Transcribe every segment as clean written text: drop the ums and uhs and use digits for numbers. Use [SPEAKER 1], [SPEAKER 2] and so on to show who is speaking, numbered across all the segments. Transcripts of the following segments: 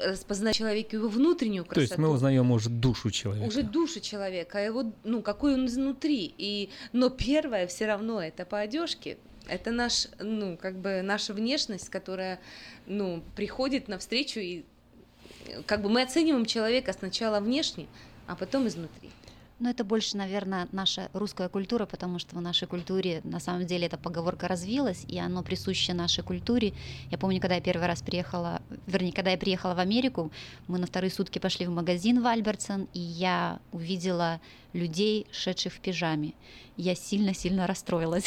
[SPEAKER 1] распознать человека его внутреннюю красоту.
[SPEAKER 2] То есть мы узнаем уже душу человека.
[SPEAKER 1] Уже душу человека, его, какой он изнутри. Но первое все равно это по одежке. Это наша внешность, которая, приходит навстречу, и мы оцениваем человека сначала внешне, а потом изнутри.
[SPEAKER 3] Но это больше, наверное, наша русская культура, потому что в нашей культуре на самом деле эта поговорка развилась, и оно присуще нашей культуре. Я помню, когда я первый раз приехала в Америку, мы на вторые сутки пошли в магазин в Альбертсон, и я увидела людей, шедших в пижаме. Я сильно-сильно расстроилась.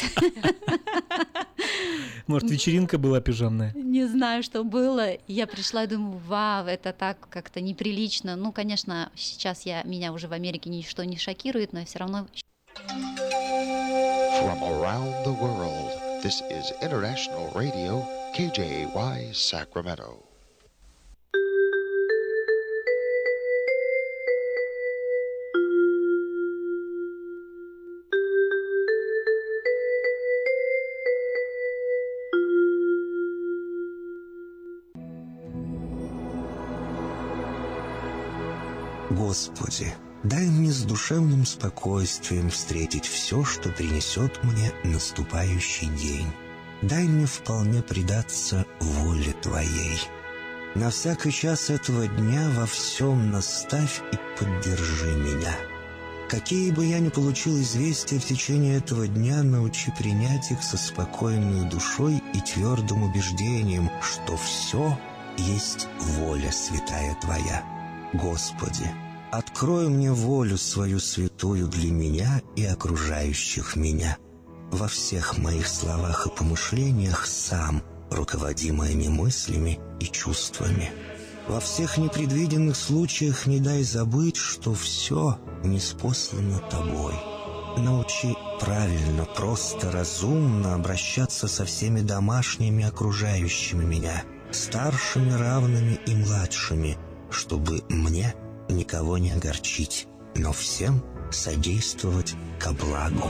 [SPEAKER 2] Может, вечеринка была пижамная?
[SPEAKER 3] Не знаю, что было. Я пришла и думаю, вау, это так как-то неприлично. Конечно, сейчас меня уже в Америке ничто не шокирует, но я все равно...
[SPEAKER 4] From around the world, this is International Radio, KJY, Sacramento.
[SPEAKER 5] Господи, дай мне с душевным спокойствием встретить все, что принесет мне наступающий день. Дай мне вполне предаться воле Твоей. На всякий час этого дня во всем наставь и поддержи меня. Какие бы я ни получил известия в течение этого дня, научи принять их со спокойной душой и твердым убеждением, что все есть воля святая Твоя. Господи, открой мне волю свою святую для меня и окружающих меня. Во всех моих словах и помышлениях сам руководи моими мыслями и чувствами. Во всех непредвиденных случаях не дай забыть, что все ниспослано Тобой. Научи правильно, просто, разумно обращаться со всеми домашними окружающими меня, старшими, равными и младшими, чтобы мне никого не огорчить, но всем содействовать ко благу.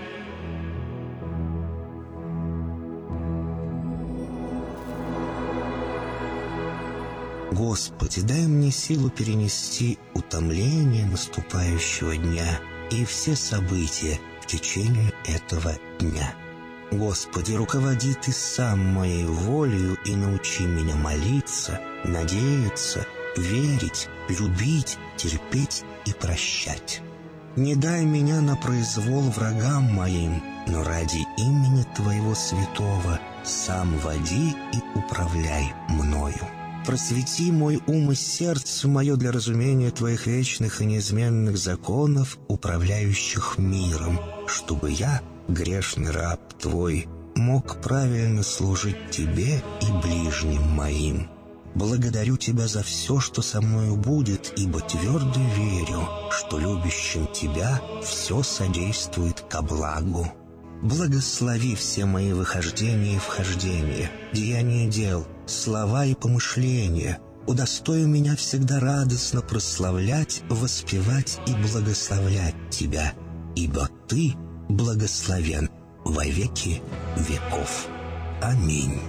[SPEAKER 5] Господи, дай мне силу перенести утомление наступающего дня и все события в течение этого дня. Господи, руководи Ты сам моей волею и научи меня молиться, надеяться, верить, любить, терпеть и прощать. Не дай меня на произвол врагам моим, но ради имени Твоего святого сам води и управляй мною. Просвети мой ум и сердце мое для разумения Твоих вечных и неизменных законов, управляющих миром, чтобы я, грешный раб Твой, мог правильно служить Тебе и ближним моим. Благодарю Тебя за все, что со мною будет, ибо твердо верю, что любящим Тебя все содействует ко благу. Благослови все мои выхождения и вхождения, деяния дел, слова и помышления. Удостой меня всегда радостно прославлять, воспевать и благословлять Тебя, ибо Ты благословен во веки веков. Аминь.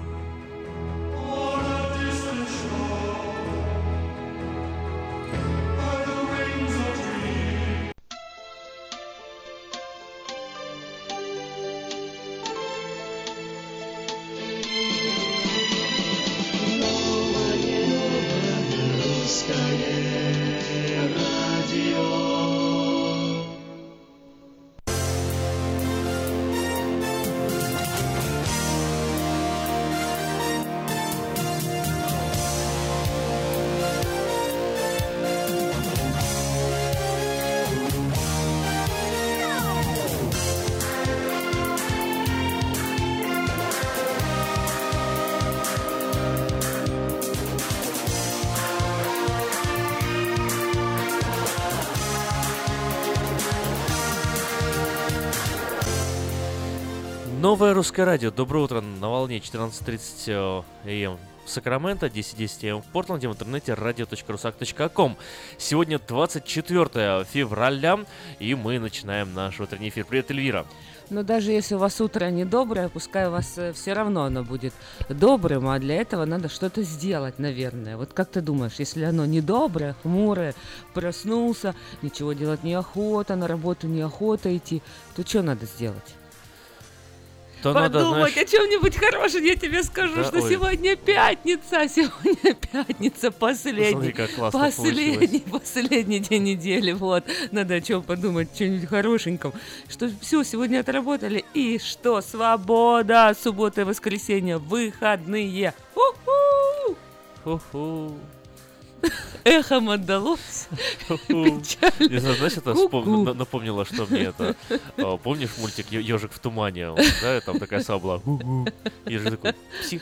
[SPEAKER 6] Новое русское радио. Доброе утро. На волне 14:30 АМ в Сакраменто, 10:10 АМ в Портленде, в интернете radio.rusak.com. Сегодня 24 февраля, и мы начинаем наш утренний эфир. Привет, Эльвира.
[SPEAKER 7] Но даже если у вас утро недоброе, пускай у вас все равно оно будет добрым, а для этого надо что-то сделать, наверное. Вот как ты думаешь, если оно недоброе, хмурое, проснулся, ничего делать неохота, на работу неохота идти, то что надо сделать?
[SPEAKER 6] То
[SPEAKER 7] Подумать
[SPEAKER 6] надо, знаешь,
[SPEAKER 7] о чем-нибудь хорошем, я тебе скажу,
[SPEAKER 6] да,
[SPEAKER 7] что
[SPEAKER 6] ой.
[SPEAKER 7] сегодня пятница,
[SPEAKER 6] Смотри, как классно получилось.
[SPEAKER 7] последний день недели, вот, надо о чем подумать, что-нибудь хорошеньком, что все, сегодня отработали, и что, свобода, суббота и воскресенье, выходные, у-ху!
[SPEAKER 6] Ху-ху.
[SPEAKER 7] Эхом отдалось.
[SPEAKER 6] Не знаю, знаешь, это
[SPEAKER 7] Ку-ку.
[SPEAKER 6] напомнило, что мне это... Помнишь мультик «Ежик в тумане»? Да, там такая сова была. Ежик такой, псих.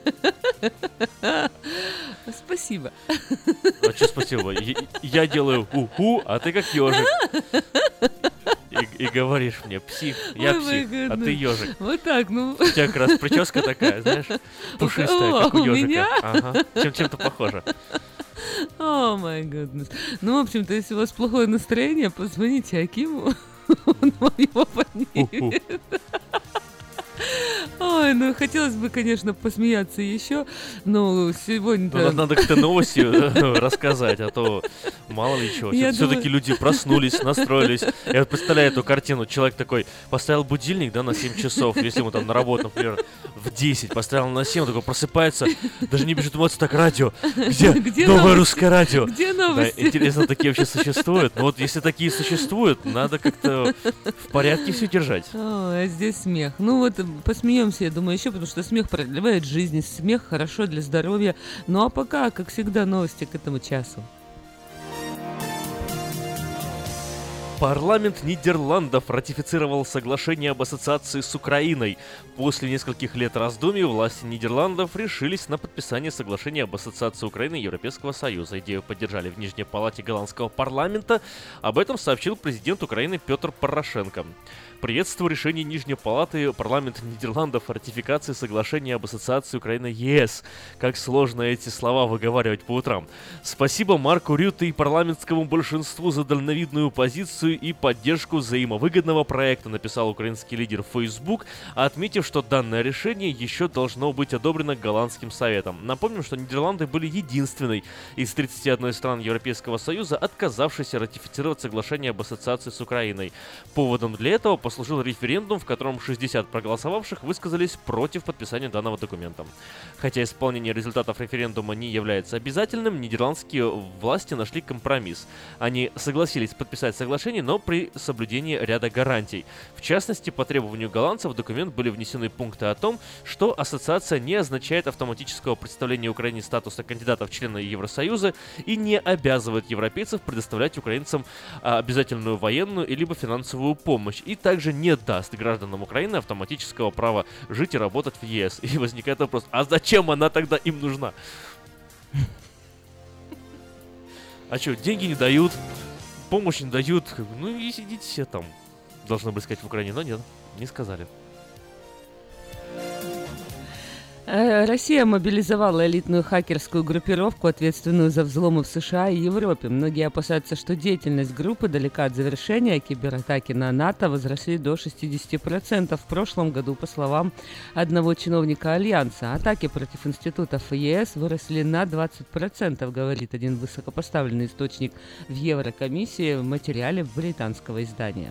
[SPEAKER 7] Спасибо.
[SPEAKER 6] А что спасибо? Я делаю уху, а ты как ежик. И говоришь мне, псих, я
[SPEAKER 7] Ой,
[SPEAKER 6] псих,
[SPEAKER 7] my
[SPEAKER 6] а ты ежик.
[SPEAKER 7] Вот так, ну...
[SPEAKER 6] У тебя как раз прическа такая, знаешь, пушистая, как у
[SPEAKER 7] у
[SPEAKER 6] ежика.
[SPEAKER 7] меня?
[SPEAKER 6] Ага, чем-то похоже.
[SPEAKER 7] О, май гуднес. Ну, в общем-то, если у вас плохое настроение, позвоните Акиму, он вам его поднимет. Ой, ну хотелось бы, конечно, посмеяться еще, но сегодня...
[SPEAKER 6] Надо как-то новости рассказать, а то мало ли чего.
[SPEAKER 7] Я
[SPEAKER 6] Все-таки
[SPEAKER 7] думаю-
[SPEAKER 6] люди проснулись, настроились. Я вот представляю эту картину. Человек такой поставил будильник, да, на 7 часов, если ему там на работу, например, в 10, поставил на 7, такой просыпается, даже не бежит умываться, так, радио. Где новое
[SPEAKER 7] новости?
[SPEAKER 6] русское радио?
[SPEAKER 7] Где
[SPEAKER 6] Да,
[SPEAKER 7] новости?
[SPEAKER 6] интересно, такие вообще существуют. Но вот если такие существуют, надо как-то в порядке все держать.
[SPEAKER 7] Ой, а здесь смех. Ну вот посмеемся, я думаю, еще, потому что смех продлевает жизнь, смех хорошо для здоровья. Ну а пока, как всегда, новости к этому часу.
[SPEAKER 6] Парламент Нидерландов ратифицировал соглашение об ассоциации с Украиной. После нескольких лет раздумий власти Нидерландов решились на подписание соглашения об ассоциации Украины и Европейского Союза. Идею поддержали в Нижней палате голландского парламента. Об этом сообщил президент Украины Петр Порошенко. Приветствую решение Нижней палаты парламента Нидерландов о ратификации соглашения об ассоциации Украины ЕС. Как сложно эти слова выговаривать по утрам. Спасибо Марку Рютте и парламентскому большинству за дальновидную позицию и поддержку взаимовыгодного проекта, написал украинский лидер в Facebook, отметив, что данное решение еще должно быть одобрено голландским советом. Напомним, что Нидерланды были единственной из 31 стран Европейского Союза, отказавшейся ратифицировать соглашение об ассоциации с Украиной. Поводом для этого послужил референдум, в котором 60 проголосовавших высказались против подписания данного документа. Хотя исполнение результатов референдума не является обязательным, нидерландские власти нашли компромисс. Они согласились подписать соглашение, но при соблюдении ряда гарантий. В частности, по требованию голландцев в документ были внесены пункты о том, что ассоциация не означает автоматического представления Украине статуса кандидата в члены Евросоюза и не обязывает европейцев предоставлять украинцам обязательную военную либо финансовую помощь, и также не даст гражданам Украины автоматического права жить и работать в ЕС. И возникает вопрос, а зачем она тогда им нужна? А что, деньги не дают, помощь не дают, ну и сидите все там, должны были сказать в Украине, но нет, не сказали.
[SPEAKER 7] Россия мобилизовала элитную хакерскую группировку, ответственную за взломы в США и Европе. Многие опасаются, что деятельность группы далека от завершения. Кибератаки на НАТО возросли до 60% в прошлом году, по словам одного чиновника Альянса. Атаки против институтов ЕС выросли на 20%, говорит один высокопоставленный источник в Еврокомиссии в материале британского издания.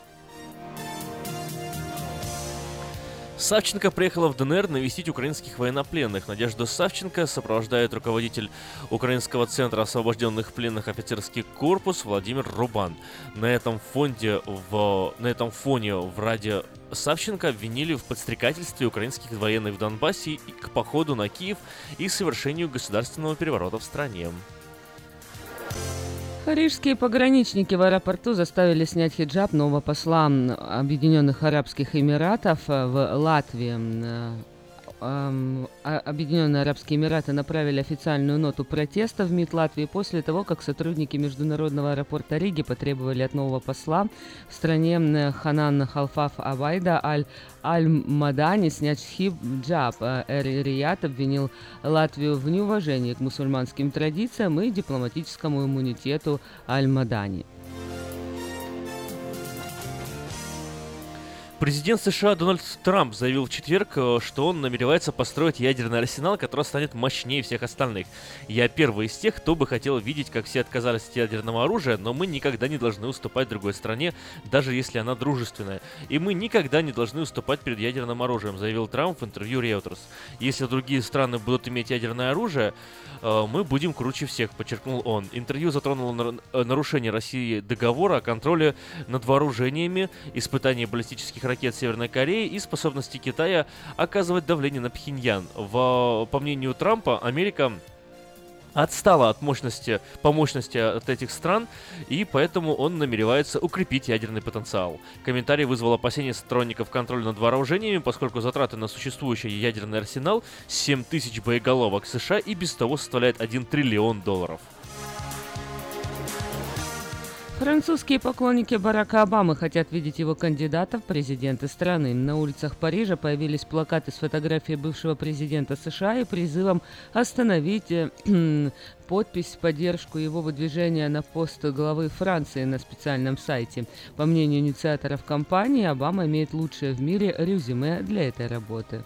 [SPEAKER 6] Савченко приехала в ДНР навестить украинских военнопленных. Надежду Савченко сопровождает руководитель Украинского центра освобожденных пленных офицерский корпус Владимир Рубан. На этом фоне в Раде Савченко обвинили в подстрекательстве украинских военных в Донбассе к походу на Киев и совершению государственного переворота в стране.
[SPEAKER 7] Парижские пограничники в аэропорту заставили снять хиджаб нового посла Объединенных Арабских Эмиратов в Латвии. Объединенные Арабские Эмираты направили официальную ноту протеста в МИД Латвии после того, как сотрудники международного аэропорта Риги потребовали от нового посла в стране Ханан Халфаф Абайда Аль-Мадани снять хиджаб. Эр-Рияд обвинил Латвию в неуважении к мусульманским традициям и дипломатическому иммунитету Аль-Мадани.
[SPEAKER 6] Президент США Дональд Трамп заявил в четверг, что он намеревается построить ядерный арсенал, который станет мощнее всех остальных. «Я первый из тех, кто бы хотел видеть, как все отказались от ядерного оружия, но мы никогда не должны уступать другой стране, даже если она дружественная. И мы никогда не должны уступать перед ядерным оружием», заявил Трамп в интервью Reuters. «Если другие страны будут иметь ядерное оружие, мы будем круче всех», подчеркнул он. Интервью затронуло нарушение России договора о контроле над вооружениями, испытании баллистических ракет Северной Кореи и способности Китая оказывать давление на Пхеньян. По мнению Трампа, Америка отстала по мощности от этих стран, и поэтому он намеревается укрепить ядерный потенциал. Комментарий вызвал опасения сторонников контроля над вооружениями, поскольку затраты на существующий ядерный арсенал 7000 боеголовок США и без того составляет $1 триллион.
[SPEAKER 7] Французские поклонники Барака Обамы хотят видеть его кандидата в президенты страны. На улицах Парижа появились плакаты с фотографией бывшего президента США и призывом остановить подпись в поддержку его выдвижения на пост главы Франции на специальном сайте. По мнению инициаторов кампании, Обама имеет лучшее в мире резюме для этой работы.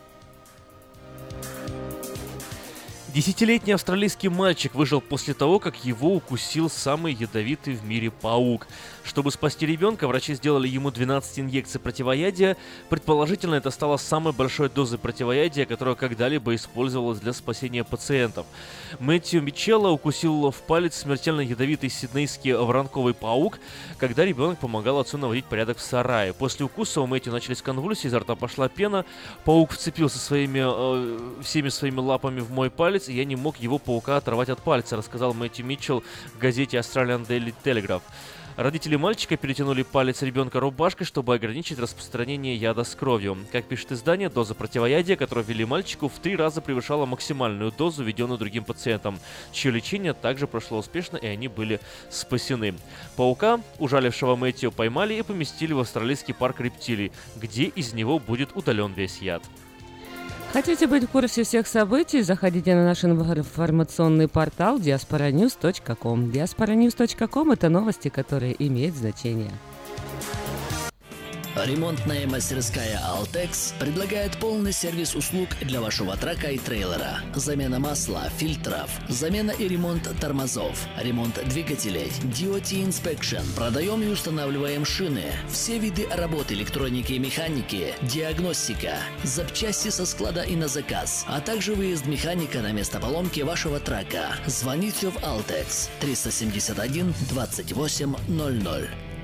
[SPEAKER 6] 10-летний австралийский мальчик выжил после того, как его укусил самый ядовитый в мире паук. Чтобы спасти ребенка, врачи сделали ему 12 инъекций противоядия. Предположительно, это стало самой большой дозой противоядия, которая когда-либо использовалась для спасения пациентов. Мэтью Митчелла укусил в палец смертельно ядовитый сиднейский воронковый паук, когда ребенок помогал отцу наводить порядок в сарае. После укуса у Мэтью начались конвульсии, изо рта пошла пена. Паук вцепился всеми своими лапами в мой палец, и я не мог его паука оторвать от пальца, рассказал Мэтью Митчелл в газете Australian Daily Telegraph. Родители мальчика перетянули палец ребенка рубашкой, чтобы ограничить распространение яда с кровью. Как пишет издание, доза противоядия, которую ввели мальчику, в 3 раза превышала максимальную дозу, введенную другим пациентам, чье лечение также прошло успешно, и они были спасены. Паука, ужалившего Мэтью, поймали и поместили в австралийский парк рептилий, где из него будет удален весь яд.
[SPEAKER 7] Хотите быть в курсе всех событий? Заходите на наш информационный портал diasporanews.com. diasporanews.com – это новости, которые имеют значение.
[SPEAKER 8] Ремонтная мастерская «Алтекс» предлагает полный сервис услуг для вашего трака и трейлера. Замена масла, фильтров, замена и ремонт тормозов, ремонт двигателей, DOT Inspection. Продаем и устанавливаем шины, все виды работ электроники и механики, диагностика, запчасти со склада и на заказ, а также выезд механика на место поломки вашего трака. Звоните в «Алтекс» 371 28 00.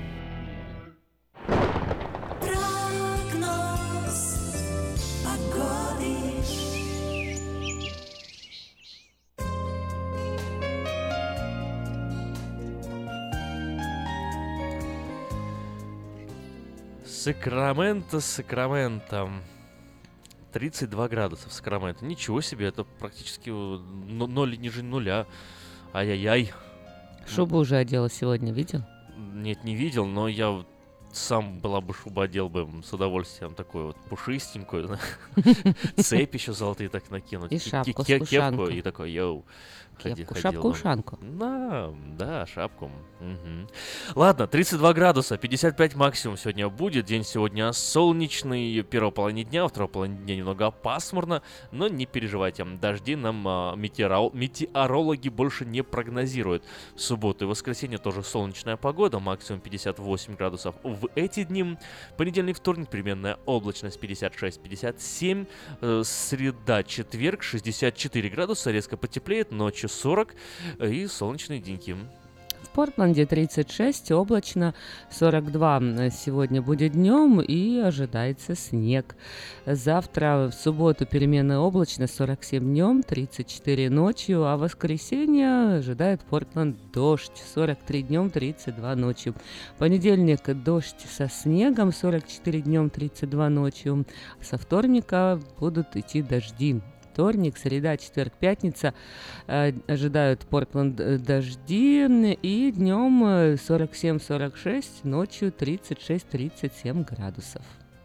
[SPEAKER 6] Сакраменто. 32 градуса в Сакраменто. Ничего себе, это практически 0 ниже нуля. Ай-яй-яй.
[SPEAKER 7] Шубу уже одела сегодня, видел?
[SPEAKER 6] Нет, не видел, но я сам была бы шуба одел бы с удовольствием, такую вот пушистенькую. Цепь еще золотые так накинуть.
[SPEAKER 7] И шапку с
[SPEAKER 6] кепку
[SPEAKER 7] ушанкой.
[SPEAKER 6] и такой, йоу.
[SPEAKER 7] Шапку-ушанку.
[SPEAKER 6] Да, шапку. Угу. Ладно, 32 градуса, 55 максимум сегодня будет. День сегодня солнечный, первая половина дня, вторая половина дня немного пасмурно, но не переживайте, дожди нам метеорологи больше не прогнозируют. В субботу и воскресенье тоже солнечная погода, максимум 58 градусов в эти дни. Понедельник, вторник, переменная облачность 56-57, среда, четверг 64 градуса, резко потеплеет, ночью 40 и солнечные деньки.
[SPEAKER 7] В Портленде 36, облачно, 42 сегодня будет днем и ожидается снег. Завтра в субботу переменная облачность, 47 днем, 34 ночью, а в воскресенье ожидает Портленд дождь, 43 днем, 32 ночью. Понедельник дождь со снегом, 44 днем, 32 ночью. Со вторника будут идти дожди. Вторник, среда, четверг, пятница ожидают Портленд дожди, и днем 47-46, ночью 36-37 градусов.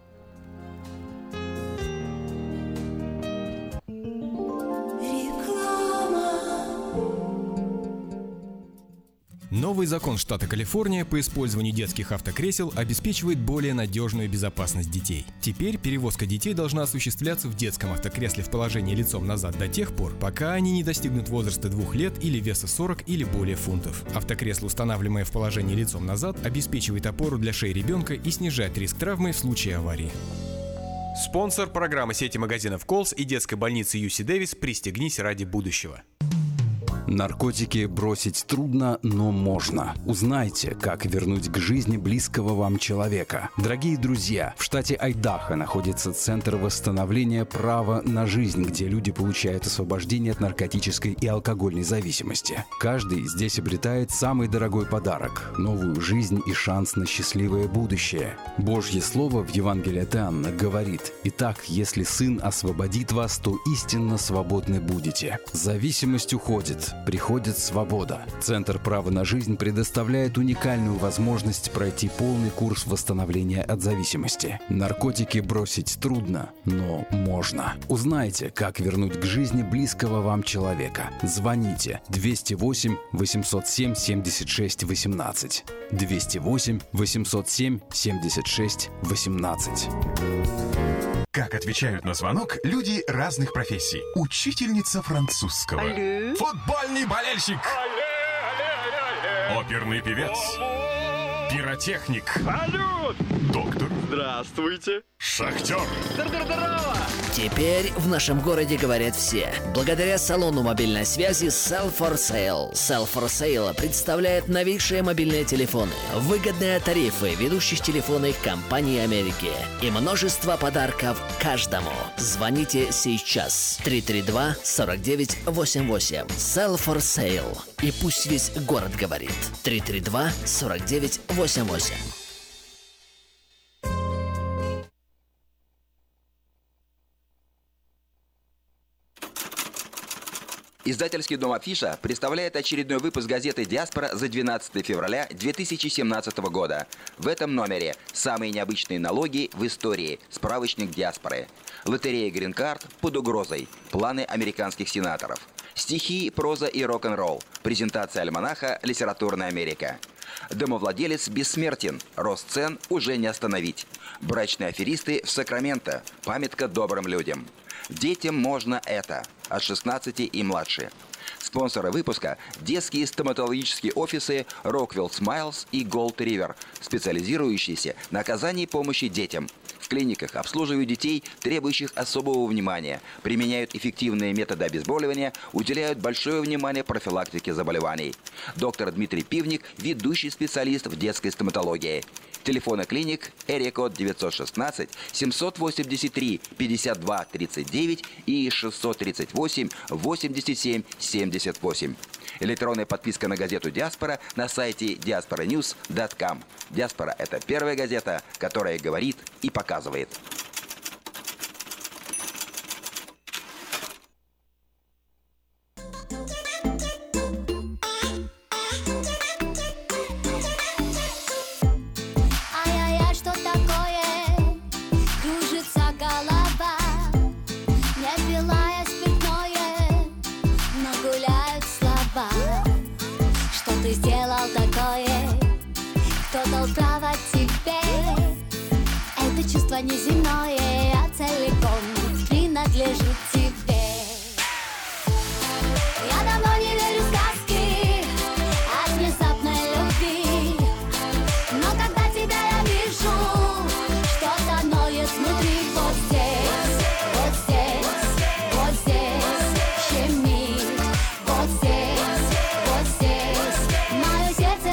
[SPEAKER 9] Новый закон штата Калифорния по использованию детских автокресел обеспечивает более надежную безопасность детей. Теперь перевозка детей должна осуществляться в детском автокресле в положении лицом назад до тех пор, пока они не достигнут возраста 2 лет или веса 40 или более фунтов. Автокресло, устанавливаемое в положении лицом назад, обеспечивает опору для шеи ребенка и снижает риск травмы в случае аварии. Спонсор программы сети магазинов Колс и детской больницы UC Дэвис «Пристегнись ради будущего».
[SPEAKER 10] Наркотики бросить трудно, но можно. Узнайте, как вернуть к жизни близкого вам человека. Дорогие друзья, в штате Айдахо находится Центр восстановления права на жизнь, где люди получают освобождение от наркотической и алкогольной зависимости. Каждый здесь обретает самый дорогой подарок – новую жизнь и шанс на счастливое будущее. Божье Слово в Евангелии от Иоанна говорит: «Итак, если Сын освободит вас, то истинно свободны будете». Зависимость уходит. Приходит свобода. Центр права на жизнь предоставляет уникальную возможность пройти полный курс восстановления от зависимости. Наркотики бросить трудно, но можно. Узнайте, как вернуть к жизни близкого вам человека. Звоните 208 807 76 18. 208 807 76 18.
[SPEAKER 11] Как отвечают на звонок люди разных профессий. Учительница французского.
[SPEAKER 12] Алле.
[SPEAKER 11] Футбольный болельщик.
[SPEAKER 12] Алле.
[SPEAKER 11] Оперный певец. Пиротехник.
[SPEAKER 12] Салют.
[SPEAKER 11] Доктор.
[SPEAKER 12] Здравствуйте.
[SPEAKER 11] Шахтер.
[SPEAKER 12] Здорово.
[SPEAKER 8] Теперь в нашем городе говорят все. Благодаря салону мобильной связи Cell for Sale. Cell for Sale представляет новейшие мобильные телефоны, выгодные тарифы ведущих телефонных компаний Америки и множество подарков каждому. Звоните сейчас. 332-4988. Cell for Sale. И пусть весь город говорит. 332-4988.
[SPEAKER 13] Издательский дом «Афиша» представляет очередной выпуск газеты «Диаспора» за 12 февраля 2017 года. В этом номере самые необычные налоги в истории. Справочник «Диаспоры». Лотерея «Грин-карт» под угрозой. Планы американских сенаторов. Стихи, проза и рок-н-ролл. Презентация альманаха «Литературная Америка». Домовладелец бессмертен. Рост цен уже не остановить. Брачные аферисты в Сакраменто. Памятка добрым людям. Детям можно это. От 16 и младше. Спонсоры выпуска – детские стоматологические офисы Rockwell Smiles и Gold River, специализирующиеся на оказании помощи детям. В клиниках обслуживают детей, требующих особого внимания, применяют эффективные методы обезболивания, уделяют большое внимание профилактике заболеваний. Доктор Дмитрий Пивник – ведущий специалист в детской стоматологии. Телефоны клиник area-код 916-783-52-39 и 638-87-78. Электронная подписка на газету «Диаспора» на сайте diasporanews.com. «Диаспора» — это первая газета, которая говорит и показывает.
[SPEAKER 14] Сделал такое, кто дал право тебе. Это чувство неземное, а целиком принадлежит тебе. Я давно не верю в сказки о внезапной любви, но когда тебя я вижу, что-то ноет внутри. Вот здесь, вот здесь, вот здесь щемит. Вот здесь, вот здесь. Мое сердце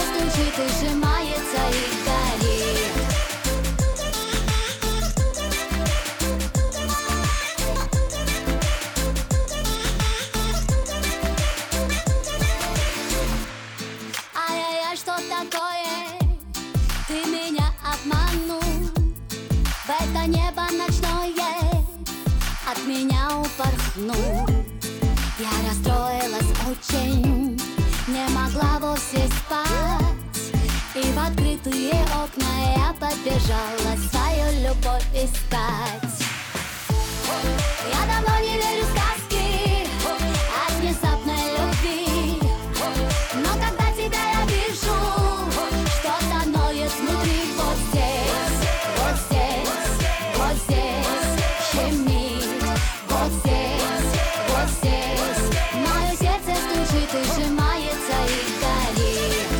[SPEAKER 14] сну. Я расстроилась очень, не могла вовсе спать. И в открытые окна я побежала свою любовь искать. Я давно не верю в сказки о внезапной любви, но когда тебя я вижу, что-то ноет внутри. Вот здесь, вот здесь, вот здесь щемит. Вот здесь, вот здесь мое сердце стучит и сжимается и горит.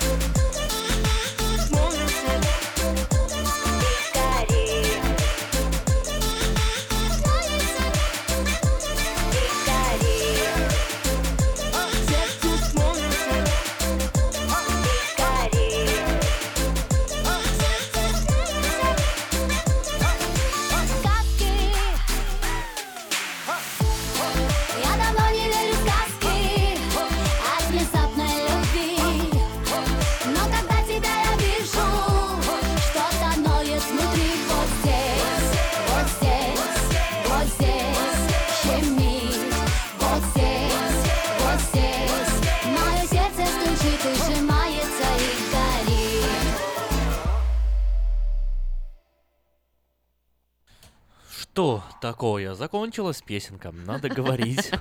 [SPEAKER 6] Что такое? Закончилась песенка, надо говорить.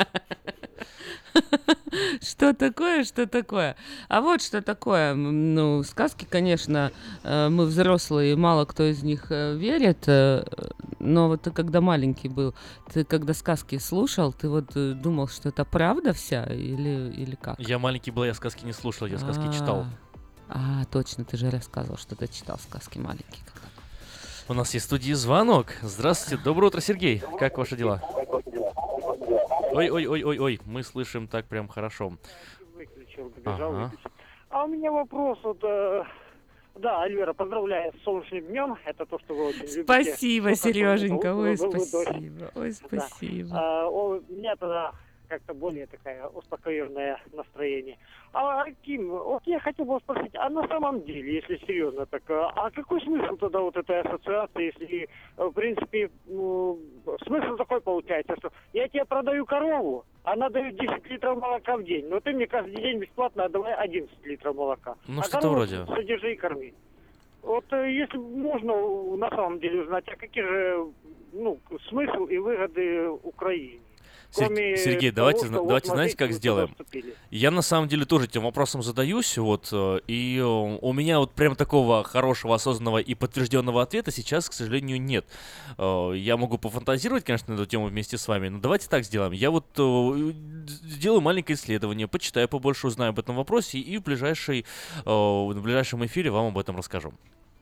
[SPEAKER 7] Что такое, что такое? А вот что такое. Ну, сказки, конечно, мы взрослые, мало кто из них верит, но вот ты когда маленький был, ты когда сказки слушал, ты вот думал, что это правда вся или как?
[SPEAKER 6] Я маленький был, я сказки не слушал, я сказки читал.
[SPEAKER 7] Точно, ты же рассказывал, что ты читал сказки маленькие.
[SPEAKER 6] У нас есть в студии звонок. Здравствуйте, доброе утро, Сергей. Как ваши дела? Ой, мы слышим так прям хорошо.
[SPEAKER 15] Выключил, добежал. А у меня вопрос, вот, да, Альвера, поздравляю с солнечным днем, это то, что вы очень любите.
[SPEAKER 7] Спасибо, Сереженька, ой, спасибо, ой, спасибо.
[SPEAKER 15] Да. У меня тогда как-то более такое успокоенное настроение. Ким, вот я хотел бы вас спросить, а на самом деле, если серьезно, так, а какой смысл тогда вот этой ассоциации, если, в принципе, смысл такой получается, что я тебе продаю корову, она дает 10 литров молока в день, но ты мне каждый день бесплатно отдавай 11 литров молока.
[SPEAKER 6] Ну, что-то вроде.
[SPEAKER 15] Содержи и корми. Вот если можно на самом деле узнать, а какие же, смысл и выгоды Украине?
[SPEAKER 6] Сергей, давайте знаете, как сделаем? Я на самом деле тоже этим вопросом задаюсь, и у меня вот прям такого хорошего, осознанного и подтвержденного ответа сейчас, к сожалению, нет. Я могу пофантазировать, конечно, на эту тему вместе с вами, но давайте так сделаем. Я вот сделаю маленькое исследование, почитаю побольше, узнаю об этом вопросе, и в ближайшем эфире вам об этом расскажу.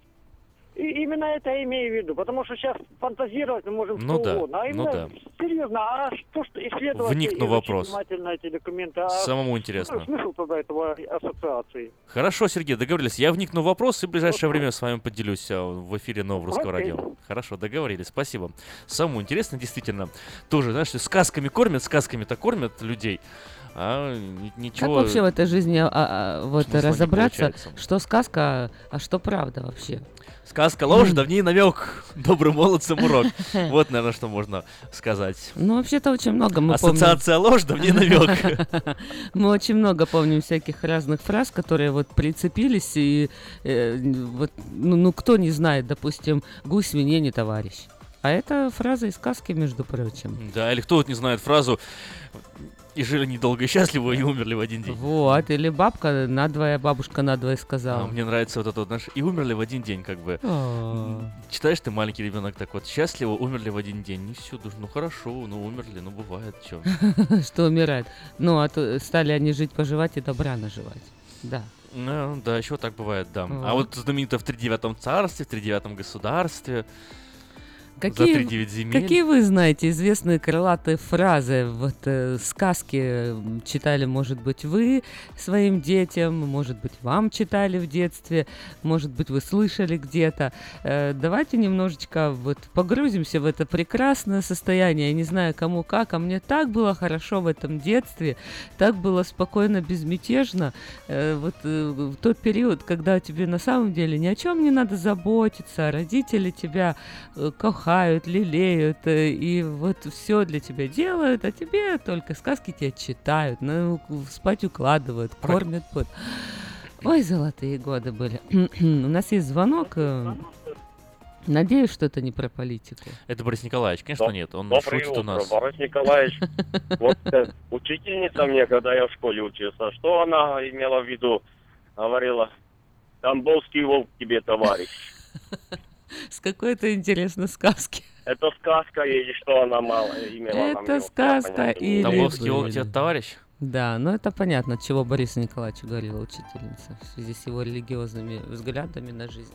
[SPEAKER 15] И именно это я имею в виду, потому что сейчас фантазировать мы можем что угодно. А именно, серьезно, что исследовать
[SPEAKER 6] вникну в вопрос.
[SPEAKER 15] Внимательно эти документы?
[SPEAKER 6] Самому интересно.
[SPEAKER 15] Смысл тогда этого ассоциации?
[SPEAKER 6] Хорошо, Сергей, договорились. Я вникну в вопрос и в ближайшее время с вами поделюсь в эфире Нового Русского Радио. Хорошо, договорились, спасибо. Самому интересно, действительно. Тоже, знаешь, сказками кормят-то кормят людей. Ничего.
[SPEAKER 7] Как вообще в этой жизни разобраться, что сказка, а что правда вообще?
[SPEAKER 6] Сказка ложь, да в ней намек, добрым молодцам урок. Вот, наверное, что можно сказать.
[SPEAKER 7] Ну, вообще-то очень много мы
[SPEAKER 6] Ассоциация
[SPEAKER 7] помним.
[SPEAKER 6] Ложь, да в ней намек.
[SPEAKER 7] Мы очень много помним всяких разных фраз, которые вот прицепились, и вот, кто не знает, допустим, гусь свинье не товарищ. А это фраза из сказки, между прочим.
[SPEAKER 6] Да, или кто вот не знает фразу «И жили недолго и счастливо, и умерли в один день».
[SPEAKER 7] Вот, или бабушка надвое сказала.
[SPEAKER 6] Мне нравится вот это вот, знаешь, «И умерли в один день», как бы. Читаешь ты, маленький ребенок, так вот, «Счастливо, умерли в один день». И все, думаешь, хорошо, умерли, бывает, что.
[SPEAKER 7] Что умирает? А то стали они жить, поживать и добра наживать. Да.
[SPEAKER 6] Да, еще так бывает, да. А вот знаменито в 39-м царстве, в 39-м государстве.
[SPEAKER 7] Какие вы знаете известные крылатые фразы? Вот сказки читали, может быть, вы своим детям, может быть, вам читали в детстве, может быть, вы слышали где-то. Давайте немножечко погрузимся в это прекрасное состояние. Я не знаю, кому как, а мне так было хорошо в этом детстве, так было спокойно, безмятежно. В тот период, когда тебе на самом деле ни о чем не надо заботиться, родители тебя кохают, пихают, лелеют, и вот все для тебя делают, а тебе только сказки тебя читают, ну, спать укладывают, кормят. Вот. Ой, золотые годы были. У нас есть звонок. Надеюсь, что это не про политику.
[SPEAKER 6] Это Борис Николаевич, конечно, нет. Он
[SPEAKER 16] Доброе
[SPEAKER 6] шутит
[SPEAKER 16] утро,
[SPEAKER 6] у нас.
[SPEAKER 16] Борис Николаевич. Вот учительница мне, когда я в школе учился, что она имела в виду? Говорила, Тамбовский волк тебе, товарищ.
[SPEAKER 7] С какой-то интересной сказки.
[SPEAKER 16] Это сказка или что она мало имела?
[SPEAKER 7] Это сказка или...
[SPEAKER 6] Тамбовский волк тебе, товарищ?
[SPEAKER 7] Да, ну это понятно, от чего Борису Николаевичу говорила учительница в связи с его религиозными взглядами на жизнь.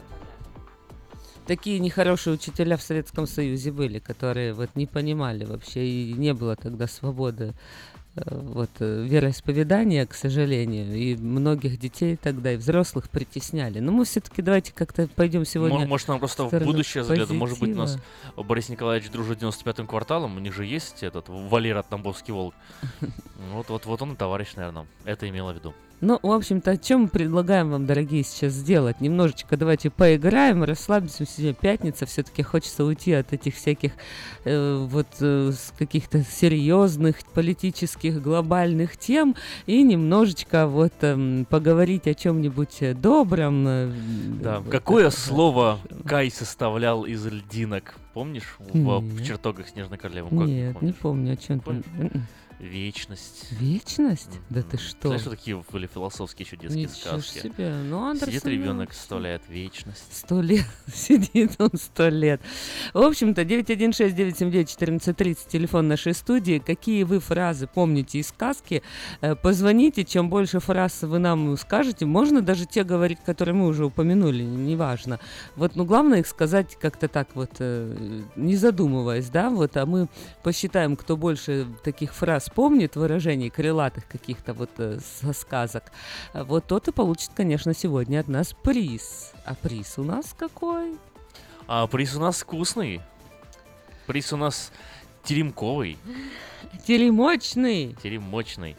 [SPEAKER 7] Такие нехорошие учителя в Советском Союзе были, которые вот не понимали вообще, и не было тогда свободы вероисповедания, к сожалению, и многих детей тогда и взрослых притесняли. Но мы все-таки давайте как-то пойдем сегодня...
[SPEAKER 6] Может, нам просто в будущее взглядом. Может быть, у нас Борис Николаевич дружит с 95-м кварталом, у них же есть этот Валера Тамбовский волк. Вот он и товарищ, наверное, это имела в виду.
[SPEAKER 7] Ну, в общем-то, о чем мы предлагаем вам, дорогие, сейчас сделать? Немножечко давайте поиграем, расслабимся. Сегодня пятница, все-таки хочется уйти от этих всяких с каких-то серьезных политических глобальных тем и немножечко поговорить о чем-нибудь добром.
[SPEAKER 6] Да. Какое слово Кай составлял из льдинок? Помнишь в чертогах Снежной королевы?
[SPEAKER 7] Нет, не помню, о чем ты.
[SPEAKER 6] Вечность.
[SPEAKER 7] Вечность? Да ты что?
[SPEAKER 6] Знаешь, что такие были философские еще детские сказки?
[SPEAKER 7] Себе. Ну,
[SPEAKER 6] сидит ребенок, составляет вечность.
[SPEAKER 7] 100 лет. Сидит он 100 лет. В общем-то, 916-979-1430, телефон нашей студии. Какие вы фразы помните из сказки? Позвоните, чем больше фраз вы нам скажете. Можно даже те говорить, которые мы уже упомянули, неважно. Главное их сказать как-то так не задумываясь, да, а мы посчитаем, кто больше таких фраз помнит, выражений крылатых каких-то со сказок, тот и получит, конечно, сегодня от нас приз. А приз у нас какой?
[SPEAKER 6] А приз у нас вкусный. Приз у нас теремковый.
[SPEAKER 7] Теремочный.
[SPEAKER 6] Теремочный.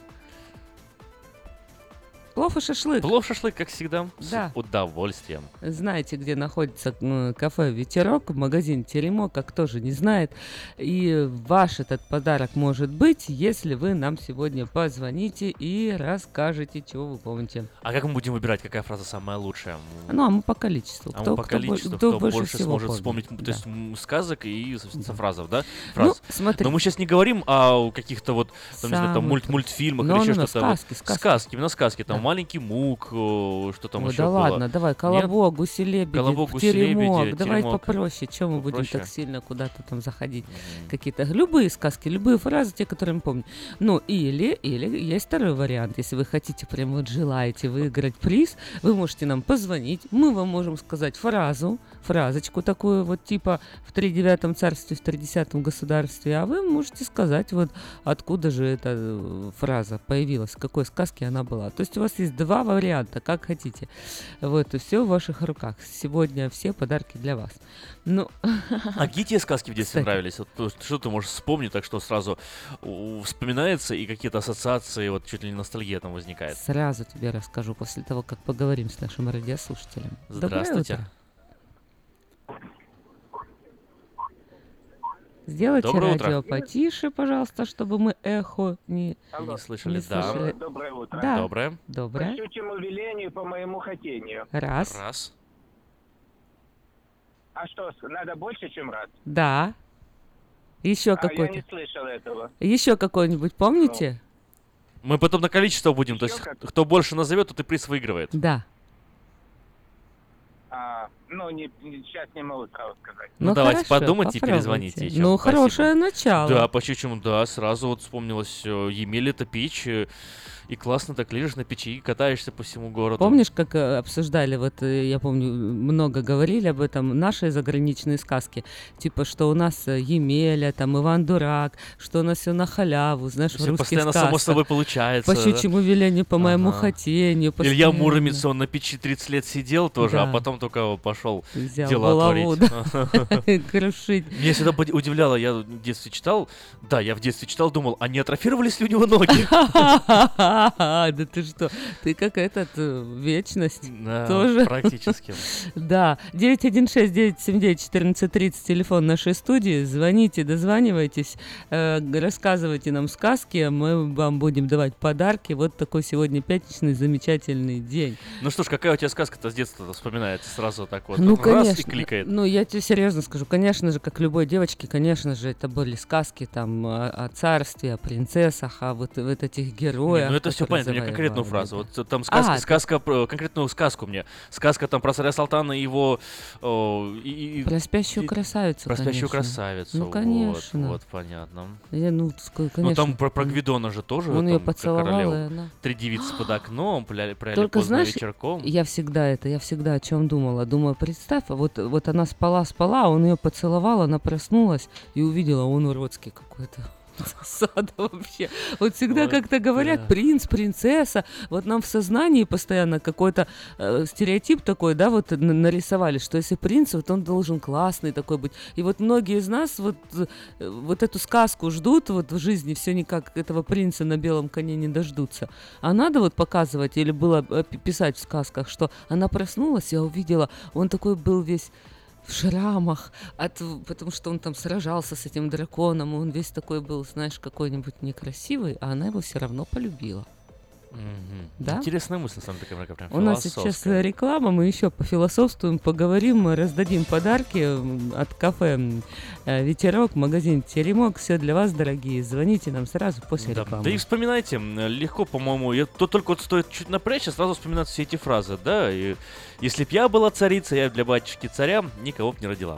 [SPEAKER 7] Плов и шашлык.
[SPEAKER 6] Плов, шашлык, как всегда,
[SPEAKER 7] да.
[SPEAKER 6] С удовольствием.
[SPEAKER 7] Знаете, где находится кафе «Ветерок», магазин «Теремок», а кто же не знает. И ваш этот подарок может быть, если вы нам сегодня позвоните и расскажете, чего вы помните.
[SPEAKER 6] А как мы будем выбирать, какая фраза самая лучшая?
[SPEAKER 7] Ну, а мы по количеству.
[SPEAKER 6] Кто больше сможет вспомнить,
[SPEAKER 7] да.
[SPEAKER 6] То есть сказок и, собственно, фразов, да?
[SPEAKER 7] Ну, смотри.
[SPEAKER 6] Но мы сейчас не говорим о каких-то мультфильмах или еще что-то. Сказки, именно сказки, там «Маленький Мук», что там еще
[SPEAKER 7] да
[SPEAKER 6] было.
[SPEAKER 7] Ладно, давай, «Колобок», «Гуси-лебеди», «Теремок». Давай попроще, чем мы будем так сильно куда-то там заходить. Какие-то любые сказки, любые фразы, те, которые мы помним. Ну, или есть второй вариант. Если вы хотите, прям желаете выиграть приз, вы можете нам позвонить, мы вам можем сказать фразочку такую типа в 39-м царстве, в 30-м государстве, а вы можете сказать откуда же эта фраза появилась, в какой сказке она была. То есть у вас есть два варианта, как хотите. И все в ваших руках. Сегодня все подарки для вас. Ну.
[SPEAKER 6] А какие тебе сказки в детстве нравились? Что ты можешь вспомнить, так что сразу вспоминается и какие-то ассоциации, чуть ли не ностальгия там возникает?
[SPEAKER 7] Сразу тебе расскажу после того, как поговорим с нашим радиослушателем.
[SPEAKER 6] Здравствуйте.
[SPEAKER 7] Сделайте радио потише, пожалуйста, чтобы мы эхо не
[SPEAKER 6] слышали.
[SPEAKER 7] Да.
[SPEAKER 16] Доброе утро.
[SPEAKER 7] Да.
[SPEAKER 6] Доброе.
[SPEAKER 16] По щучьему велению, по моему хотению.
[SPEAKER 7] Раз.
[SPEAKER 16] А что, надо больше, чем раз?
[SPEAKER 7] Да. Еще какой-то.
[SPEAKER 16] Я не слышал этого.
[SPEAKER 7] Еще какой-нибудь помните?
[SPEAKER 6] Мы потом на количество будем, то есть кто больше назовет, тот и приз выигрывает.
[SPEAKER 7] Да.
[SPEAKER 16] Сейчас не могу сразу сказать.
[SPEAKER 6] Ну давайте подумайте и перезвоните.
[SPEAKER 7] Ну, хорошее начало.
[SPEAKER 6] Да, по щучьему, да, сразу вспомнилось Емеля-то печь, и классно так лежишь на печи и катаешься по всему городу.
[SPEAKER 7] Помнишь, как обсуждали, я помню, много говорили об этом, наши заграничные сказки, типа, что у нас Емеля, там, Иван Дурак, что у нас все на халяву, знаешь,
[SPEAKER 6] все
[SPEAKER 7] в русских
[SPEAKER 6] постоянно
[SPEAKER 7] сказках.
[SPEAKER 6] Само собой получается.
[SPEAKER 7] По щучьему велению, по моему хотению.
[SPEAKER 6] Илья Муромец, он на печи 30 лет сидел тоже, а потом только пошел пошел
[SPEAKER 7] Взял
[SPEAKER 6] дела
[SPEAKER 7] булаву,
[SPEAKER 6] творить.
[SPEAKER 7] Крушить.
[SPEAKER 6] Меня всегда удивляло, я в детстве читал, думал, а не атрофировались ли у него ноги?
[SPEAKER 7] Да ты что, ты как вечность тоже.
[SPEAKER 6] Практически.
[SPEAKER 7] Да, 916-979-1430, телефон нашей студии, звоните, дозванивайтесь, рассказывайте нам сказки, мы вам будем давать подарки. Вот такой сегодня пятничный замечательный день.
[SPEAKER 6] Ну что ж, какая у тебя сказка-то с детства вспоминается сразу так вот?
[SPEAKER 7] Ну,
[SPEAKER 6] раз
[SPEAKER 7] конечно,
[SPEAKER 6] и кликает.
[SPEAKER 7] ну я тебе серьезно скажу, конечно же, как любой девочке, конечно же, это были сказки там о царстве, о принцессах, о вот этих героях.
[SPEAKER 6] Ну это все понятно, мне конкретную фразу. Вот там сказка, конкретную сказку мне. Сказка там про царя Салтана и его...
[SPEAKER 7] Про спящую красавицу,
[SPEAKER 6] Про спящую красавицу.
[SPEAKER 7] Ну, конечно.
[SPEAKER 6] Вот, понятно.
[SPEAKER 7] Конечно.
[SPEAKER 6] Ну там про Гвидона же тоже.
[SPEAKER 7] Он ее поцеловал, и она...
[SPEAKER 6] 3 девицы под окном, пляли
[SPEAKER 7] Только
[SPEAKER 6] поздно
[SPEAKER 7] знаешь,
[SPEAKER 6] вечерком.
[SPEAKER 7] я всегда о чем думала. Думаю, представь, вот она спала, он ее поцеловал, она проснулась и увидела, он уродский какой-то. Сада вообще. Вот всегда как-то говорят, принц, принцесса. Вот нам в сознании постоянно какой-то стереотип такой, да, вот нарисовали, что если принц, вот он должен классный такой быть. И вот многие из нас вот эту сказку ждут вот в жизни, все никак этого принца на белом коне не дождутся. А надо вот показывать или было писать в сказках, что она проснулась, я увидела, он такой был весь в шрамах, потому что он там сражался с этим драконом, и он весь такой был, знаешь, какой-нибудь некрасивый, а она его все равно полюбила. Да?
[SPEAKER 6] Интересная мысль, на самом деле, прям
[SPEAKER 7] У нас сейчас реклама, мы еще пофилософствуем, поговорим, мы раздадим подарки от кафе «Ветерок», магазин «Теремок». Все для вас, дорогие. Звоните нам сразу после рекламы.
[SPEAKER 6] Да и вспоминайте, легко, по-моему, только вот стоит чуть напрячься, сразу вспоминать все эти фразы, да, и если б я была царица, я для батюшки царя никого б не родила.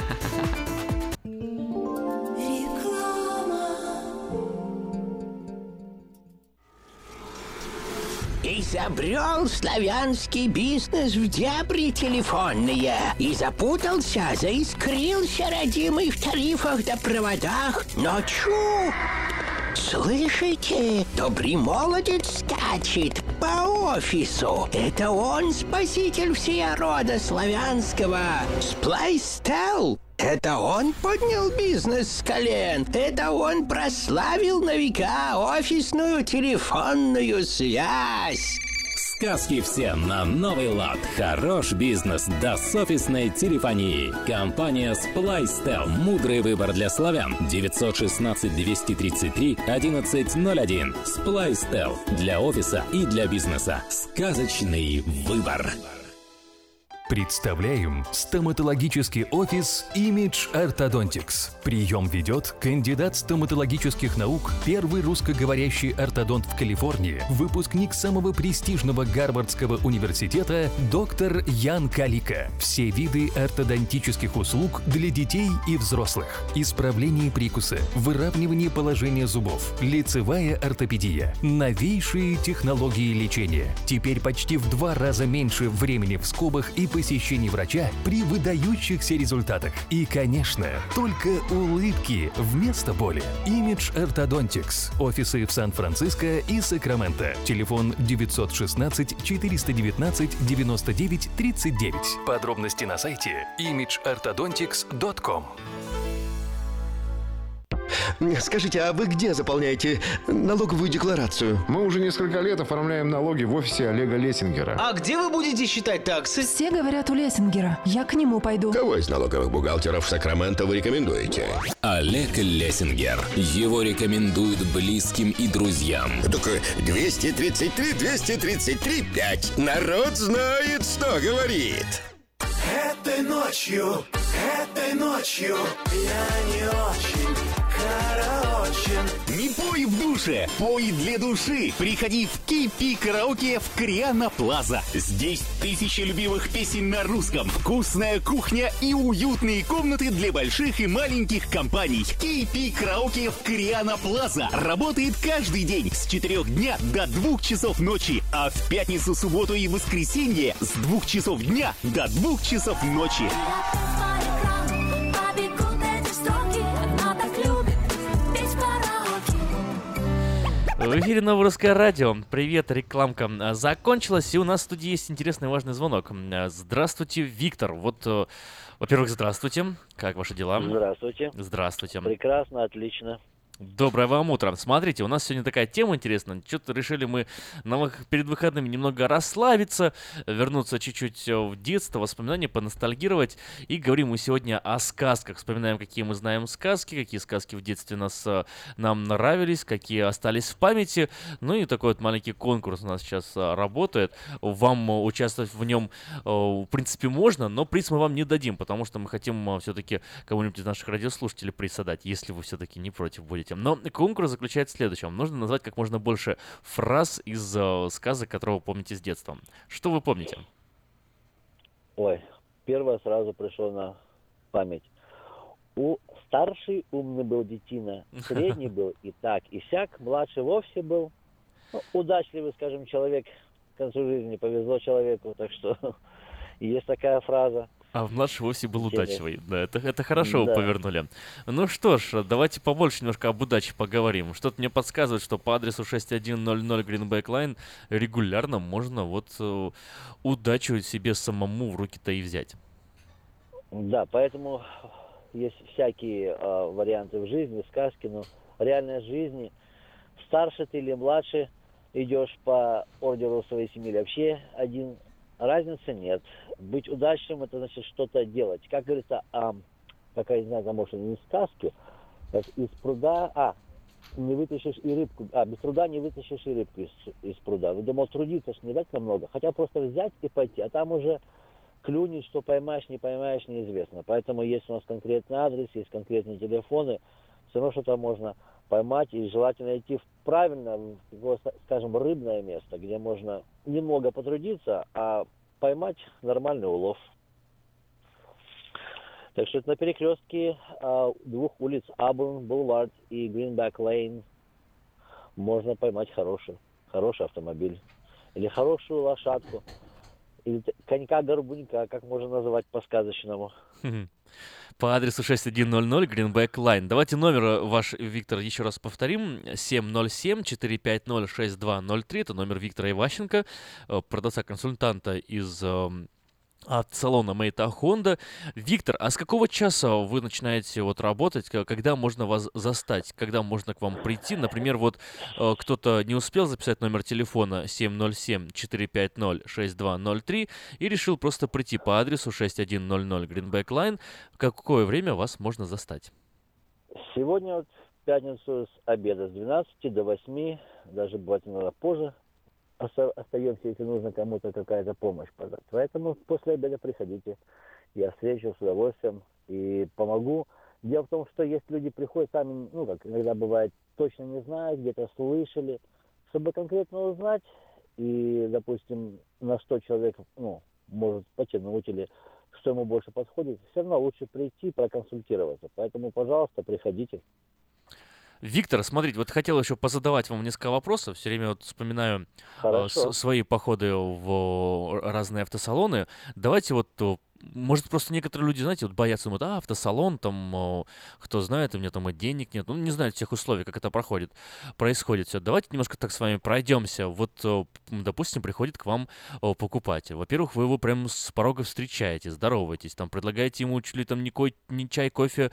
[SPEAKER 17] Изобрел славянский бизнес в дебри телефонные и запутался, заискрился родимый в тарифах да проводах. Но чу! Слышите? Добрый молодец скачет по офису. Это он спаситель всея рода славянского. Сплайстел. Это он поднял бизнес с колен. Это он прославил на века офисную телефонную связь.
[SPEAKER 18] Сказки все на новый лад. Хорош бизнес да с офисной телефонии. Компания Splystel. Мудрый выбор для славян. 916-233-1101. Splystel. Для офиса и для бизнеса. Сказочный выбор.
[SPEAKER 19] Представляем стоматологический офис Image Orthodontics. Прием ведет кандидат стоматологических наук, первый русскоговорящий ортодонт в Калифорнии, выпускник самого престижного Гарвардского университета доктор Ян Калика. Все виды ортодонтических услуг для детей и взрослых. Исправление прикуса, выравнивание положения зубов, лицевая ортопедия, новейшие технологии лечения. Теперь почти в 2 раза меньше времени в скобах и посещений врача при выдающихся результатах. И, конечно, только улыбки вместо боли. Image Orthodontics. Офисы в Сан-Франциско и Сакраменто. Телефон 916-419-99-39. Подробности на сайте imageorthodontics.com.
[SPEAKER 20] Скажите, а вы где заполняете налоговую декларацию?
[SPEAKER 21] Мы уже несколько лет оформляем налоги в офисе Олега Лессингера.
[SPEAKER 22] А где вы будете считать таксы?
[SPEAKER 23] Все говорят у Лессингера. Я к нему пойду.
[SPEAKER 24] Кого из налоговых бухгалтеров Сакраменто вы рекомендуете?
[SPEAKER 18] Олег Лессингер. Его рекомендуют близким и друзьям.
[SPEAKER 24] Так 233-233-5. Народ знает, что говорит.
[SPEAKER 25] Этой ночью я не очень караочен.
[SPEAKER 26] Не пой в душе, пой для души. Приходи в KP Караоке в Кориана Плаза. Здесь тысячи любимых песен на русском, вкусная кухня и уютные комнаты для больших и маленьких компаний. KP Караоке в Кориана Плаза работает каждый день с 4 дня до 2 часов ночи, а в пятницу, субботу и воскресенье с 2 часов дня до 2 часов ночи.
[SPEAKER 6] В эфире Новое Русское Радио. Привет, рекламка закончилась, и у нас в студии есть интересный важный звонок. Здравствуйте, Виктор. Во-первых, здравствуйте. Как ваши дела?
[SPEAKER 1] Здравствуйте.
[SPEAKER 6] Здравствуйте.
[SPEAKER 1] Прекрасно, отлично.
[SPEAKER 6] Доброе вам утро. Смотрите, у нас сегодня такая тема интересная. Что-то решили мы перед выходными немного расслабиться, вернуться чуть-чуть в детство, воспоминания, поностальгировать. И говорим мы сегодня о сказках. Вспоминаем, какие мы знаем сказки, какие сказки в детстве нам нравились, какие остались в памяти. Ну и такой вот маленький конкурс у нас сейчас работает. Вам участвовать в нем, в принципе, можно, но приз мы вам не дадим, потому что мы хотим все-таки кого-нибудь из наших радиослушателей приз отдать, если вы все-таки не против будете. Но конкурс заключается в следующем. Нужно назвать как можно больше фраз из сказок, которые вы помните с детства. Что вы помните?
[SPEAKER 1] Ой, первое сразу пришло на память. Старший умный был детина, средний был и так, и сяк, младший вовсе был удачливый, скажем, человек. К концу жизни повезло человеку, так что есть такая фраза.
[SPEAKER 6] А младший вовсе был удачливый. Да, это хорошо вы повернули. Ну что ж, давайте побольше немножко об удаче поговорим. Что-то мне подсказывает, что по адресу 6100 Greenback Line регулярно можно удачу себе самому в руки-то и взять.
[SPEAKER 1] Да, поэтому есть всякие варианты в жизни, сказки, но реальной жизни старше ты или младше идешь по ордеру своей семьи или вообще один. Разницы нет. Быть удачным — это значит что-то делать. Как говорится, пока я не знаю, может, не из сказки, из пруда, не вытащишь и рыбку, без труда не вытащишь и рыбку из пруда. Вы думал, трудиться ж не обязательно много, хотя просто взять и пойти, а там уже клюнешь, что поймаешь, не поймаешь, неизвестно. Поэтому есть у нас конкретный адрес, есть конкретные телефоны, все равно что-то можно поймать, и желательно идти в правильное, скажем, рыбное место, где можно немного потрудиться, а поймать нормальный улов. Так что это на перекрестке двух улиц Auburn Boulevard и Greenback Lane можно поймать хороший автомобиль. Или хорошую лошадку. Или конька-горбунька, как можно называть по-сказочному.
[SPEAKER 6] По адресу 6100 Greenback Line. Давайте номер ваш, Виктор, еще раз повторим. 707-450-6203. Это номер Виктора Иващенко, продавца-консультанта от салона Мэйта Honda. Виктор, а с какого часа вы начинаете работать? Когда можно вас застать? Когда можно к вам прийти? Например, кто-то не успел записать номер телефона 707-450-6203 и решил просто прийти по адресу 6100 Greenback Line. В какое время вас можно застать?
[SPEAKER 1] Сегодня в пятницу с обеда с 12 до 8, даже бывает иногда позже. Остаемся, если нужно кому-то какая-то помощь подать. Поэтому после обеда приходите. Я встречу с удовольствием и помогу. Дело в том, что есть люди приходят сами, как иногда бывает, точно не знают, где-то слышали. Чтобы конкретно узнать и, допустим, на 100 человек, может потянуть или что ему больше подходит, все равно лучше прийти, проконсультироваться. Поэтому, пожалуйста, приходите.
[SPEAKER 6] Виктор, смотрите, хотел еще позадавать вам несколько вопросов. Все время вспоминаю свои походы в разные автосалоны. Давайте может, просто некоторые люди, знаете, боятся, думают, автосалон, там, кто знает, у меня там и денег нет. Не знают всех условий, как это происходит все. Давайте немножко так с вами пройдемся. Допустим, приходит к вам покупатель. Во-первых, вы его прям с порога встречаете, здороваетесь, там, предлагаете ему чуть ли там не чай, кофе,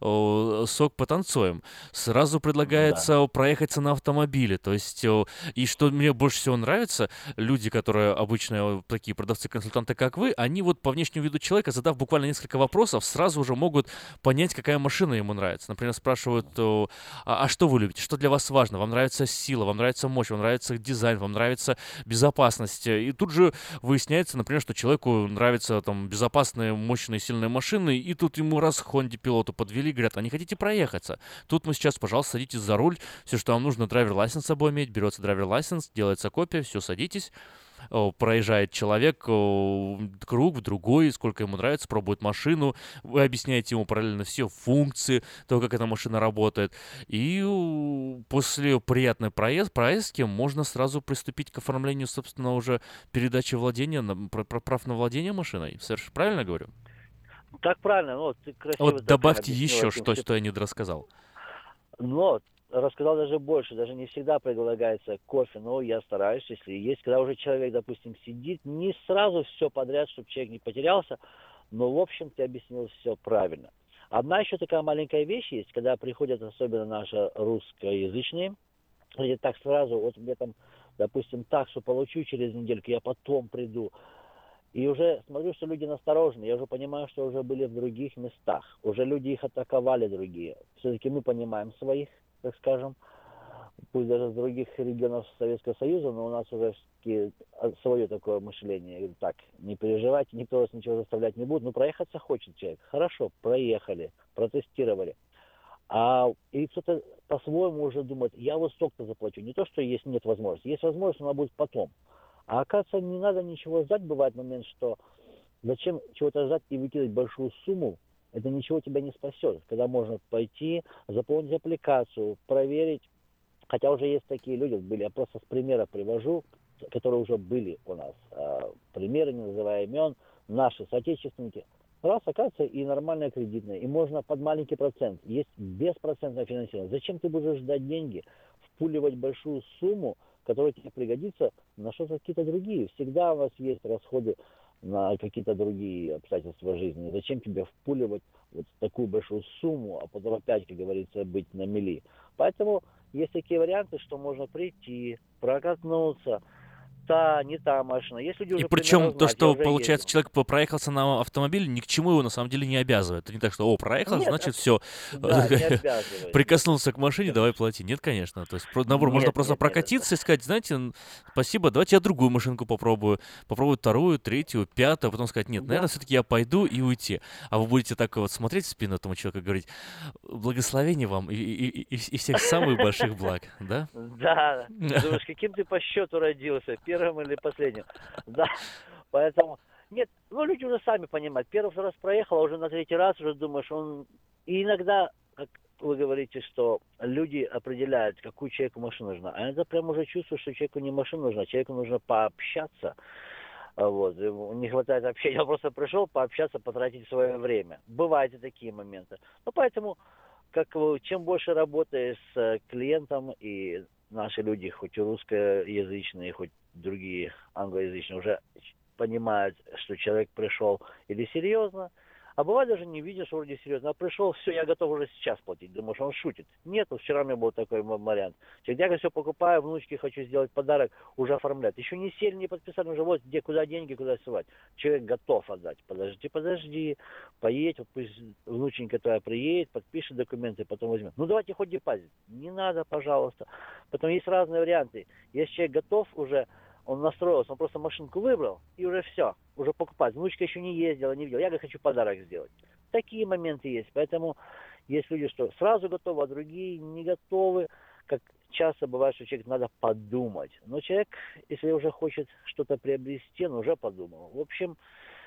[SPEAKER 6] сок, потанцуем. Сразу предлагается проехаться на автомобиле. То есть, и что мне больше всего нравится, люди, которые обычно такие продавцы-консультанты, как вы, они по внешнему виду человека, задав буквально несколько вопросов, сразу уже могут понять, какая машина ему нравится. Например, спрашивают, а что вы любите, что для вас важно? Вам нравится сила, вам нравится мощь, вам нравится дизайн, вам нравится безопасность. И тут же выясняется, например, что человеку нравятся там безопасные, мощные, сильные машины, и тут ему раз Хонде пилоту подвели, говорят, а не хотите проехаться? Тут мы сейчас, пожалуйста, садитесь за руль, все, что вам нужно, драйвер-лайсенс с собой иметь, берется драйвер-лайсенс, делается копия, все, садитесь. Проезжает человек круг в другой, сколько ему нравится, пробует машину, вы объясняете ему параллельно все функции того, как эта машина работает, и после приятной поездки можно сразу приступить к оформлению, собственно, уже передачи владения, прав на владение машиной. Совершенно правильно говорю?
[SPEAKER 1] Так правильно, ты красиво.
[SPEAKER 6] Добавьте еще что я не дорассказал.
[SPEAKER 1] Но рассказал даже больше, даже не всегда предлагается кофе, но я стараюсь, если есть, когда уже человек, допустим, сидит, не сразу все подряд, чтобы человек не потерялся, но, в общем, ты объяснил все правильно. Одна еще такая маленькая вещь есть, когда приходят особенно наши русскоязычные, говорят, так сразу, вот мне там, допустим, таксу получу через недельку, я потом приду. И уже смотрю, что люди насторожены, я уже понимаю, что уже были в других местах, уже люди их атаковали другие. Все-таки мы понимаем своих, так скажем, пусть даже с других регионов Советского Союза, но у нас уже свое такое мышление. Я говорю, так, не переживайте, никто вас ничего заставлять не будет. Ну, проехаться хочет человек. Хорошо, проехали, протестировали. И кто-то по-своему уже думает, я вот столько-то заплачу. Не то, что нет возможности. Есть возможность, но она будет потом. А оказывается, не надо ничего ждать. Бывает момент, что зачем чего-то ждать и выкидывать большую сумму, это ничего тебя не спасет. Когда можно пойти, заполнить аппликацию, проверить. Хотя уже есть такие люди, были, я просто с примера привожу, которые уже были у нас. Примеры, не называя имен, наши соотечественники. Раз, оказывается, и нормальная кредитная, и можно под маленький процент. Есть беспроцентное финансирование. Зачем ты будешь ждать деньги, впуливать большую сумму, которая тебе пригодится на что-то какие-то другие? Всегда у вас есть расходы на какие-то другие обстоятельства жизни. Зачем тебе впуливать вот такую большую сумму, а потом опять, как говорится, быть на мели? Поэтому есть такие варианты, что можно прийти, прокатнуться, не та машина. Есть люди,
[SPEAKER 6] и
[SPEAKER 1] уже
[SPEAKER 6] причем то, что, получается,
[SPEAKER 1] ездил.
[SPEAKER 6] человек проехался на автомобиле, ни к чему его на самом деле не обязывает. Это не так, что, проехал,
[SPEAKER 1] Нет,
[SPEAKER 6] значит, все.
[SPEAKER 1] Да, не обязывает.
[SPEAKER 6] Прикоснулся к машине, давай плати. Нет, конечно. То есть, наоборот, можно просто прокатиться и сказать, знаете, спасибо, давайте я другую машинку попробую. Попробую вторую, третью, пятую, а потом сказать, нет, наверное, все-таки я пойду и уйти. А вы будете так вот смотреть в спину этому человеку и говорить, благословения вам и всех самых больших благ, да?
[SPEAKER 1] Да. Думаешь, каким ты по счету родился? Первым или последним? Да. Поэтому... Нет, люди уже сами понимают. Первый раз проехал, а уже на третий раз уже думаешь, И иногда, как вы говорите, что люди определяют, какую человеку машина нужна. А иногда прям уже чувствую, что человеку не машина нужна, человеку нужно пообщаться. Вот. Не хватает общения. Я просто пришел пообщаться, потратить свое время. Бывают и такие моменты. Поэтому, чем больше работаешь с клиентом, и наши люди, хоть и русскоязычные, хоть другие англоязычные, уже понимают, что человек пришел или серьезно, а бывает даже не видишь, вроде серьезно, а пришел, все, я готов уже сейчас платить. Думаешь, он шутит. Нет, вчера у меня был такой вариант. Я все покупаю, внучке хочу сделать подарок, уже оформляют. Еще не сели, не подписали, уже вот куда деньги, куда ссылать. Человек готов отдать. Подожди, поедь, вот пусть внученька твоя приедет, подпишет документы, потом возьмет. Давайте хоть депозит. Не надо, пожалуйста. Потом есть разные варианты. Если человек готов уже, он настроился, он просто машинку выбрал, и уже все, уже покупать. Внучка еще не ездила, не видела. Я хочу подарок сделать. Такие моменты есть. Поэтому есть люди, что сразу готовы, а другие не готовы. Как часто бывает, что человек надо подумать. Но человек, если уже хочет что-то приобрести, он уже подумал. В общем,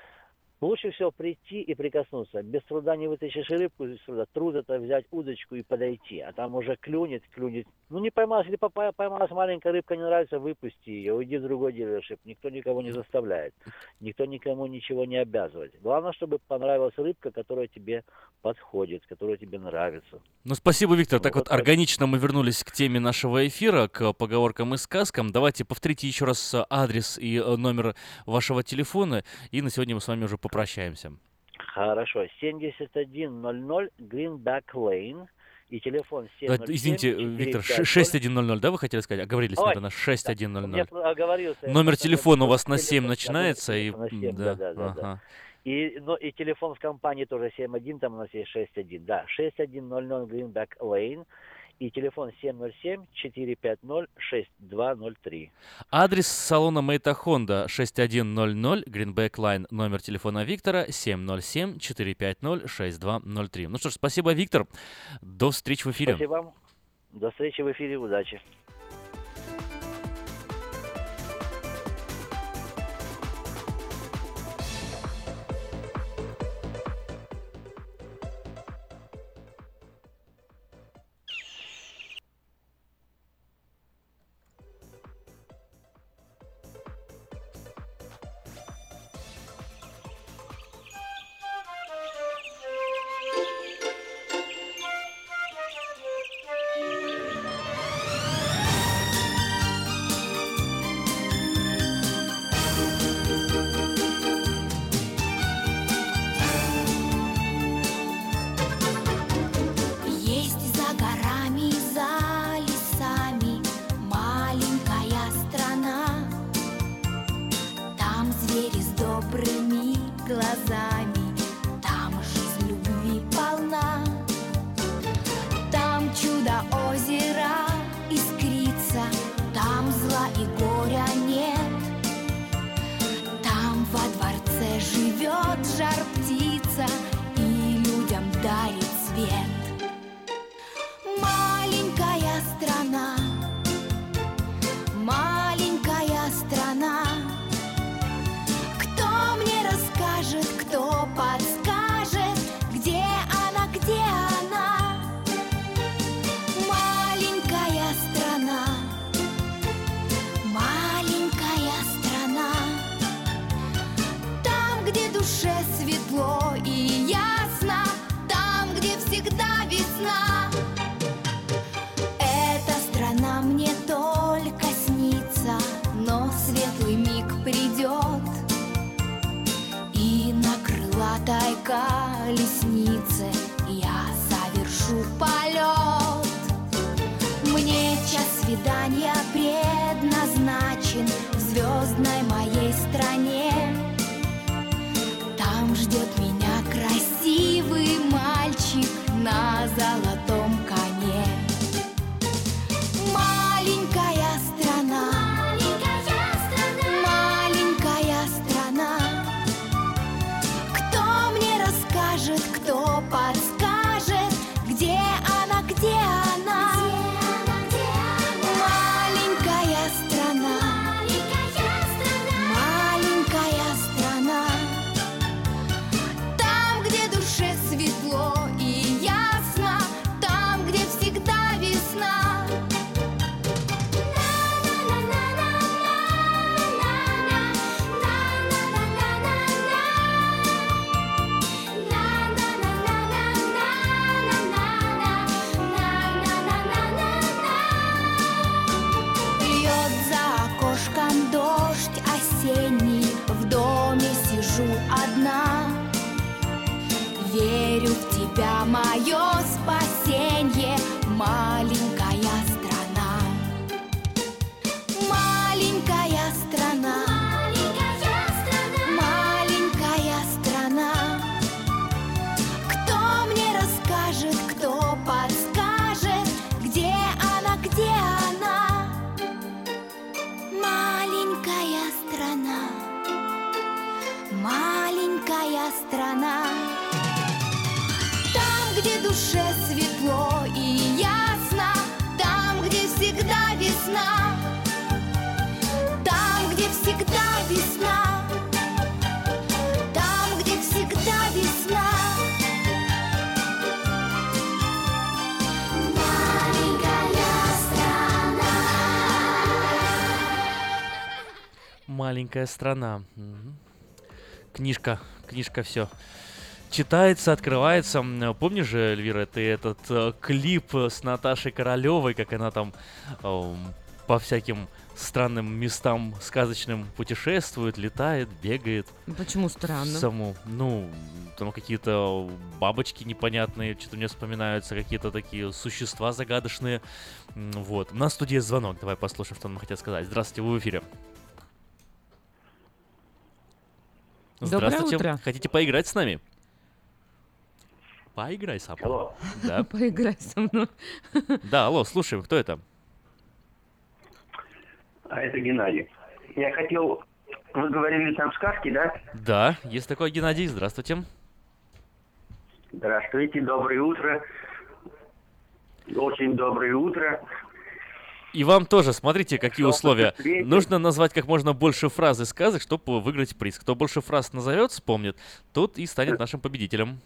[SPEAKER 1] лучше всего прийти и прикоснуться. Без труда не вытащишь рыбку из труда. Труд это взять удочку и подойти. А там уже клюнет. Не поймалась, или поймалась маленькая рыбка, не нравится, выпусти ее, уйди в другой дилершип. Никто никого не заставляет. Никто никому ничего не обязывает. Главное, чтобы понравилась рыбка, которая тебе подходит, которая тебе нравится.
[SPEAKER 6] Спасибо, Виктор. Так вот, органично мы вернулись к теме нашего эфира, к поговоркам и сказкам. Давайте повторите еще раз адрес и номер вашего телефона, и на сегодня мы с вами уже попрощаемся.
[SPEAKER 1] Хорошо. 7100 Greenback Lane. И телефон 707.
[SPEAKER 6] Извините, Виктор, 6100, да, вы хотели сказать? Оговорились, наверное, 6100.
[SPEAKER 1] Я оговорился.
[SPEAKER 6] Номер телефона у вас на 7 начинается.
[SPEAKER 1] На 7, да. И телефон в компании тоже 71, там у нас есть 61. Да, 6100 Greenback Lane. И телефон 707-450-6203.
[SPEAKER 6] Адрес салона Мэйта Хонда 6100 Greenback Line. Номер телефона Виктора 707-450-6203. Что ж, спасибо, Виктор. До встречи в эфире.
[SPEAKER 1] Спасибо вам. До встречи в эфире. Удачи.
[SPEAKER 14] Счастливый миг придет, и на крылатой колеснице я совершу полет. Мне час свидания предназначен в звездной моей стране. Там ждет меня красивый мальчик на золотом коне. Маленькая страна, маленькая страна. Кто мне расскажет, кто подскажет, где она, где она? Маленькая страна, маленькая страна. Там, где душе светло и ясно, там, где всегда весна. Льет за окошком дождь осенний, в доме сижу одна. Верю в тебя, мое спасенье, маленькая страна. Маленькая страна, маленькая страна. Кто мне расскажет, кто подскажет, где она, где она? Маленькая страна, маленькая страна. Там, где душе светло и ясно, там, где всегда весна. Там, где всегда весна. Там, где всегда весна. Маленькая страна.
[SPEAKER 6] Маленькая страна. Книжка все читается, открывается. Помнишь же, Эльвира, ты этот клип с Наташей Королевой, как она там по всяким странным местам сказочным путешествует, летает, бегает.
[SPEAKER 7] Почему странно?
[SPEAKER 6] Там какие-то бабочки непонятные, что-то мне вспоминаются, какие-то такие существа загадочные. Вот. У нас в студии звонок, давай послушаем, что нам хотят сказать. Здравствуйте, вы в эфире. Здравствуйте.
[SPEAKER 7] Доброе утро.
[SPEAKER 6] Хотите поиграть с нами? Поиграй со мной.
[SPEAKER 2] Алло.
[SPEAKER 6] Да.
[SPEAKER 7] Поиграй со мной.
[SPEAKER 6] Да, алло, слушаем, кто это?
[SPEAKER 2] А это Геннадий. Я хотел... Вы говорили там сказки, да?
[SPEAKER 6] Да, есть такой Геннадий, здравствуйте.
[SPEAKER 2] Здравствуйте, доброе утро. Очень доброе утро.
[SPEAKER 6] И вам тоже, смотрите, какие условия.
[SPEAKER 2] встретим.
[SPEAKER 6] Нужно назвать как можно больше фраз и сказок, чтобы выиграть приз. Кто больше фраз назовет, вспомнит, тот и станет нашим победителем.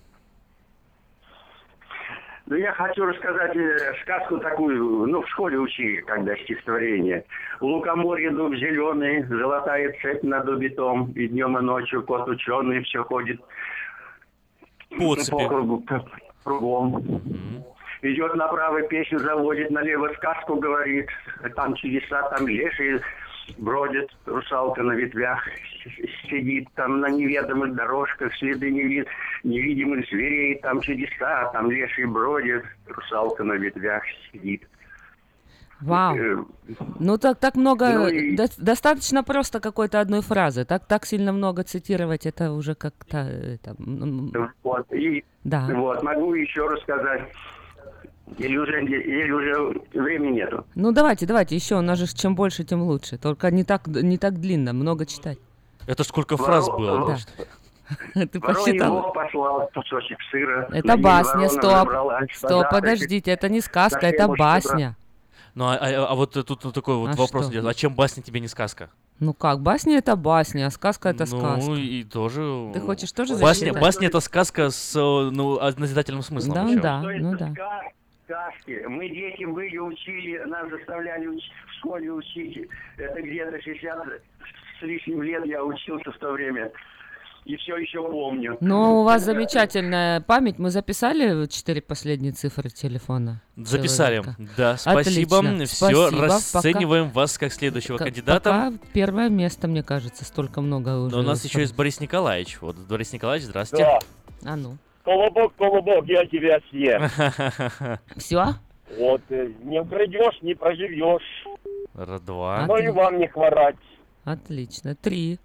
[SPEAKER 2] Ну, я хочу рассказать сказку такую, в школе учили, когда стихотворение. У лукоморья дуб зеленый, золотая цепь на дубе том, и днем и ночью кот ученый все ходит по кругу, кругом. Идет направо, песню заводит, налево сказку говорит. Там чудеса, там леший бродит, русалка на ветвях сидит. Там на неведомых дорожках следы невидимых зверей. Там чудеса, там леший бродит, русалка на ветвях сидит.
[SPEAKER 7] Вау. Ну так много, достаточно просто какой-то одной фразы. Так сильно много цитировать, это уже как-то...
[SPEAKER 2] Вот,
[SPEAKER 7] да.
[SPEAKER 2] Вот, могу еще рассказать. Или уже времени нету?
[SPEAKER 7] Ну давайте, еще, у нас же чем больше, тем лучше. Только не так длинно, много читать.
[SPEAKER 6] Это ж сколько фраз было.
[SPEAKER 7] Да. Ты посчитал?
[SPEAKER 2] Бог послал кусочек сыра.
[SPEAKER 7] Это басня, стоп, подождите, это не сказка, это басня.
[SPEAKER 6] Ну а вот тут такой вот вопрос идет. А чем басня тебе не сказка?
[SPEAKER 7] Ну как, басня это басня, а сказка это сказка.
[SPEAKER 6] Ну и тоже...
[SPEAKER 7] Ты хочешь тоже засчитать?
[SPEAKER 6] Басня это сказка с назидательным смыслом.
[SPEAKER 7] Да.
[SPEAKER 2] Сказки. Мы дети были, учили, нас заставляли в школе учить. Это где-то 60 с лишним лет я учился в то время. и все еще помню.
[SPEAKER 7] Ну, у вас замечательная память. Мы записали 4 последние цифры телефона?
[SPEAKER 6] Записали.
[SPEAKER 7] Человека.
[SPEAKER 6] Да, спасибо.
[SPEAKER 7] Отлично.
[SPEAKER 6] Все,
[SPEAKER 7] Спасибо.
[SPEAKER 6] расцениваем вас как следующего кандидата.
[SPEAKER 7] Пока первое место, мне кажется, столько много уже.
[SPEAKER 6] Но у нас еще есть Борис Николаевич. Вот, Борис Николаевич, здравствуйте.
[SPEAKER 16] Да.
[SPEAKER 7] А ну.
[SPEAKER 16] Колобок, я тебя съем.
[SPEAKER 7] Все?
[SPEAKER 16] Вот, не украдешь, не проживешь.
[SPEAKER 6] 2.
[SPEAKER 16] Но и вам не хворать.
[SPEAKER 7] Отлично. 3.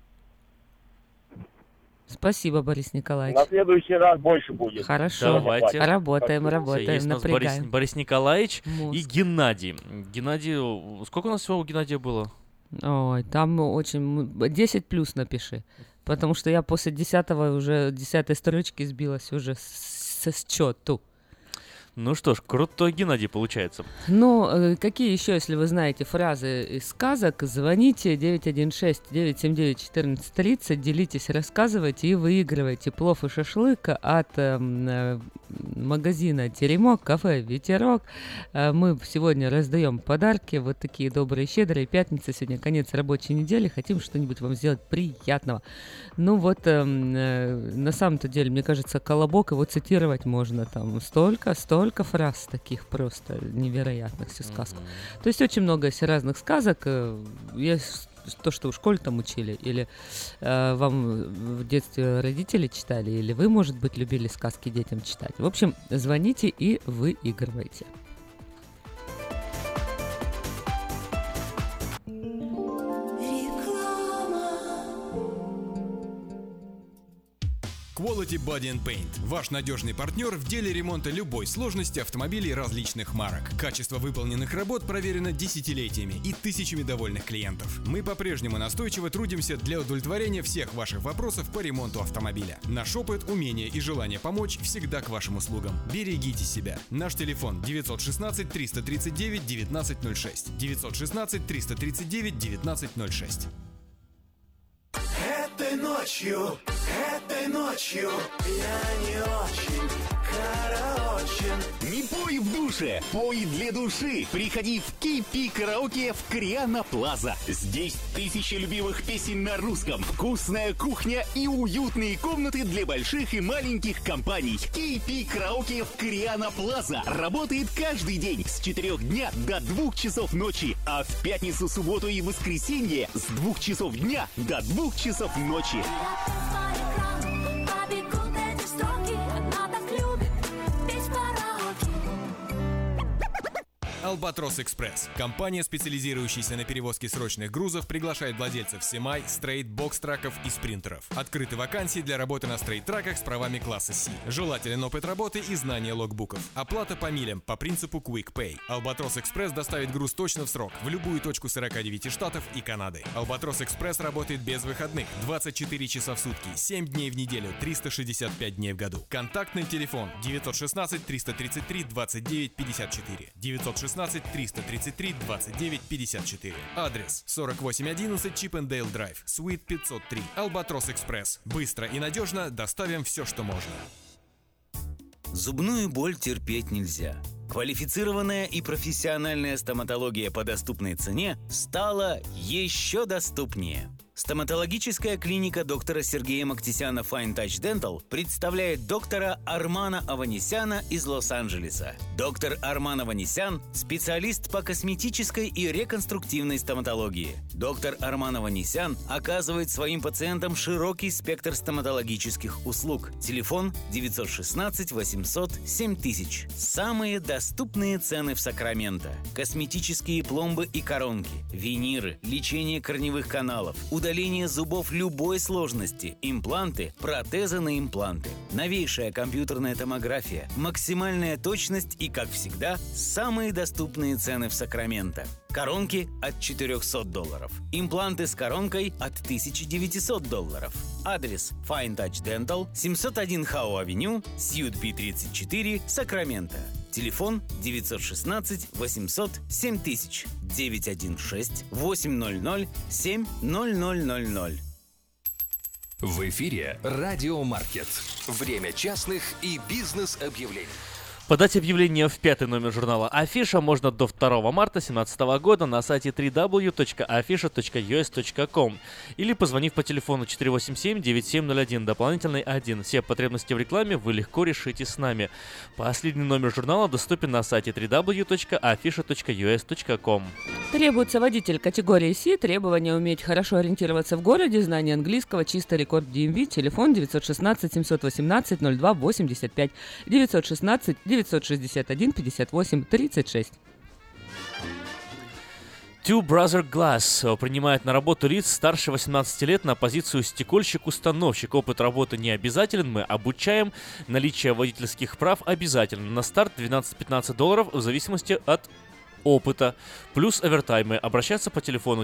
[SPEAKER 7] Спасибо, Борис Николаевич.
[SPEAKER 16] На следующий раз больше будет.
[SPEAKER 7] Хорошо.
[SPEAKER 6] Давайте.
[SPEAKER 7] Работаем,
[SPEAKER 6] Есть у нас
[SPEAKER 7] напрягаем.
[SPEAKER 6] Борис Николаевич
[SPEAKER 7] Мозг.
[SPEAKER 6] и Геннадий. Геннадий, сколько у нас всего у Геннадия было?
[SPEAKER 7] Ой, там очень... 10 плюс напиши. Потому что я после 10-го уже 10-й строчки сбилась уже со счету.
[SPEAKER 6] Ну что ж, крутой Геннадий получается.
[SPEAKER 7] Ну, какие еще, если вы знаете фразы из сказок, звоните 916-979-1430, делитесь, рассказывайте и выигрывайте плов и шашлык от магазина «Теремок», кафе «Ветерок». Мы сегодня раздаем подарки, вот такие добрые, щедрые. Пятница сегодня, конец рабочей недели, хотим что-нибудь вам сделать приятного. Ну вот, на самом-то деле, мне кажется, Колобок, его цитировать можно там столько фраз таких просто невероятных, всю сказку. То есть очень много разных сказок. Есть то, что в школе там учили, или вам в детстве родители читали, или вы, может быть, любили сказки детям читать. В общем, звоните и выигрывайте.
[SPEAKER 3] Quality Body and Paint – ваш надежный партнер в деле ремонта любой сложности автомобилей различных марок. Качество выполненных работ проверено десятилетиями и тысячами довольных клиентов. Мы по-прежнему настойчиво трудимся для удовлетворения всех ваших вопросов по ремонту автомобиля. Наш опыт, умение и желание помочь всегда к вашим услугам. Берегите себя. Наш телефон 916-339-1906. 916-339-1906.
[SPEAKER 25] Этой ночью я не очень караочен.
[SPEAKER 26] Не пой в душе, пой для души. Приходи в KP Караоке в Кориана Плаза. Здесь тысячи любимых песен на русском, вкусная кухня и уютные комнаты для больших и маленьких компаний. KP Караоке в Кориана Плаза работает каждый день с 4 дня до 2 часов ночи, а в пятницу, субботу и воскресенье с 2 часов дня до 2 часов ночи.
[SPEAKER 3] Albatros Express. Компания, специализирующаяся на перевозке срочных грузов, приглашает владельцев Семай, стрейт, бокс-траков и спринтеров. Открыты вакансии для работы на стрейт-траках с правами класса C. Желателен опыт работы и знание логбуков. Оплата по милям по принципу Quick Pay. Albatros Express доставит груз точно в срок в любую точку 49 штатов и Канады. Albatros Express работает без выходных 24 часа в сутки, 7 дней в неделю, 365 дней в году. Контактный телефон 916-333-29-54. 916-333-29-54. Адрес 4811 Чиппендейл Драйв, Суит 503. Albatros Express. Быстро и надежно доставим все, что можно.
[SPEAKER 4] Зубную боль терпеть нельзя. Квалифицированная и профессиональная стоматология по доступной цене стала еще доступнее. Стоматологическая клиника доктора Сергея Мактисяна Fine Touch Dental представляет доктора Армана Аванесяна из Лос-Анджелеса. Доктор Арман Аванесян – специалист по косметической и реконструктивной стоматологии. Доктор Арман Аванесян оказывает своим пациентам широкий спектр стоматологических услуг. Телефон 916 800 7000. Самые доступные цены в Сакраменто. Косметические пломбы и коронки, виниры, лечение корневых каналов, удаление зубов любой сложности, импланты, протезы на импланты, новейшая компьютерная томография, максимальная точность и, как всегда, самые доступные цены в Сакраменто. Коронки от $400. Импланты с коронкой от $1900. Адрес Fine Touch Dental, 701 Хау-авеню, Сьют P34, Сакраменто. Телефон 916 800 7000 916 800 7000.
[SPEAKER 19] В эфире «Радиомаркет». Время частных и бизнес-объявлений.
[SPEAKER 6] Подать объявление в 5-й номер журнала «Афиша» можно до 2 марта 2017 года на сайте www.afisha.us.com или позвонив по телефону 487-9701, дополнительный 1. Все потребности в рекламе вы легко решите с нами. Последний номер журнала доступен на сайте www.afisha.us.com.
[SPEAKER 7] Требуется водитель категории C, требование уметь хорошо ориентироваться в городе, знание английского, чистый рекорд DMV, телефон 916-718-02-85, 916-961-58-36.
[SPEAKER 6] Two Brother Glass принимает на работу лиц старше 18 лет на позицию стекольщик-установщик. Опыт работы не обязателен, мы обучаем. Наличие водительских прав обязательно. На старт $12-15 в зависимости от опыта. Плюс овертаймы. Обращаться по телефону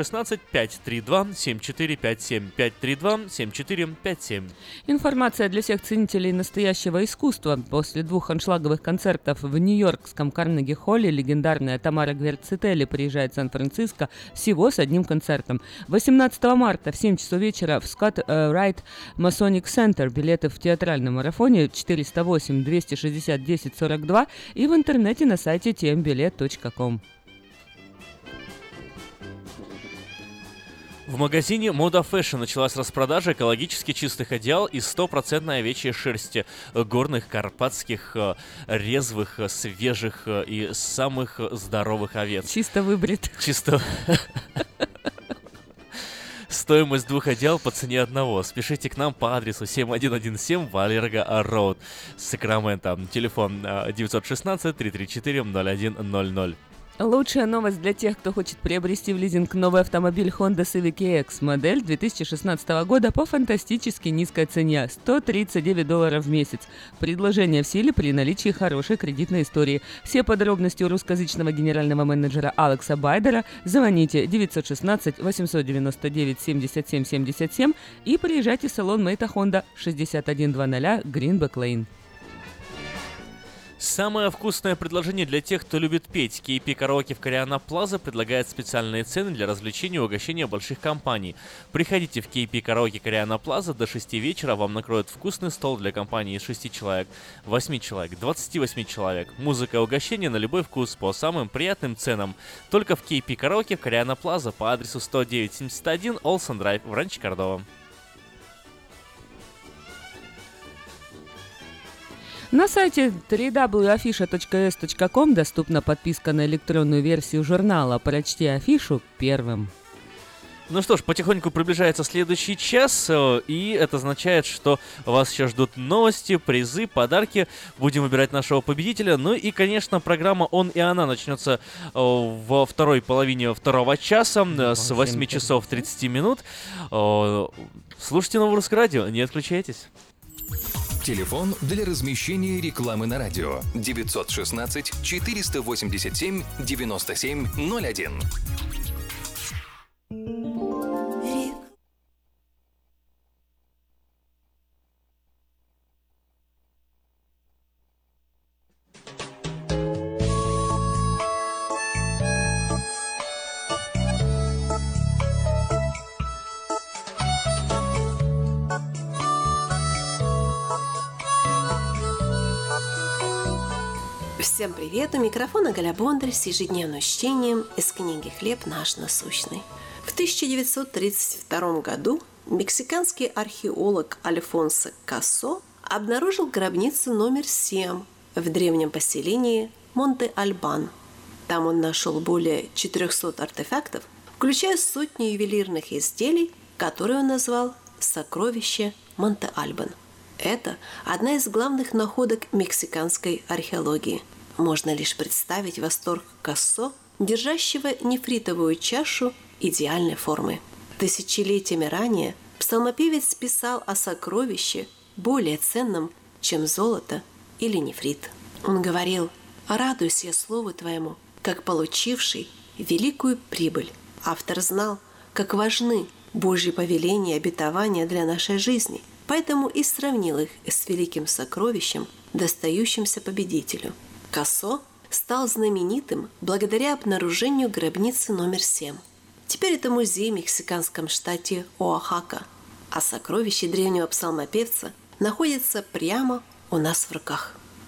[SPEAKER 6] 916-532-7457. 532-7457.
[SPEAKER 7] Информация для всех ценителей настоящего искусства. После 2 аншлаговых концертов в нью-йоркском Карнеги-холле легендарная Тамара Гверцетели приезжает в Сан-Франциско всего с одним концертом. 18 марта в 7 часов вечера в Scott Wright Masonic Center. Билеты в театральном марафоне 408-260-1042 и в интернете на сайте tmbilet.com.
[SPEAKER 6] В магазине Moda Fashion началась распродажа экологически чистых одеял из 100% овечьей шерсти, горных, карпатских, резвых, свежих и самых здоровых овец.
[SPEAKER 7] Чисто выбрит.
[SPEAKER 6] Чисто... Стоимость 2 одеял по цене одного. Спешите к нам по адресу 7117 Валерго Роуд, Сакраменто. Телефон 916-334-0100.
[SPEAKER 7] Лучшая новость для тех, кто хочет приобрести в лизинг новый автомобиль Honda Civic EX модель 2016 года по фантастически низкой цене – $139 в месяц. Предложение в силе при наличии хорошей кредитной истории. Все подробности у русскоязычного генерального менеджера Алекса Байдера. Звоните 916-899-7777 и приезжайте в салон Мэйта Honda 6100 Greenback Lane.
[SPEAKER 6] Самое вкусное предложение для тех, кто любит петь. KP Караоке в Кориана Плаза предлагает специальные цены для развлечения и угощения больших компаний. Приходите в KP Караоке Кориана Плаза до 6 вечера, вам накроют вкусный стол для компании из 6 человек, 8 человек, 28 человек. Музыка и угощение на любой вкус по самым приятным ценам. Только в KP Караоке в Кориана Плаза по адресу 10971 Олсен Драйв в Ранчо Кордова.
[SPEAKER 7] На сайте www.afisha.us.com доступна подписка на электронную версию журнала «Прочти афишу первым».
[SPEAKER 6] Ну что ж, потихоньку приближается следующий час, и это означает, что вас сейчас ждут новости, призы, подарки. Будем выбирать нашего победителя. Ну и, конечно, программа «Он и она» начнется во второй половине второго часа с 8 часов 30 минут. Слушайте Новорусское радио, не отключайтесь.
[SPEAKER 19] Телефон для размещения рекламы на радио 916 487 9701.
[SPEAKER 5] Всем привет! У микрофона Галя Бондарь с ежедневным чтением из книги «Хлеб наш насущный». В 1932 году мексиканский археолог Альфонсо Кассо обнаружил гробницу номер 7 в древнем поселении Монте-Альбан. Там он нашел более 400 артефактов, включая сотни ювелирных изделий, которые он назвал «Сокровище Монте-Альбан». Это одна из главных находок мексиканской археологии. Можно лишь представить восторг Кассо, держащего нефритовую чашу идеальной формы. Тысячелетиями ранее псалмопевец писал о сокровище более ценном, чем золото или нефрит. Он говорил: «Радуюсь я слову Твоему, как получивший великую прибыль». Автор знал, как важны Божьи повеления и обетования для нашей жизни, поэтому и сравнил их с великим сокровищем, достающимся победителю. Кассо стал знаменитым благодаря обнаружению гробницы номер 7. Теперь это музей в мексиканском штате Оахака, а сокровище древнего псалмопевца находится прямо у нас в руках.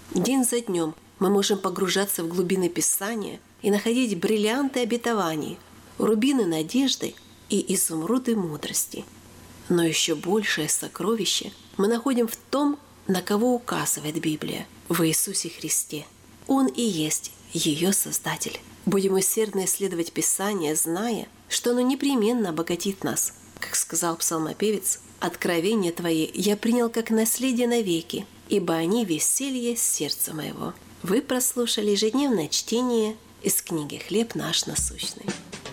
[SPEAKER 5] День за днем мы можем погружаться в глубины Писания и находить бриллианты обетований, рубины надежды и изумруды мудрости. Но еще большее сокровище мы находим в том, на кого указывает Библия, в Иисусе Христе. Он и есть ее Создатель. Будем усердно исследовать Писание, зная, что оно непременно обогатит нас. Как сказал псалмопевец, «Откровения Твои я принял как наследие навеки, ибо они веселье сердца моего». Вы прослушали ежедневное чтение из книги «Хлеб наш насущный».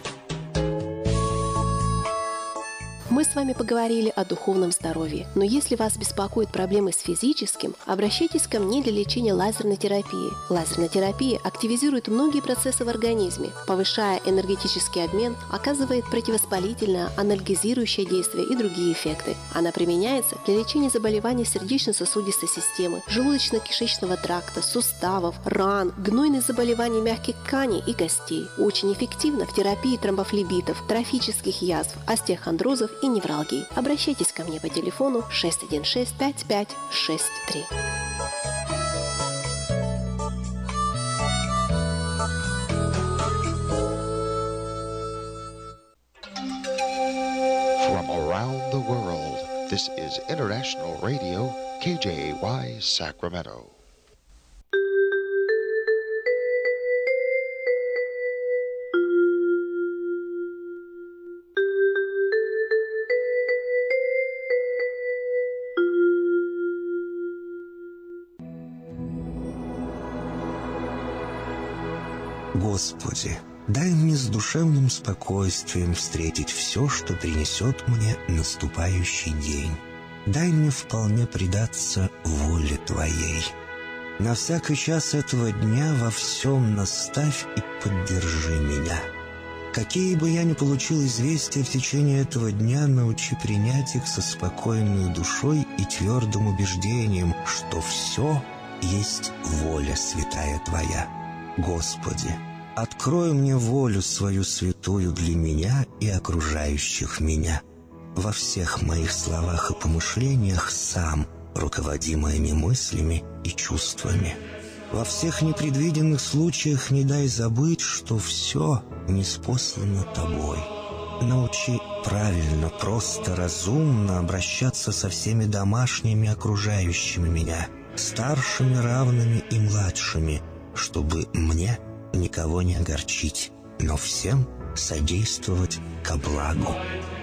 [SPEAKER 5] Мы с вами поговорили о духовном здоровье, но если вас беспокоят проблемы с физическим, обращайтесь ко мне для лечения лазерной терапии. Лазерная терапия активизирует многие процессы в организме, повышая энергетический обмен, оказывает противовоспалительное, анальгезирующее действие и другие эффекты. Она применяется для лечения заболеваний сердечно-сосудистой системы, желудочно-кишечного тракта, суставов, ран, гнойных заболеваний мягких тканей и костей. Очень эффективно в терапии тромбофлебитов, трофических язв, остеохондрозов и невралгии. Обращайтесь ко мне по телефону 616-5563.
[SPEAKER 8] From around the world, this is International Radio, KJY, Sacramento.
[SPEAKER 9] Господи, дай мне с душевным спокойствием встретить все, что принесет мне наступающий день. Дай мне вполне предаться воле Твоей. На всякий час этого дня во всем наставь и поддержи меня. Какие бы я ни получил известия в течение этого дня, научи принять их со спокойной душой и твердым убеждением, что все есть воля святая Твоя. Господи, открой мне волю свою святую для меня и окружающих меня. Во всех моих словах и помышлениях сам руководи моими мыслями и чувствами. Во всех непредвиденных случаях не дай забыть, что все ниспослано Тобой. Научи правильно, просто, разумно обращаться со всеми домашними окружающими меня, старшими, равными и младшими, чтобы мне никого не огорчить, но всем содействовать ко благу.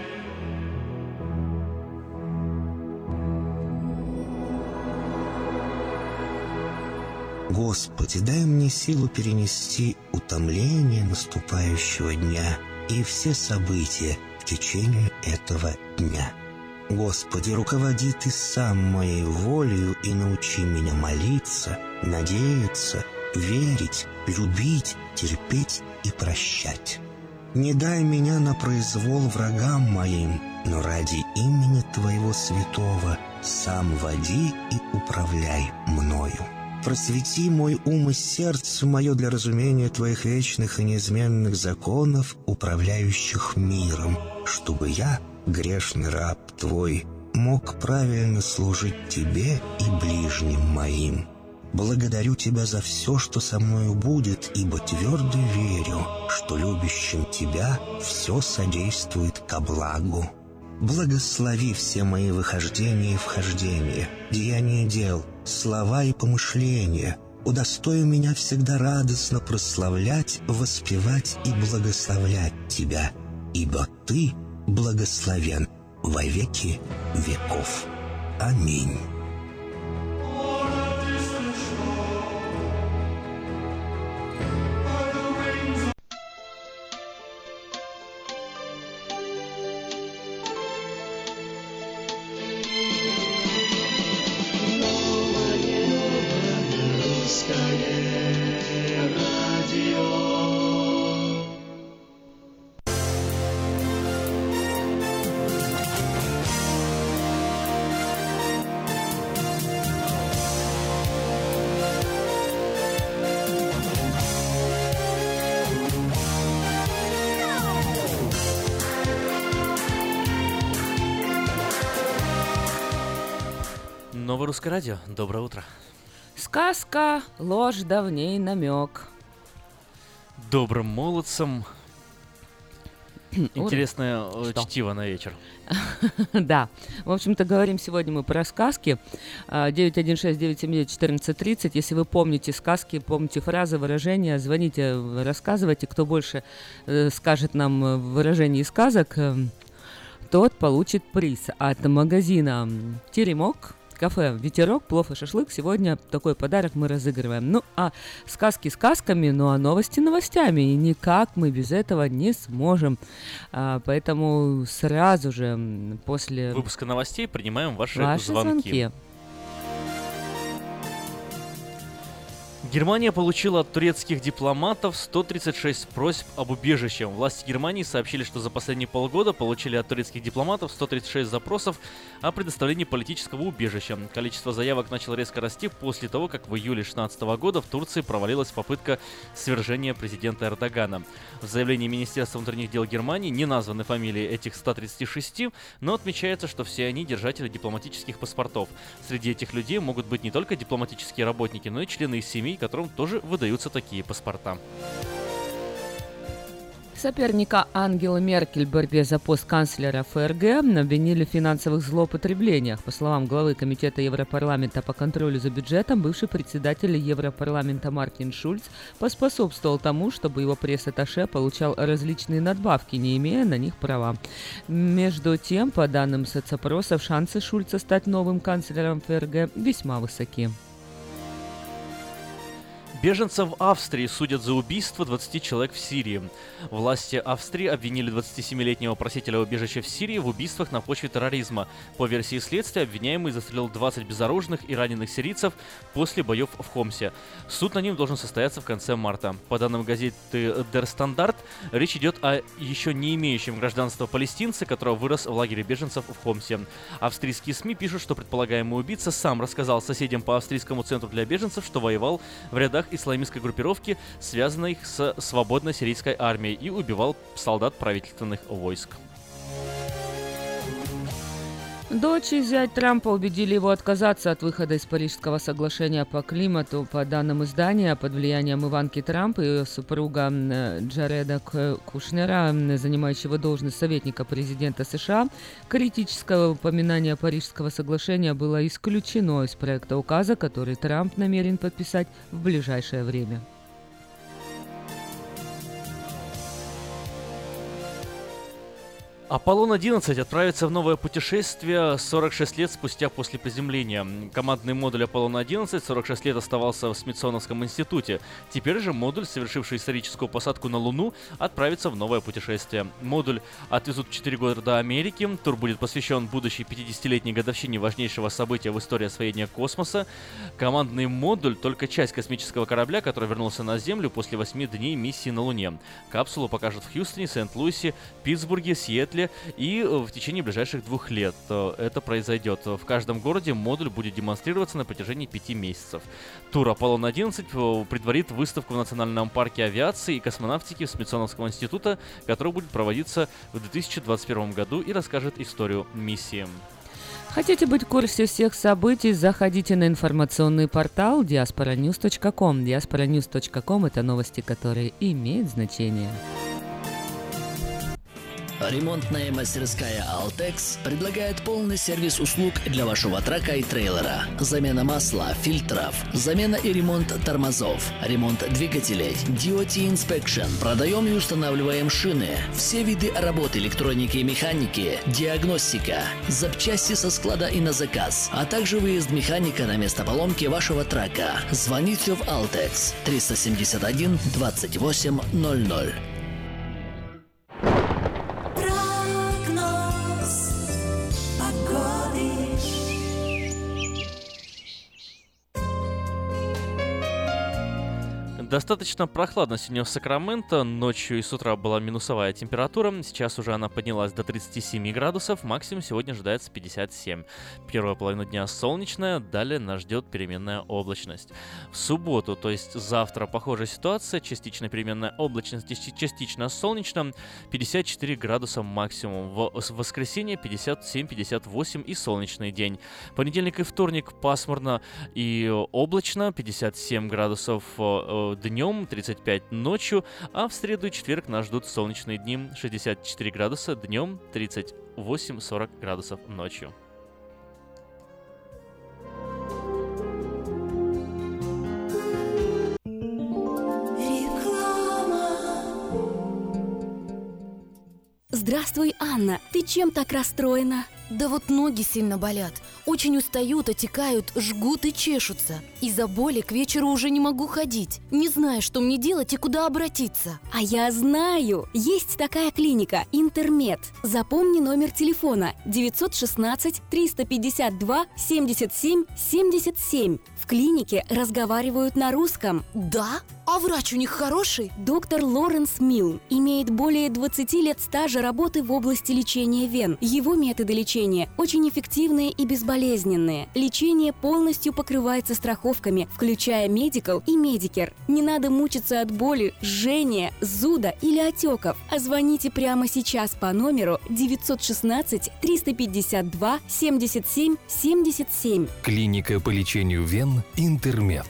[SPEAKER 9] Господи, дай мне силу перенести утомление наступающего дня и все события в течение этого дня. Господи, руководи Ты сам моей волею и научи меня молиться, надеяться, верить, любить, терпеть и прощать. Не дай меня на произвол врагам моим, но ради имени Твоего святого сам води и управляй мною. Просвети мой ум и сердце мое для разумения Твоих вечных и неизменных законов, управляющих миром, чтобы я, грешный раб Твой, мог правильно служить Тебе и ближним моим. Благодарю Тебя за все, что со мною будет, ибо твердо верю, что любящим Тебя все содействует ко благу. Благослови все мои выхождения и вхождения, деяния дел, слова и помышления. Удостой меня всегда радостно прославлять, воспевать и благословлять Тебя, ибо Ты благословен во веки веков. Аминь.
[SPEAKER 6] Новое русское радио. Доброе утро.
[SPEAKER 7] Сказка, ложь, да в ней намек.
[SPEAKER 6] Добрым молодцам. Интересное чтиво на вечер.
[SPEAKER 7] Да. В общем-то, говорим сегодня мы про сказки. 916-979-1430. Если вы помните сказки, помните фразы, выражения, звоните, рассказывайте. Кто больше скажет нам выражений сказок, тот получит приз от магазина «Теремок». Кафе «Ветерок», плов и шашлык. Сегодня такой подарок мы разыгрываем. Ну, а сказки сказками, ну, а новости новостями. И никак мы без этого не сможем. Поэтому сразу же после
[SPEAKER 6] выпуска новостей принимаем ваши звонки. Германия получила от турецких дипломатов 136 просьб об убежище. Власти Германии сообщили, что за последние полгода получили от турецких дипломатов 136 запросов о предоставлении политического убежища. Количество заявок начало резко расти после того, как в июле 2016 года в Турции провалилась попытка свержения президента Эрдогана. В заявлении Министерства внутренних дел Германии не названы фамилии этих 136, но отмечается, что все они держатели дипломатических паспортов. Среди этих людей могут быть не только дипломатические работники, но и члены их семей, которым тоже выдаются такие паспорта.
[SPEAKER 7] Соперника Ангелы Меркель в борьбе за пост канцлера ФРГ обвинили в финансовых злоупотреблениях. По словам главы Комитета Европарламента по контролю за бюджетом, бывший председатель Европарламента Мартин Шульц поспособствовал тому, чтобы его пресс-атташе получал различные надбавки, не имея на них права. Между тем, по данным соцопросов, шансы Шульца стать новым канцлером ФРГ весьма высоки.
[SPEAKER 6] Беженцев в Австрии судят за убийство 20 человек в Сирии. Власти Австрии обвинили 27-летнего просителя убежища в Сирии в убийствах на почве терроризма. По версии следствия, обвиняемый застрелил 20 безоружных и раненых сирийцев после боев в Хомсе. Суд на ним должен состояться в конце марта. По данным газеты Der Standard, речь идет о еще не имеющем гражданства палестинце, который вырос в лагере беженцев в Хомсе. Австрийские СМИ пишут, что предполагаемый убийца сам рассказал соседям по австрийскому центру для беженцев, что воевал в рядах исламистской группировки, связанной с свободной сирийской армией, и убивал солдат правительственных войск.
[SPEAKER 7] Дочь и зять Трампа убедили его отказаться от выхода из Парижского соглашения по климату. По данным издания, под влиянием Иванки Трамп и ее супруга Джареда Кушнера, занимающего должность советника президента США, критическое упоминание Парижского соглашения было исключено из проекта указа, который Трамп намерен подписать в ближайшее время.
[SPEAKER 6] Аполлон-11 отправится в новое путешествие 46 лет спустя после приземления. Командный модуль Аполлон-11 46 лет оставался в Смитсоновском институте. Теперь же модуль, совершивший историческую посадку на Луну, отправится в новое путешествие. Модуль отвезут в 4 года до Америки. Тур будет посвящен будущей 50-летней годовщине важнейшего события в истории освоения космоса. Командный модуль — только часть космического корабля, который вернулся на Землю после 8 дней миссии на Луне. Капсулу покажут в Хьюстоне, Сент-Луисе, Питтсбурге, Сиэтле и в течение ближайших 2 лет это произойдет. В каждом городе модуль будет демонстрироваться на протяжении 5 месяцев. Тур Аполлон-11 предварит выставку в Национальном парке авиации и космонавтики Смитсоновского института, которая будет проводиться в 2021 году и расскажет историю миссии.
[SPEAKER 7] Хотите быть в курсе всех событий? Заходите на информационный портал diasporanews.com. diasporanews.com — это новости, которые имеют значение.
[SPEAKER 10] Ремонтная мастерская «Алтекс» предлагает полный сервис услуг для вашего трака и трейлера. Замена масла, фильтров, замена и ремонт тормозов, ремонт двигателей, DOT Inspection. Продаем и устанавливаем шины, все виды работ электроники и механики, диагностика, запчасти со склада и на заказ, а также выезд механика на место поломки вашего трака. Звоните в «Алтекс» 371 28 00.
[SPEAKER 6] Достаточно прохладно сегодня в Сакраменто. Ночью и с утра была минусовая температура. Сейчас уже она поднялась до 37 градусов. Максимум сегодня ожидается 57. Первая половина дня солнечная. Далее нас ждет переменная облачность. В субботу, то есть завтра, похожая ситуация. Частично переменная облачность, частично солнечно. 54 градуса максимум. В воскресенье 57-58 и солнечный день. Понедельник и вторник пасмурно и облачно. 57 градусов днем, 35 ночью, а в среду и четверг нас ждут солнечные дни, 64 градуса днем, 38-40 градусов ночью.
[SPEAKER 11] Здравствуй, Анна. Ты чем так расстроена?
[SPEAKER 12] Да вот ноги сильно болят. Очень устают, отекают, жгут и чешутся. Из-за боли к вечеру уже не могу ходить. Не знаю, что мне делать и куда обратиться.
[SPEAKER 11] А я знаю! Есть такая клиника «Интермед». Запомни номер телефона 916-352-77-77. В клинике разговаривают на русском.
[SPEAKER 12] Да? А врач у них хороший?
[SPEAKER 11] Доктор Лоренс Милн имеет более 20 лет стажа работы в области лечения вен. Его методы лечения очень эффективные и безболезненные. Лечение полностью покрывается страховками, включая Medical и Medicare. Не надо мучиться от боли, жжения, зуда или отеков. А звоните прямо сейчас по номеру 916-352-77-77.
[SPEAKER 19] Клиника по лечению вен «Интермед».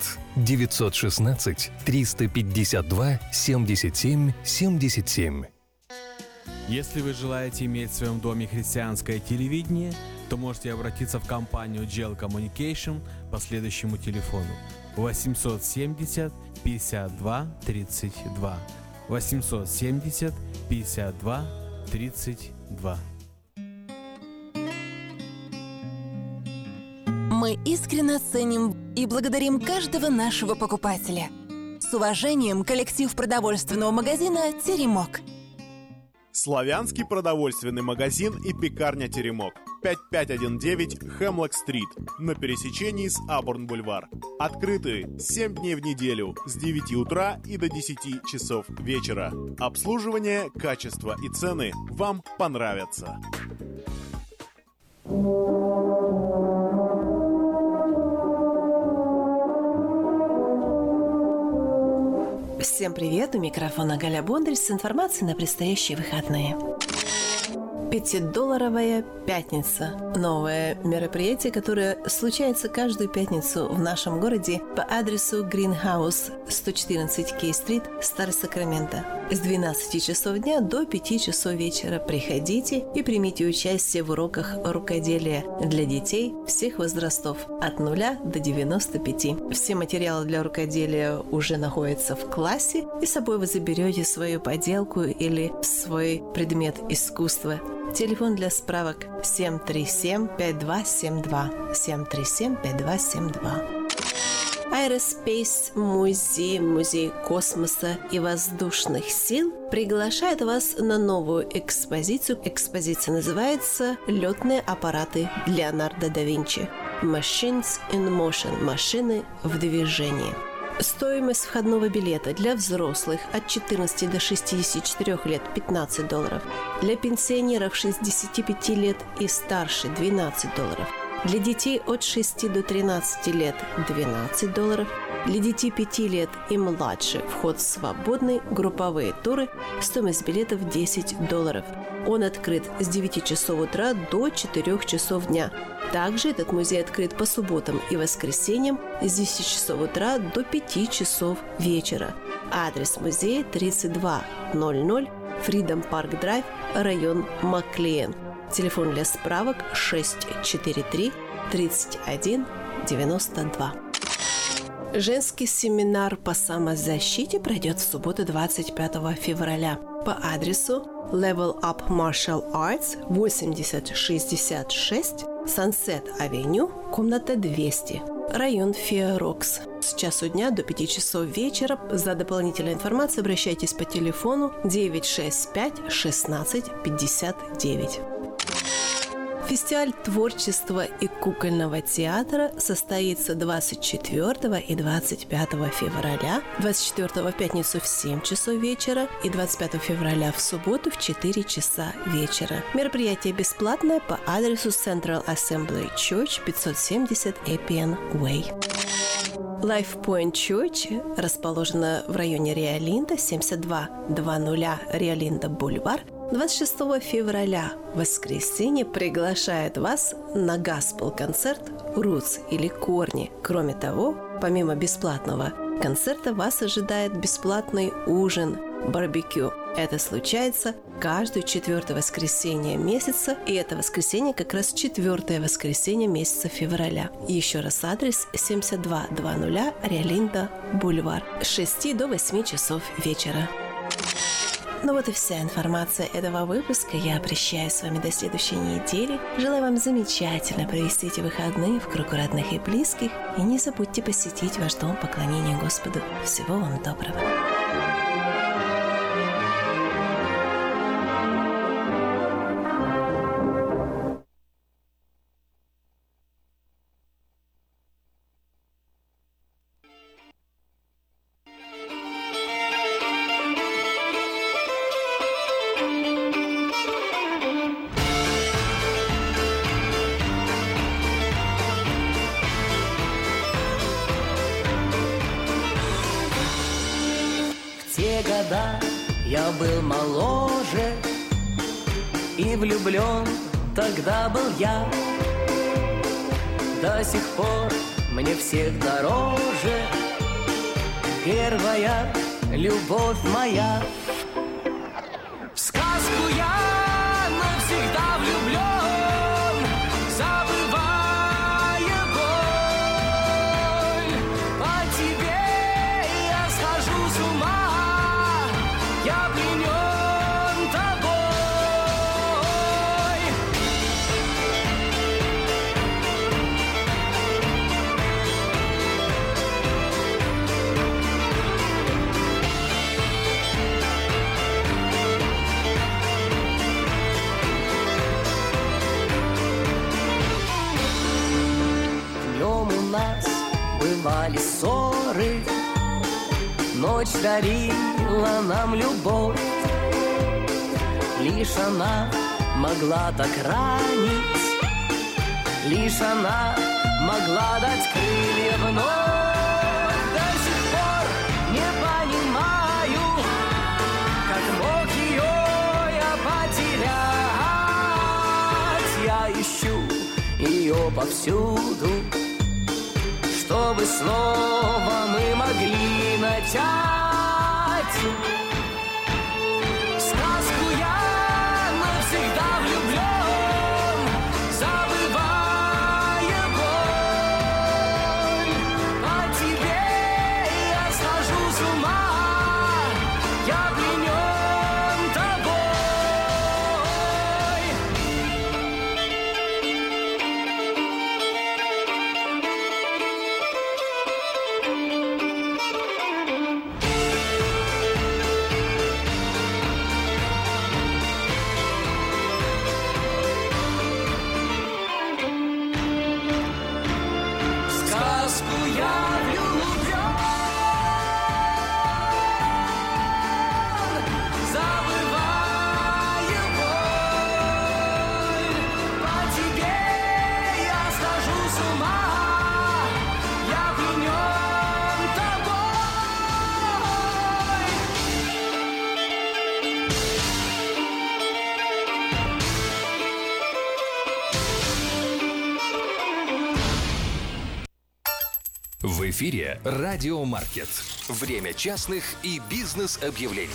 [SPEAKER 19] 916-352-77-77.
[SPEAKER 13] Если вы желаете иметь в своем доме христианское телевидение, то можете обратиться в компанию GL Communication по следующему телефону 870 52 32 870 52 32.
[SPEAKER 15] Мы искренне ценим и благодарим каждого нашего покупателя. С уважением, коллектив продовольственного магазина «Теремок».
[SPEAKER 17] Славянский продовольственный магазин и пекарня «Теремок». 5519 Хемлок-стрит на пересечении с Абурн-бульвар. Открыты 7 дней в неделю с 9 утра и до 10 часов вечера. Обслуживание, качество и цены вам понравятся.
[SPEAKER 5] Всем привет! У микрофона Галя Бондарь с информацией на предстоящие выходные. 5-долларовая пятница. Новое мероприятие, которое случается каждую пятницу в нашем городе по адресу Greenhouse 114 Кей-стрит, Старый Сакраменто. С 12 часов дня до 5 часов вечера приходите и примите участие в уроках рукоделия для детей всех возрастов от 0 до 95. Все материалы для рукоделия уже находятся в классе, и с собой вы заберете свою поделку или свой предмет искусства. Телефон для справок 737-5272. 737-5272. Aerospace музей космоса и воздушных сил приглашает вас на новую экспозицию. Экспозиция называется «Летные аппараты Леонардо да Винчи». Machines in Motion. Машины в движении. Стоимость входного билета для взрослых от 14 до 64 лет $15. Для пенсионеров 65 лет и старше $12. Для детей от 6 до 13 лет $12. Для детей 5 лет и младше вход свободный, групповые туры, стоимость билетов $10. Он открыт с 9 часов утра до 4 часов дня. Также этот музей открыт по субботам и воскресеньям с 10 часов утра до 5 часов вечера. Адрес музея 3200 Freedom Park Drive, район Маклиен. Телефон для справок 643 31 92. Женский семинар по самозащите пройдет в субботу 25 февраля по адресу Level Up Martial Arts 8066 Sunset Avenue, комната 200, район Фиорокс. С часу дня до 5 часов вечера. За дополнительной информацией обращайтесь по телефону 965 16 59. Фестиваль творчества и кукольного театра состоится 24 и 25 февраля, 24 в пятницу в 7 часов вечера и 25 февраля в субботу в 4 часа вечера. Мероприятие бесплатное по адресу Central Assembly Church, 570 Appian Way. Life Point Church расположена в районе Риолинда, 7200 Риолинда Бульвар. 26 февраля, воскресенье, приглашает вас на госпел-концерт «Roots» или «Корни». Кроме того, помимо бесплатного концерта, вас ожидает бесплатный ужин, барбекю. Это случается каждое 4-е воскресенье месяца, и это воскресенье как раз 4-е воскресенье месяца февраля. Еще раз адрес 7200 Риолинда Бульвар с 6 до 8 часов вечера. Ну вот и вся информация этого выпуска. Я прощаюсь с вами до следующей недели. Желаю вам замечательно провести эти выходные в кругу родных и близких. И не забудьте посетить ваш дом поклонения Господу. Всего вам доброго.
[SPEAKER 18] Я был моложе и влюблен, тогда был я. До сих пор мне всех дороже первая любовь моя. В сказку я навсегда влюблен, забывая боль. По тебе я схожу с ума, я пленен тобой. Днем у нас бывали ссоры, ночь дарила нам любовь. Лишь она могла так ранить, лишь она могла дать крылья вновь. До сих пор не понимаю, как мог ее я потерять. Я ищу ее повсюду, чтобы снова мы могли начать. В сказку я навсегда влюблен, забывая боль. По тебе я схожу с ума, я пленен тобой.
[SPEAKER 19] В эфире «Радио Маркет». Время частных и бизнес-объявлений.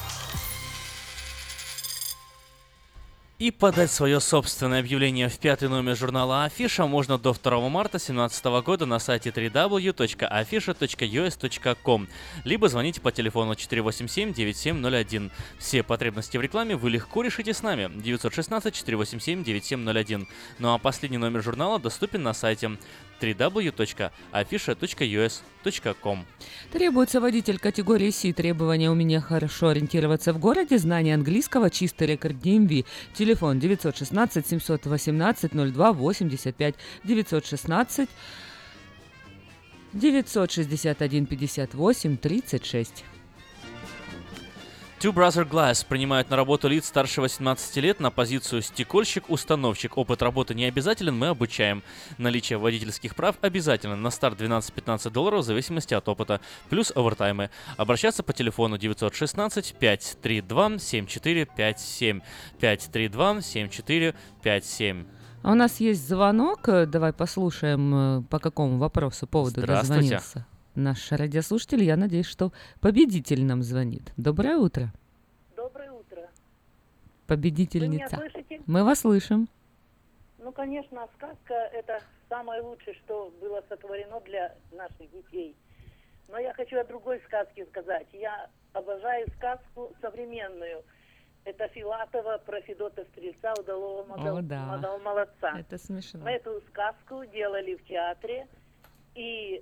[SPEAKER 6] И подать свое собственное объявление в 5-й номер журнала «Афиша» можно до 2 марта 2017 года на сайте www.afisha.us.com, либо звоните по телефону 487-9701. Все потребности в рекламе вы легко решите с нами. 916-487-9701. Ну а последний номер журнала доступен на сайте www.afisha.us.com.
[SPEAKER 7] Требуется водитель категории C. Требования: умение хорошо ориентироваться в городе, знание английского, чистый рекорд DMV. Телефон 916 718 02 85 916 961 58 36.
[SPEAKER 6] Two Brother Glass принимают на работу лиц старше 18 лет на позицию стекольщик-установщик. Опыт работы не обязателен, мы обучаем. Наличие водительских прав обязательно. На старт $12-15 в зависимости от опыта. Плюс овертаймы. Обращаться по телефону 916-532-7457. 532-7457.
[SPEAKER 7] А у нас есть звонок. Давай послушаем, по какому вопросу, поводу дозвонился наш радиослушатель. Я надеюсь, что победитель нам звонит. Доброе утро.
[SPEAKER 1] Доброе утро.
[SPEAKER 7] Победительница.
[SPEAKER 1] Вы меня слышите?
[SPEAKER 7] Мы вас слышим.
[SPEAKER 1] Ну, конечно, сказка – это самое лучшее, что было сотворено для наших детей. Но я хочу о другой сказке сказать. Я обожаю сказку современную. Это Филатова про Федота Стрельца, удалого молодца.
[SPEAKER 7] Это смешно.
[SPEAKER 1] Мы эту сказку делали в театре, и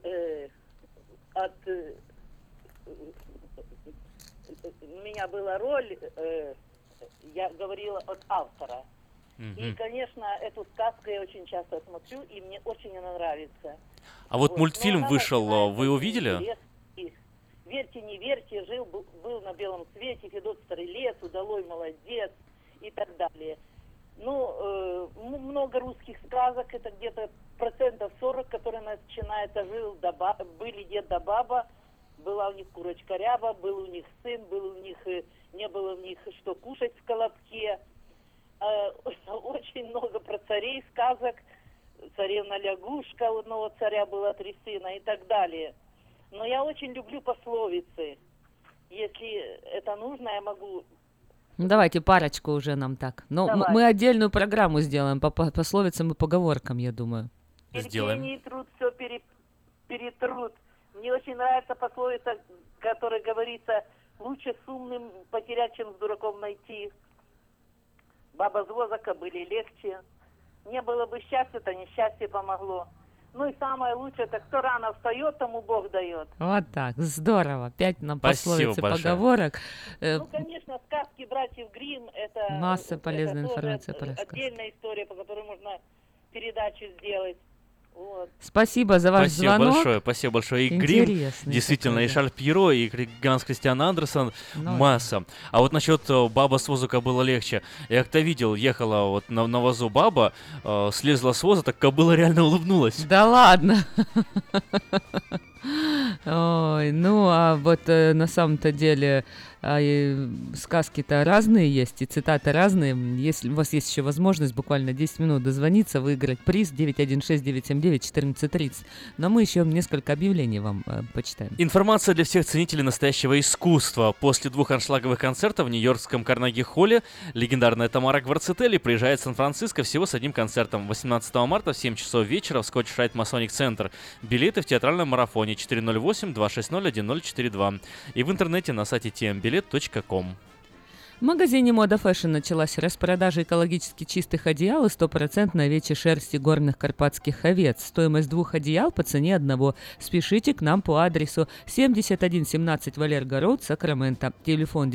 [SPEAKER 1] у меня была роль, я говорила от автора. И, конечно, эту сказку я очень часто смотрю, и мне очень она нравится.
[SPEAKER 6] А вот мультфильм вышел, вы увидели?
[SPEAKER 1] Верьте, не верьте, был на белом свете, Федот Стрелец, удалой молодец и так далее. Ну, много русских сказок, это где-то 40%, которые начинается были дед да баба, была у них курочка ряба, был у них сын, не было у них что кушать в колобке. Очень много про царей сказок, царевна лягушка, у одного царя было 3 сына и так далее. Но я очень люблю пословицы. Если это нужно, я могу...
[SPEAKER 7] Ну, давайте парочку уже нам так. Но мы отдельную программу сделаем по пословицам и поговоркам, я думаю.
[SPEAKER 1] Терпение и труд все перетрут. Мне очень нравится пословица, которая говорится: лучше с умным потерять, чем с дураком найти. Баба с воза кобыле легче. Не было бы счастья, то несчастье помогло. Ну и самое лучшее, это кто рано встает, тому Бог дает.
[SPEAKER 7] Вот так, здорово. 5 нам пословиц и
[SPEAKER 6] большое.
[SPEAKER 7] поговорок.
[SPEAKER 1] Ну, конечно, сказки братьев Гримм, это...
[SPEAKER 7] Масса полезной информации про сказки.
[SPEAKER 1] Отдельная история, по которой можно передачу сделать. Вот.
[SPEAKER 7] Спасибо за ваш звонок.
[SPEAKER 6] Спасибо большое. И Гримм, действительно, и Шарль Пьеро, и Ганс Кристиан Андерсон, масса. А вот насчет баба с возу кобыла легче. Я как-то видел, ехала вот на возу баба, слезла с воза, так кобыла реально улыбнулась.
[SPEAKER 7] Да ладно. Ой, ну а вот на самом-то деле сказки-то разные есть, и цитаты разные. Если у вас есть еще возможность буквально 10 минут дозвониться, выиграть приз 916-979-1430. Но мы еще несколько объявлений вам почитаем.
[SPEAKER 6] Информация для всех ценителей настоящего искусства. После 2 аншлаговых концертов в нью-йоркском Карнеги-холле легендарная Тамара Гварцетели приезжает в Сан-Франциско всего с одним концертом. 18 марта в 7 часов вечера в Scotch Rite Masonic Center. Билеты в театральном марафоне 408-260-1042 и в интернете на сайте tmbilet.com.
[SPEAKER 7] В магазине Мода Fashion началась распродажа экологически чистых одеял и 100% овечьей шерсти горных карпатских овец. Стоимость 2 одеял по цене одного. Спешите к нам по адресу 7117 Валерго Роуд, Сакраменто. Телефон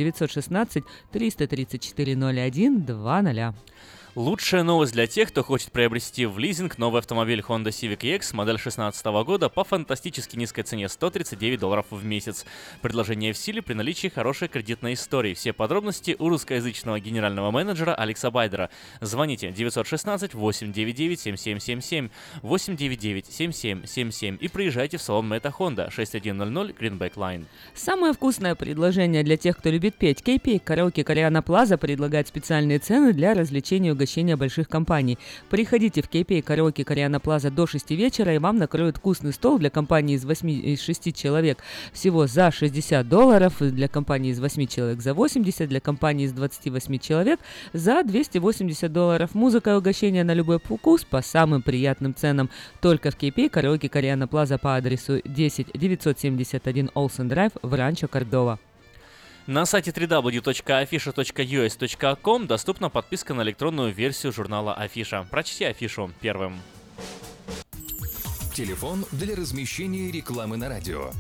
[SPEAKER 7] 916-334-01-20.
[SPEAKER 6] Лучшая новость для тех, кто хочет приобрести в лизинг новый автомобиль Honda Civic EX модель 2016 года по фантастически низкой цене $139 в месяц. Предложение в силе при наличии хорошей кредитной истории. Все подробности у русскоязычного генерального менеджера Алекса Байдера. Звоните 916-899-7777, 899-7777 и приезжайте в салон Мэта Honda, 6100 Greenback Line.
[SPEAKER 7] Самое вкусное предложение для тех, кто любит петь. KP Караоке Кориана Плаза предлагает специальные цены для развлечения и угощения больших компаний. Приходите в KP Караоке Кориана Плаза до 6 вечера, и вам накроют вкусный стол для компании из 6 человек всего за $60, для компании из 8 человек за 80, для компании из 28 человек за $280. Музыка и угощение на любой вкус по самым приятным ценам. Только в KP Караоке Кориана Плаза по адресу 10971 Олсен Драйв в Ранчо Кордова.
[SPEAKER 6] На сайте www.afisha.us.com доступна подписка на электронную версию журнала Афиша. Прочти афишу первым.
[SPEAKER 19] Телефон для размещения рекламы на радио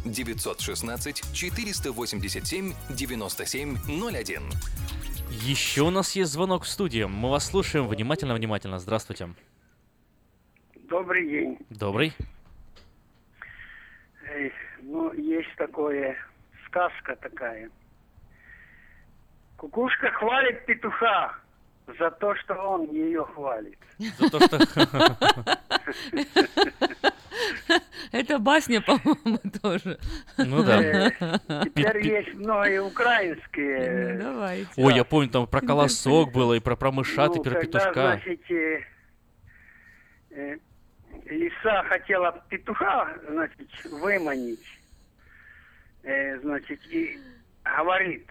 [SPEAKER 19] 916-487-97-01.
[SPEAKER 6] Еще у нас есть звонок в студии. Мы вас слушаем внимательно. Здравствуйте.
[SPEAKER 14] Добрый день.
[SPEAKER 6] Добрый.
[SPEAKER 14] Есть такое, сказка такая. Кукушка хвалит петуха за то, что он ее хвалит.
[SPEAKER 6] За то, что...
[SPEAKER 7] Это басня, по-моему, тоже.
[SPEAKER 6] Ну да.
[SPEAKER 14] Теперь есть многие украинские.
[SPEAKER 7] Давайте.
[SPEAKER 6] Ой, я помню, там про колосок было, и про мышат, и про петушка.
[SPEAKER 14] Значит, лиса хотела петуха, выманить. И говорит,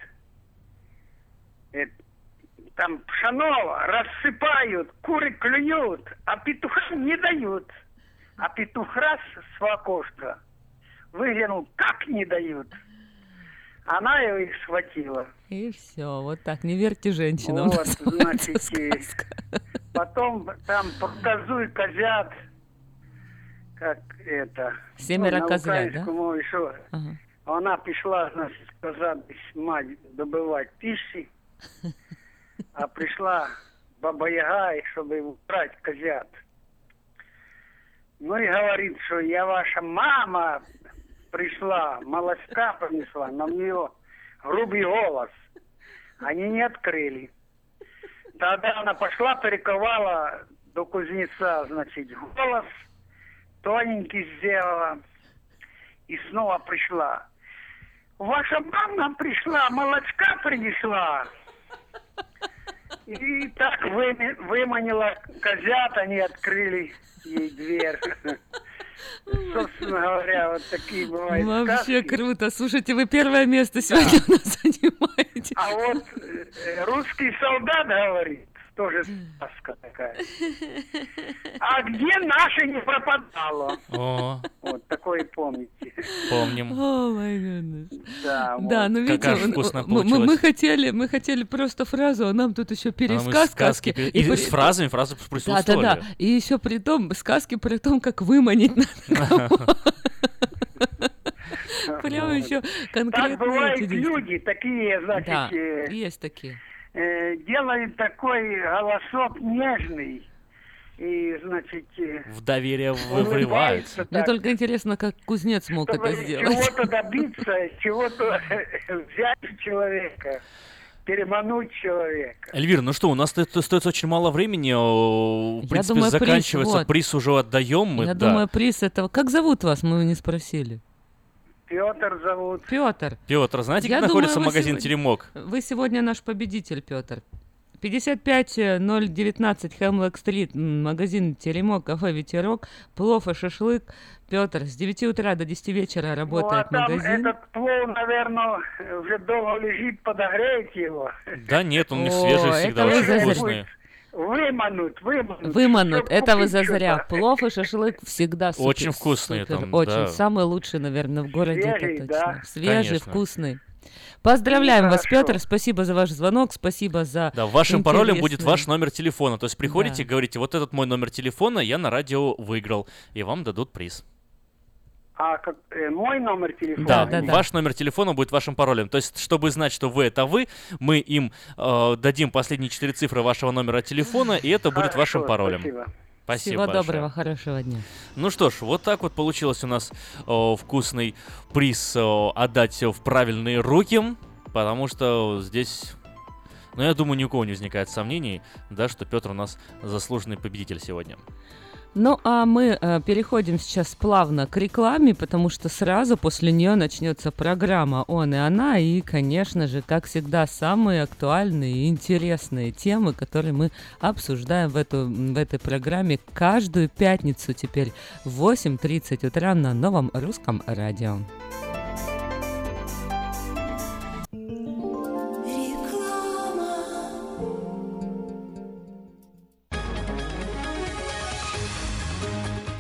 [SPEAKER 14] там пшено рассыпают, куры клюют, а петухам не дают. А петух раз с окошка выглянул, как не дают. Она его их схватила.
[SPEAKER 7] И все, вот так, не верьте женщинам.
[SPEAKER 14] Вот, потом там про козу и козят, как это...
[SPEAKER 7] 7 козлят, да?
[SPEAKER 14] Еще. Ага. Она пришла, коза мать добывать пищи, а пришла Баба-Яга, чтобы убрать козят. И говорит, что я ваша мама пришла, молочка принесла, но у нее грубый голос. Они не открыли. Тогда она пошла, перековала до кузнеца, голос, тоненький сделала, и снова пришла. Ваша мама пришла, молочка принесла. И так выманила козят, они открыли ей дверь. Собственно говоря, вот такие бывают
[SPEAKER 7] Вообще
[SPEAKER 14] сказки.
[SPEAKER 7] круто. Слушайте, вы первое место сегодня у нас занимаете.
[SPEAKER 14] А вот русский солдат говорит, тоже сказка такая. А где наше не пропадало?
[SPEAKER 6] О.
[SPEAKER 14] Вот такое помните.
[SPEAKER 6] Помним.
[SPEAKER 7] О, мой goodness.
[SPEAKER 14] Да,
[SPEAKER 7] Да, ну видите, мы хотели просто фразу, а нам тут еще пересказ сказки.
[SPEAKER 6] И с фразы присутствовали.
[SPEAKER 7] Да. И еще при том, сказки про то, как выманить надо. Прямо еще конкретно.
[SPEAKER 14] Так бывают люди, такие,
[SPEAKER 7] Да, есть такие.
[SPEAKER 14] Делают такой голосок нежный. И,
[SPEAKER 6] в доверие врываются.
[SPEAKER 7] Мне только интересно, как кузнец мог это сделать.
[SPEAKER 14] Чего-то добиться, чего-то взять у человека, перемануть человека.
[SPEAKER 6] Эльвира, ну что, у нас остается очень мало времени. В принципе, заканчивается. Приз уже отдаем.
[SPEAKER 7] Я думаю, приз этого... Как зовут вас, мы не спросили.
[SPEAKER 14] Петр зовут.
[SPEAKER 7] Петр,
[SPEAKER 6] знаете, где находится магазин «Теремок»?
[SPEAKER 7] Вы сегодня наш победитель, Петр. 55019 Хемлок-стрит, магазин «Теремок», кафе «Ветерок», плов и шашлык. Петр, с 9 утра до 10 вечера работает магазин.
[SPEAKER 14] Этот плов, наверное, уже долго лежит, подогреете его.
[SPEAKER 6] Да нет, он не свежий, всегда очень вкусный.
[SPEAKER 14] Выманут.
[SPEAKER 7] Это вы зазря. Плов и шашлык всегда супер.
[SPEAKER 6] Очень вкусные там,
[SPEAKER 7] очень.
[SPEAKER 6] да.
[SPEAKER 7] Самый лучший, наверное, в городе.
[SPEAKER 14] Свежий,
[SPEAKER 7] это точно.
[SPEAKER 14] да?
[SPEAKER 7] Свежий,
[SPEAKER 6] Конечно.
[SPEAKER 7] вкусный. Поздравляем вас,
[SPEAKER 14] Хорошо.
[SPEAKER 7] Петр. Спасибо за ваш звонок. Спасибо за
[SPEAKER 6] вашим паролем
[SPEAKER 7] интересный-
[SPEAKER 6] будет ваш номер телефона. То есть приходите,
[SPEAKER 7] Да.
[SPEAKER 6] говорите, вот этот мой номер телефона, я на радио выиграл. И вам дадут приз.
[SPEAKER 14] А мой номер телефона?
[SPEAKER 6] Да, ваш номер телефона будет вашим паролем. То есть, чтобы знать, что вы это вы, мы им дадим последние 4 цифры вашего номера телефона, и это будет вашим паролем.
[SPEAKER 14] Спасибо.
[SPEAKER 6] Спасибо
[SPEAKER 7] Всего
[SPEAKER 6] большое.
[SPEAKER 7] доброго, хорошего дня.
[SPEAKER 6] Ну что ж, вот так вот получилось у нас вкусный приз отдать в правильные руки, потому что здесь, я думаю, ни у кого не возникает сомнений, да, что Петр у нас заслуженный победитель сегодня.
[SPEAKER 7] Ну, а мы переходим сейчас плавно к рекламе, потому что сразу после нее начнется программа «Он и она», и, конечно же, как всегда, самые актуальные и интересные темы, которые мы обсуждаем в этой программе каждую пятницу теперь в 8:30 утра на Новом Русском радио.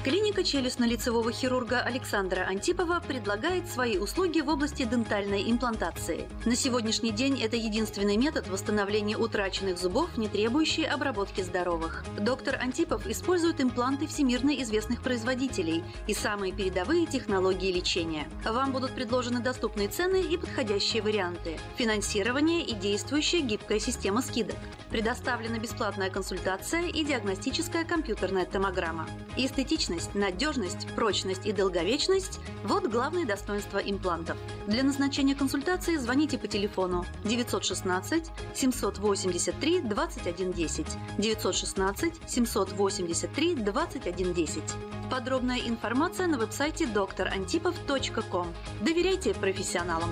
[SPEAKER 2] Клиника челюстно-лицевого хирурга Александра Антипова предлагает свои услуги в области дентальной имплантации. На сегодняшний день это единственный метод восстановления утраченных зубов, не требующий обработки здоровых. Доктор Антипов использует импланты всемирно известных производителей и самые передовые технологии лечения. Вам будут предложены доступные цены и подходящие варианты. Финансирование и действующая гибкая система скидок. Предоставлена бесплатная консультация и диагностическая компьютерная томограмма. Эстетичность, надежность, прочность и долговечность – вот главные достоинства имплантов. Для назначения консультации звоните по телефону 916 783 2110 916 783 2110. Подробная информация на веб-сайте drantipov.com. Доверяйте профессионалам.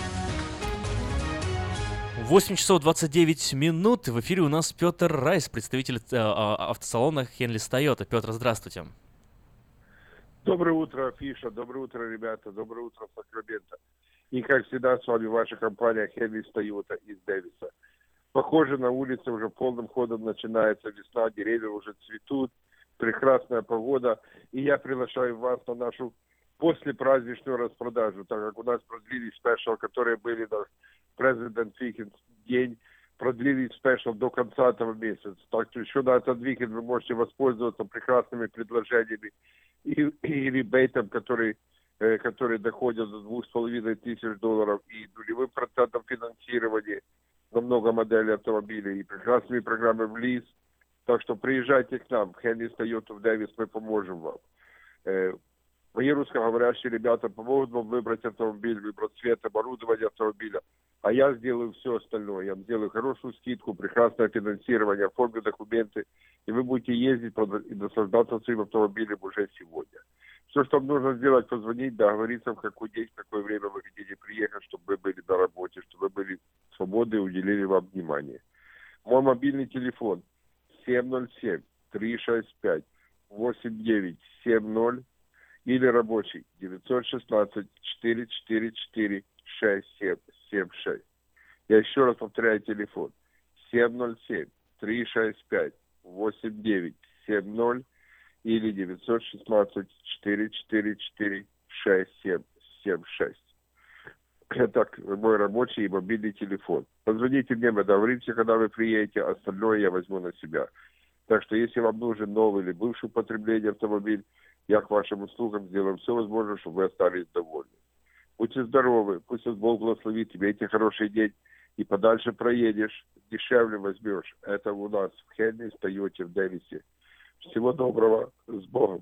[SPEAKER 6] 8 часов 29 минут. В эфире у нас Петр Райс, представитель автосалона Хенлис Тойота. Петр, здравствуйте.
[SPEAKER 20] Доброе утро, Афиша. Доброе утро, ребята. Доброе утро, Сакраменто. И, как всегда, с вами ваша компания Хенлис Тойота из Дэвиса. Похоже, на улице уже полным ходом начинается весна, деревья уже цветут, прекрасная погода. И я приглашаю вас на нашу послепраздничную распродажу, так как у нас продлились спешл, которые были на President Weekend день, продлились спешл до конца этого месяца. Так что еще на этот weekend вы можете воспользоваться прекрасными предложениями и ребейтом, которые доходят до $2500 и нулевым процентом финансирования на много моделей автомобилей, и прекрасными программами в лиз. Так что приезжайте к нам, в Хенлис Тойоту в Дэвис, мы поможем вам. Мои русскоговорящие ребята помогут вам выбрать автомобиль, выбрать цвет, оборудование автомобиля. А я сделаю все остальное. Я сделаю хорошую скидку, прекрасное финансирование, оформлю документы, и вы будете ездить и наслаждаться своим автомобилем уже сегодня. Все, что вам нужно сделать, позвонить, договориться, в какой день, в какое время вы хотите приехать, чтобы вы были на работе, чтобы вы были свободны и уделили вам внимание. Мой мобильный телефон 707-365-8970 или рабочий 916-444-6776. Я еще раз повторяю телефон 707-365-8970 или 916-444-6776. Это мой рабочий и мобильный телефон. Позвоните мне, мы договоримся, когда вы приедете, остальное я возьму на себя. Так что, если вам нужен новый или бывший употребление автомобиль, я к вашим услугам сделаю все возможное, чтобы вы остались довольны. Будьте здоровы, пусть вас Бог благословит, имейте хороший день, и подальше проедешь, дешевле возьмешь. Это у нас в Хенлис Тойоте в Дэвисе. Всего доброго, с Богом.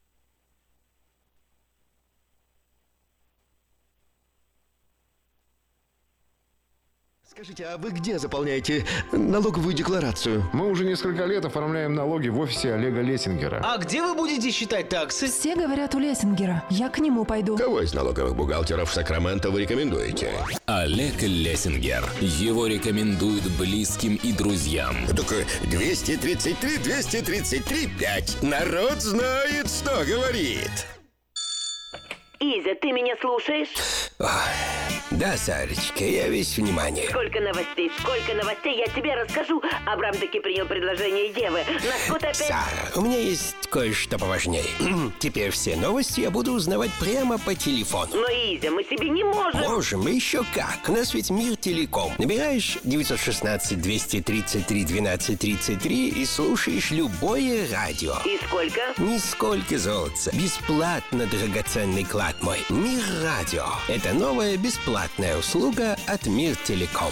[SPEAKER 21] Скажите, а вы где заполняете налоговую декларацию?
[SPEAKER 22] Мы уже несколько лет оформляем налоги в офисе Олега Лессингера.
[SPEAKER 21] А где вы будете считать таксы?
[SPEAKER 23] Все говорят у Лессингера. Я к нему пойду.
[SPEAKER 21] Кого из налоговых бухгалтеров Сакраменто вы рекомендуете?
[SPEAKER 24] Олег Лессингер. Его рекомендуют близким и друзьям.
[SPEAKER 21] Так 233-233-5. Народ знает, что говорит.
[SPEAKER 27] Изя, ты меня слушаешь?
[SPEAKER 21] Да, Сарочка, я весь внимание.
[SPEAKER 27] Сколько новостей, я тебе расскажу. Абрам таки принял предложение Евы. Нас опять...
[SPEAKER 21] Сара, у меня есть кое-что поважнее. Теперь все новости я буду узнавать прямо по телефону.
[SPEAKER 27] Но, Изя, мы себе не можем.
[SPEAKER 21] Можем, еще как. У нас ведь Мир Телеком. Набираешь 916-233-1233 и слушаешь любое радио.
[SPEAKER 27] И сколько?
[SPEAKER 21] Нисколько золотца. Бесплатно, драгоценный клад мой. Мир Радио. Это новая бесплатная услуга от Мир Телеком.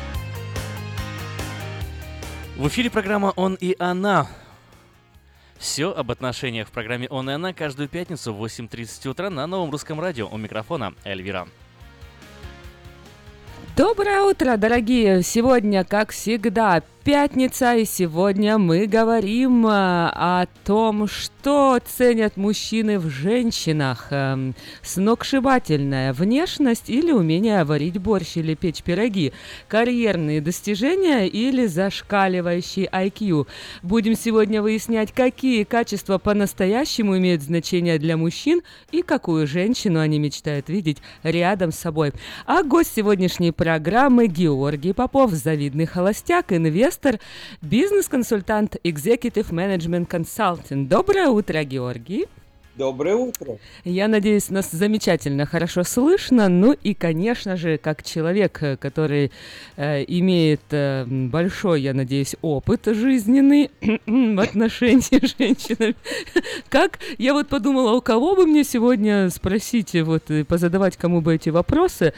[SPEAKER 6] В эфире программа «Он и она». Все об отношениях в программе «Он и она» каждую пятницу в 8:30 утра на Новом Русском радио. У микрофона Эльвира.
[SPEAKER 7] Доброе утро, дорогие! Сегодня, как всегда, пятница, и сегодня мы говорим о том, что ценят мужчины в женщинах. Сногсшибательная внешность или умение варить борщ или печь пироги, карьерные достижения или зашкаливающий IQ. Будем сегодня выяснять, какие качества по-настоящему имеют значение для мужчин и какую женщину они мечтают видеть рядом с собой. А гость сегодняшней программы Георгий Попов, завидный холостяк, инвестор, бизнес-консультант, Executive Management Consultant. Доброе утро, Георгий.
[SPEAKER 3] Доброе утро.
[SPEAKER 7] Я надеюсь, нас замечательно, хорошо слышно. Ну и, конечно же, как человек, который имеет большой, я надеюсь, опыт жизненный в отношении с женщинами. Как? Я вот подумала, у кого бы мне сегодня спросить, вот, и позадавать кому бы эти вопросы.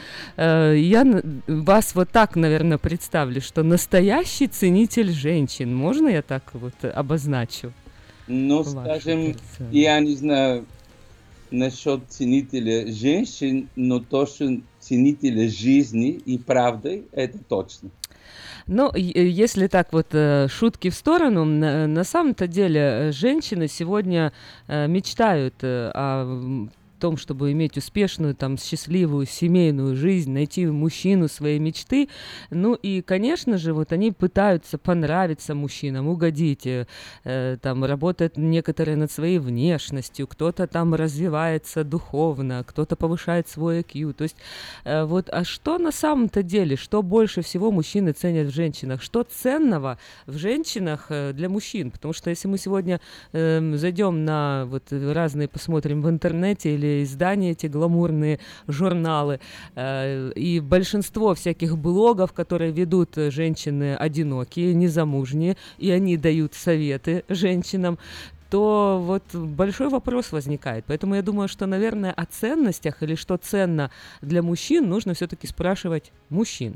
[SPEAKER 7] Я вас вот так, наверное, представлю, что настоящий ценитель женщин. Можно я так вот обозначу?
[SPEAKER 3] Ну, скажем, я не знаю насчет ценителя женщин, но точно ценителя жизни и правды, это точно.
[SPEAKER 7] Ну, если так вот, шутки в сторону, на самом-то деле женщины сегодня мечтают о том, чтобы иметь успешную, там, счастливую семейную жизнь, найти мужчину своей мечты. Ну и, конечно же, вот они пытаются понравиться мужчинам, угодить, там, работают некоторые над своей внешностью, кто-то там развивается духовно, кто-то повышает свой IQ. То есть вот, а что на самом-то деле, что больше всего мужчины ценят в женщинах? Что ценного в женщинах для мужчин? Потому что если мы сегодня зайдем на вот разные, посмотрим в интернете или издания, эти гламурные журналы, и большинство всяких блогов, которые ведут женщины одинокие, незамужние, и они дают советы женщинам, то вот большой вопрос возникает. Поэтому я думаю, что, наверное, о ценностях или что ценно для мужчин, нужно все-таки спрашивать мужчин.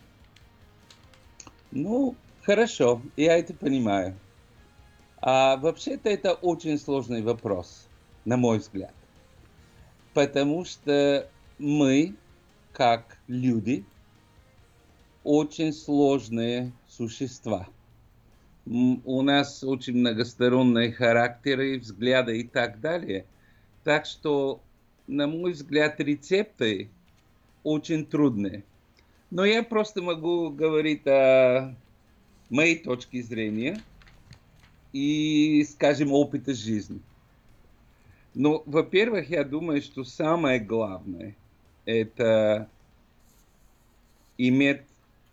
[SPEAKER 3] Ну, хорошо, я это понимаю. А вообще-то это очень сложный вопрос, на мой взгляд. Потому что мы, как люди, очень сложные существа. У нас очень многосторонние характеры, взгляды и так далее. Так что, на мой взгляд, рецепты очень трудные. Но я просто могу говорить о моей точке зрения и, скажем, опыта жизни. Ну, во-первых, я думаю, что самое главное – это иметь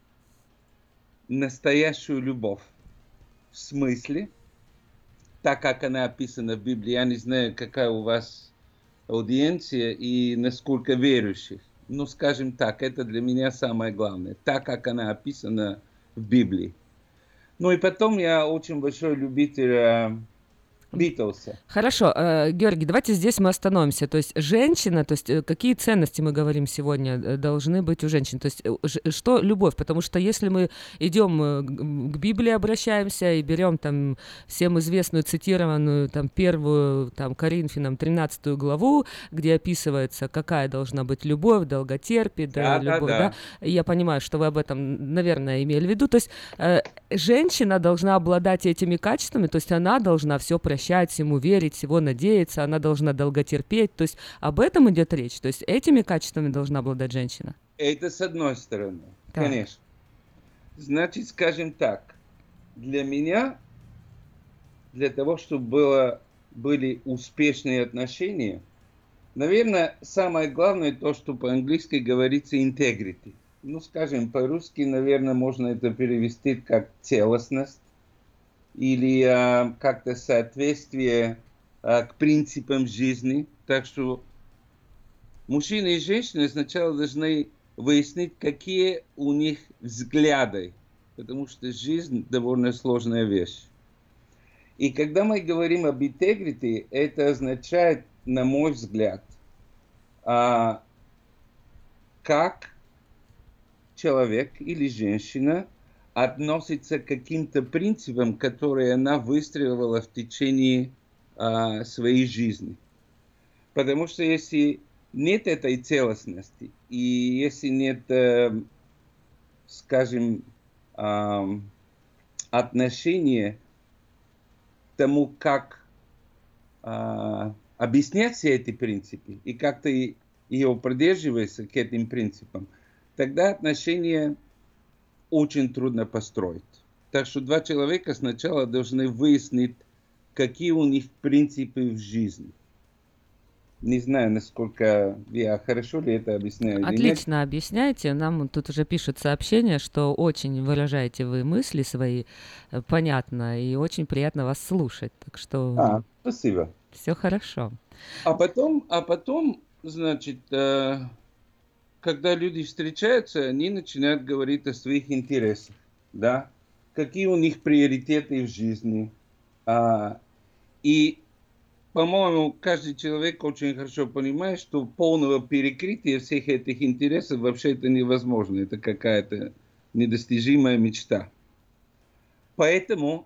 [SPEAKER 3] настоящую любовь. В смысле, так как она описана в Библии, я не знаю, какая у вас аудиенция и насколько верующих. Но, скажем так, это для меня самое главное, так как она описана в Библии. Ну и потом я очень большой любитель Битлса.
[SPEAKER 7] Хорошо, Георгий, давайте здесь мы остановимся. То есть женщина, то есть какие ценности мы говорим сегодня должны быть у женщин? То есть что любовь? Потому что если мы идем к Библии, обращаемся и берем там всем известную цитированную там первую там Коринфянам 13 главу, где описывается, какая должна быть любовь, долготерпие, любовь, да? Я понимаю, что вы об этом, наверное, имели в виду. То есть женщина должна обладать этими качествами, то есть она должна все прощать, всему верить, всего надеяться, она должна долготерпеть. То есть об этом идет речь. То есть этими качествами должна обладать женщина.
[SPEAKER 3] Это с одной стороны, конечно. Значит, скажем так, для меня, для того, чтобы были успешные отношения, наверное, самое главное то, что по-английски говорится integrity. Ну, скажем, по-русски, наверное, можно это перевести как целостность, или как-то соответствие к принципам жизни. Так что мужчины и женщины сначала должны выяснить, какие у них взгляды, потому что жизнь довольно сложная вещь. И когда мы говорим об integrity, это означает, на мой взгляд, как человек или женщина относится к каким-то принципам, которые она выстраивала в течение своей жизни. Потому что если нет этой целостности, и если нет, скажем, отношения к тому, как объяснять все эти принципы, и как ты его придерживаешься к этим принципам, тогда отношения очень трудно построить. Так что два человека сначала должны выяснить, какие у них принципы в жизни. Не знаю, насколько я хорошо ли это объясняю.
[SPEAKER 7] Отлично объясняете. Нам тут уже пишут сообщения, что очень выражаете вы мысли свои понятно, и очень приятно вас слушать. Так что
[SPEAKER 3] спасибо.
[SPEAKER 7] Все хорошо.
[SPEAKER 3] А потом, значит, когда люди встречаются, они начинают говорить о своих интересах, да, какие у них приоритеты в жизни. И, по-моему, каждый человек очень хорошо понимает, что полного перекрытия всех этих интересов вообще это невозможно. Это какая-то недостижимая мечта. Поэтому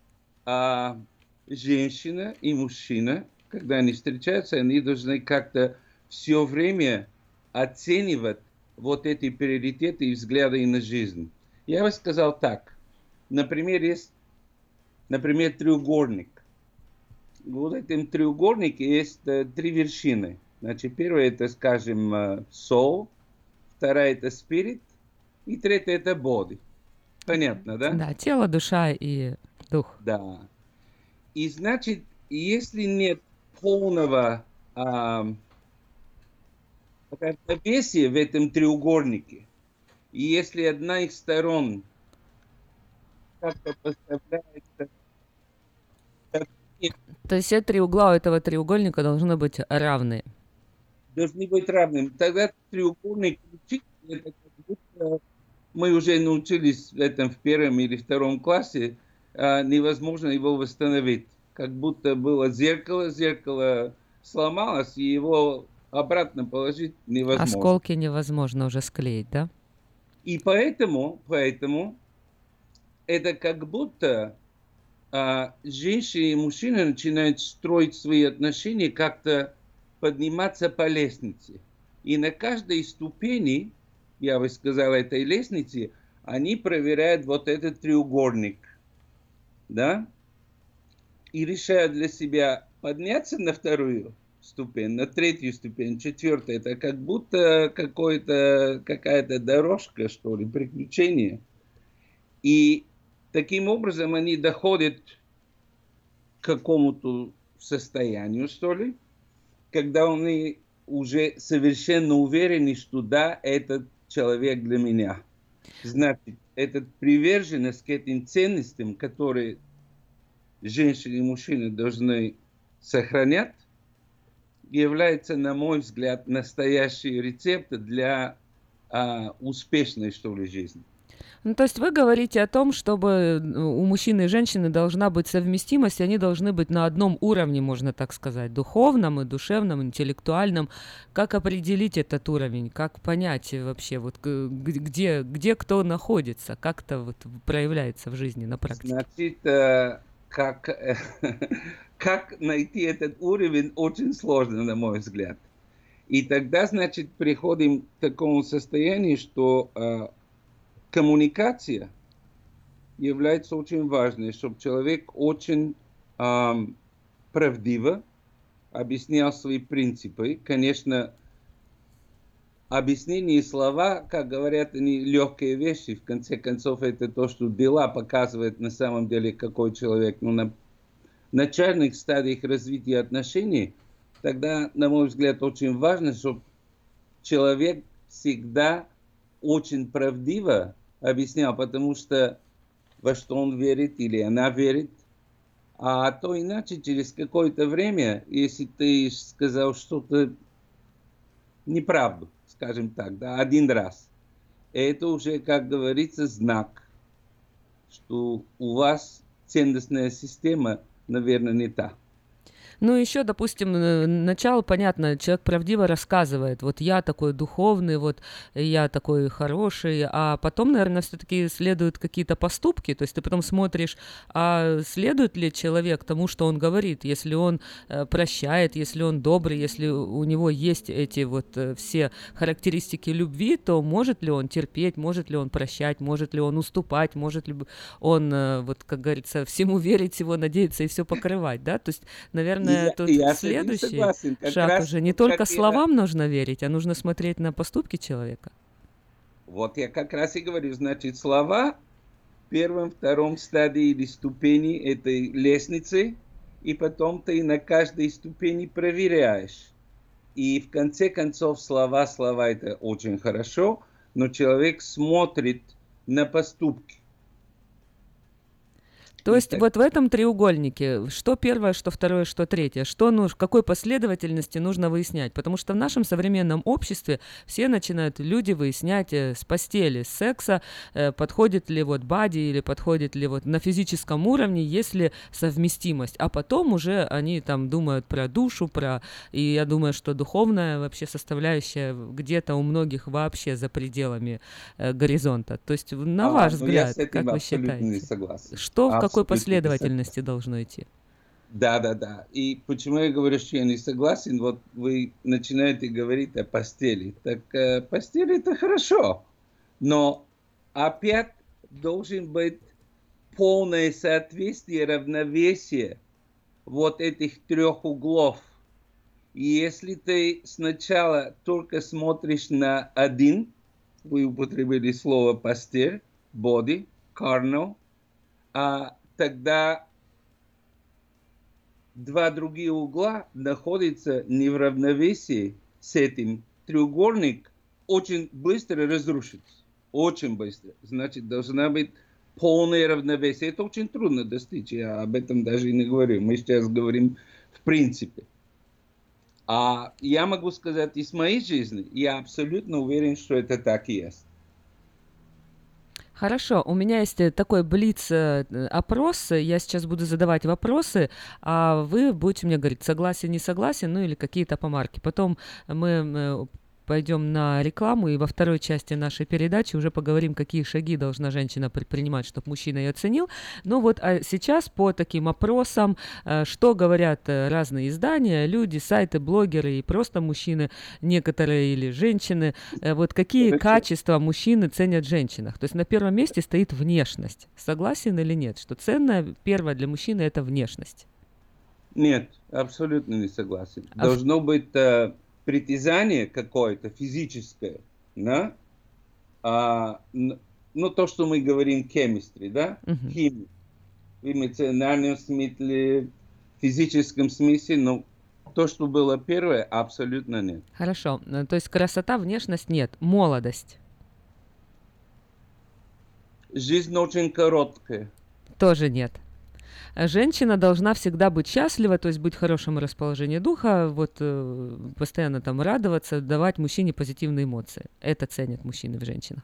[SPEAKER 3] женщина и мужчина, когда они встречаются, они должны как-то все время оценивать вот эти приоритеты и взгляды на жизнь. Я бы сказал так. Например, есть, треугольник. Вот в этом треугольнике есть 3 вершины. Значит, первая это, скажем, soul, вторая это spirit, и третья это body. Понятно, да?
[SPEAKER 7] Да, тело, душа и дух.
[SPEAKER 3] Да. И значит, если нет полного равновесия в этом треугольнике, и если одна из сторон как-то поставляется...
[SPEAKER 7] То есть все 3 угла у этого треугольника должны быть равны.
[SPEAKER 3] Должны быть равными. Тогда треугольник это как будто мы уже научились в этом в 1 или 2 классе, невозможно его восстановить. Как будто было зеркало сломалось, и его обратно положить невозможно.
[SPEAKER 7] Осколки невозможно уже склеить, да?
[SPEAKER 3] И поэтому это как будто женщина и мужчина начинают строить свои отношения, как-то подниматься по лестнице. И на каждой ступени, я бы сказал, этой лестницы, они проверяют вот этот треугольник. Да? И решают для себя подняться на 2 ступень, на 3 ступень, 4. Это как будто какая-то дорожка, что ли, приключение. И таким образом они доходят к какому-то состоянию, что ли, когда они уже совершенно уверены, что да, этот человек для меня. Значит, эта приверженность к этим ценностям, которые женщины и мужчины должны сохранять, является, на мой взгляд, настоящий рецепт для успешной, что ли, жизни.
[SPEAKER 7] Ну, то есть вы говорите о том, чтобы у мужчины и женщины должна быть совместимость, и они должны быть на одном уровне, можно так сказать, духовном и душевном, интеллектуальном. Как определить этот уровень? Как понять вообще, вот, где кто находится? Как это вот проявляется в жизни на практике?
[SPEAKER 3] Значит, как найти этот уровень, очень сложно, на мой взгляд. И тогда, значит, приходим к такому состоянию, что коммуникация является очень важной, чтобы человек очень правдиво объяснял свои принципы. Конечно, объяснение и слова, как говорят, они легкие вещи. В конце концов, это то, что дела показывают на самом деле, какой человек. Но на начальных стадиях развития отношений, тогда, на мой взгляд, очень важно, чтобы человек всегда очень правдиво объяснял, потому что во что он верит или она верит. А то иначе через какое-то время, если ты сказал что-то неправду, скажем так, да, один раз, это уже, как говорится, знак, что у вас ценностная система, наверное, не та.
[SPEAKER 7] Ну, еще, допустим, начало, понятно, человек правдиво рассказывает, вот я такой духовный, вот я такой хороший, а потом, наверное, все-таки следуют какие-то поступки, то есть ты потом смотришь, а следует ли человек тому, что он говорит, если он прощает, если он добрый, если у него есть эти вот все характеристики любви, то может ли он терпеть, может ли он прощать, может ли он уступать, может ли он, вот, как говорится, всему верить, всего надеяться и все покрывать, да, то есть, наверное, тут следующий шаг уже. Не только словам нужно верить, а нужно смотреть на поступки человека.
[SPEAKER 3] Вот я как раз и говорю, значит, слова в первом, втором стадии или ступени этой лестницы, и потом ты на каждой ступени проверяешь. И в конце концов слова это очень хорошо, но человек смотрит на поступки.
[SPEAKER 7] То есть вот в этом треугольнике, что первое, что второе, что третье, в какой последовательности нужно выяснять? Потому что в нашем современном обществе все начинают люди выяснять с постели, с секса, подходит ли вот бади или подходит ли вот на физическом уровне, есть ли совместимость. А потом уже они там думают про душу, и я думаю, что духовная вообще составляющая где-то у многих вообще за пределами горизонта. То есть на ваш взгляд, как вы считаете? Что в какой последовательности должно идти?
[SPEAKER 3] Да. И почему я говорю, что я не согласен? Вот вы начинаете говорить о постели. Так постель это хорошо, но опять должен быть полное соответствие, равновесие вот этих трех углов. И если ты сначала только смотришь на один, вы употребили слово постель, body, carnal, тогда два другие угла находятся не в равновесии с этим. Треугольник очень быстро разрушится. Очень быстро. Значит, должна быть полное равновесие. Это очень трудно достичь. Я об этом даже и не говорю. Мы сейчас говорим в принципе. А я могу сказать из моей жизни, я абсолютно уверен, что это так и есть.
[SPEAKER 7] Хорошо, у меня есть такой блиц-опрос, я сейчас буду задавать вопросы, а вы будете мне говорить, согласен, не согласен, ну или какие-то помарки. Потом мы пойдем на рекламу, и во второй части нашей передачи уже поговорим, какие шаги должна женщина предпринимать, чтобы мужчина ее оценил. Ну вот, а сейчас по таким опросам, что говорят разные издания, люди, сайты, блогеры и просто мужчины, некоторые или женщины, вот какие качества мужчины ценят в женщинах. То есть на первом месте стоит внешность. Согласен или нет, что ценное первое для мужчины это внешность? Нет,
[SPEAKER 3] абсолютно не согласен. Должно быть притязание какое-то физическое, да? Ну, то, что мы говорим chemistry, да? Химия. В эмоциональном смысле, в физическом смысле, но то, что было первое, абсолютно нет.
[SPEAKER 7] Хорошо. То есть красота, внешность нет. Молодость.
[SPEAKER 3] Жизнь очень короткая.
[SPEAKER 7] Тоже нет. Женщина должна всегда быть счастлива, то есть быть в хорошем расположении духа, вот постоянно там радоваться, давать мужчине позитивные эмоции. Это ценят мужчины в женщинах.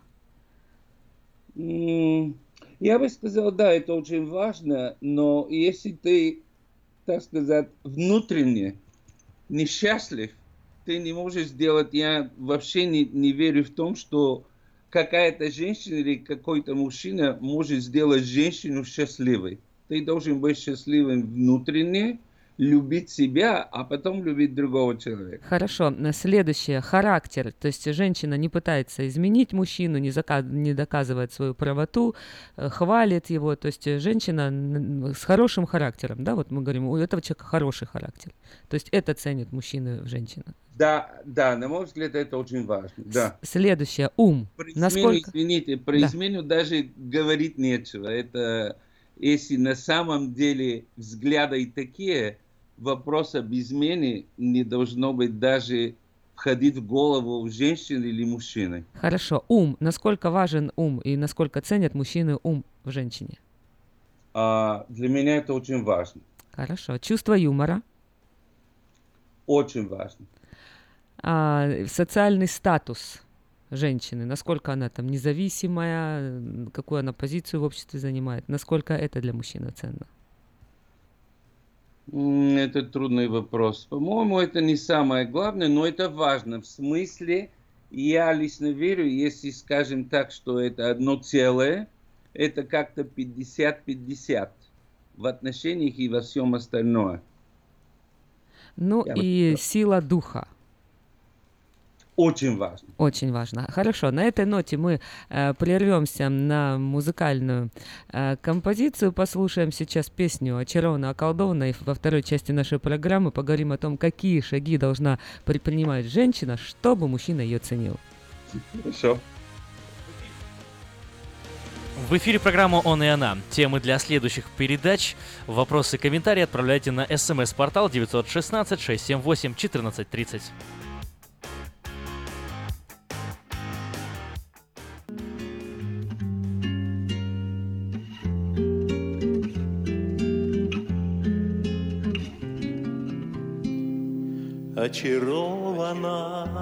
[SPEAKER 3] Я бы сказал, да, это очень важно, но если ты, так сказать, внутренне несчастлив, ты не можешь сделать, я вообще не верю в том, что какая-то женщина или какой-то мужчина может сделать женщину счастливой. Ты должен быть счастливым внутренне, любить себя, а потом любить другого человека.
[SPEAKER 7] Хорошо. Следующее. Характер. То есть женщина не пытается изменить мужчину, не доказывает свою правоту, хвалит его. То есть женщина с хорошим характером. Да, вот мы говорим, у этого человека хороший характер. То есть это ценит мужчина в женщинах.
[SPEAKER 3] Да, на мой взгляд, это очень важно. Да.
[SPEAKER 7] Следующее. Ум.
[SPEAKER 3] Про измену, извините, про измену даже говорить нечего. Это... Если на самом деле взгляды такие, вопрос об измене не должно быть даже входить в голову женщины или мужчины.
[SPEAKER 7] Хорошо. Ум. Насколько важен ум и насколько ценят мужчины ум в женщине?
[SPEAKER 3] Для меня это очень важно.
[SPEAKER 7] Хорошо. Чувство юмора?
[SPEAKER 3] Очень важно.
[SPEAKER 7] Социальный статус женщины, насколько она там независимая, какую она позицию в обществе занимает, насколько это для мужчины ценно?
[SPEAKER 3] Это трудный вопрос. По-моему, это не самое главное, но это важно. В смысле, я лично верю, если скажем так, что это одно целое, это как-то 50-50 в отношениях и во всем остальном.
[SPEAKER 7] Ну и сила духа.
[SPEAKER 3] Очень важно.
[SPEAKER 7] Очень важно. Хорошо, на этой ноте мы прервемся на музыкальную композицию, послушаем сейчас песню «Очарована, околдована», и во второй части нашей программы поговорим о том, какие шаги должна предпринимать женщина, чтобы мужчина ее ценил.
[SPEAKER 3] Хорошо.
[SPEAKER 6] В эфире программа «Он и она». Темы для следующих передач. Вопросы и комментарии отправляйте на СМС-портал 916-678-1430.
[SPEAKER 4] Очарована,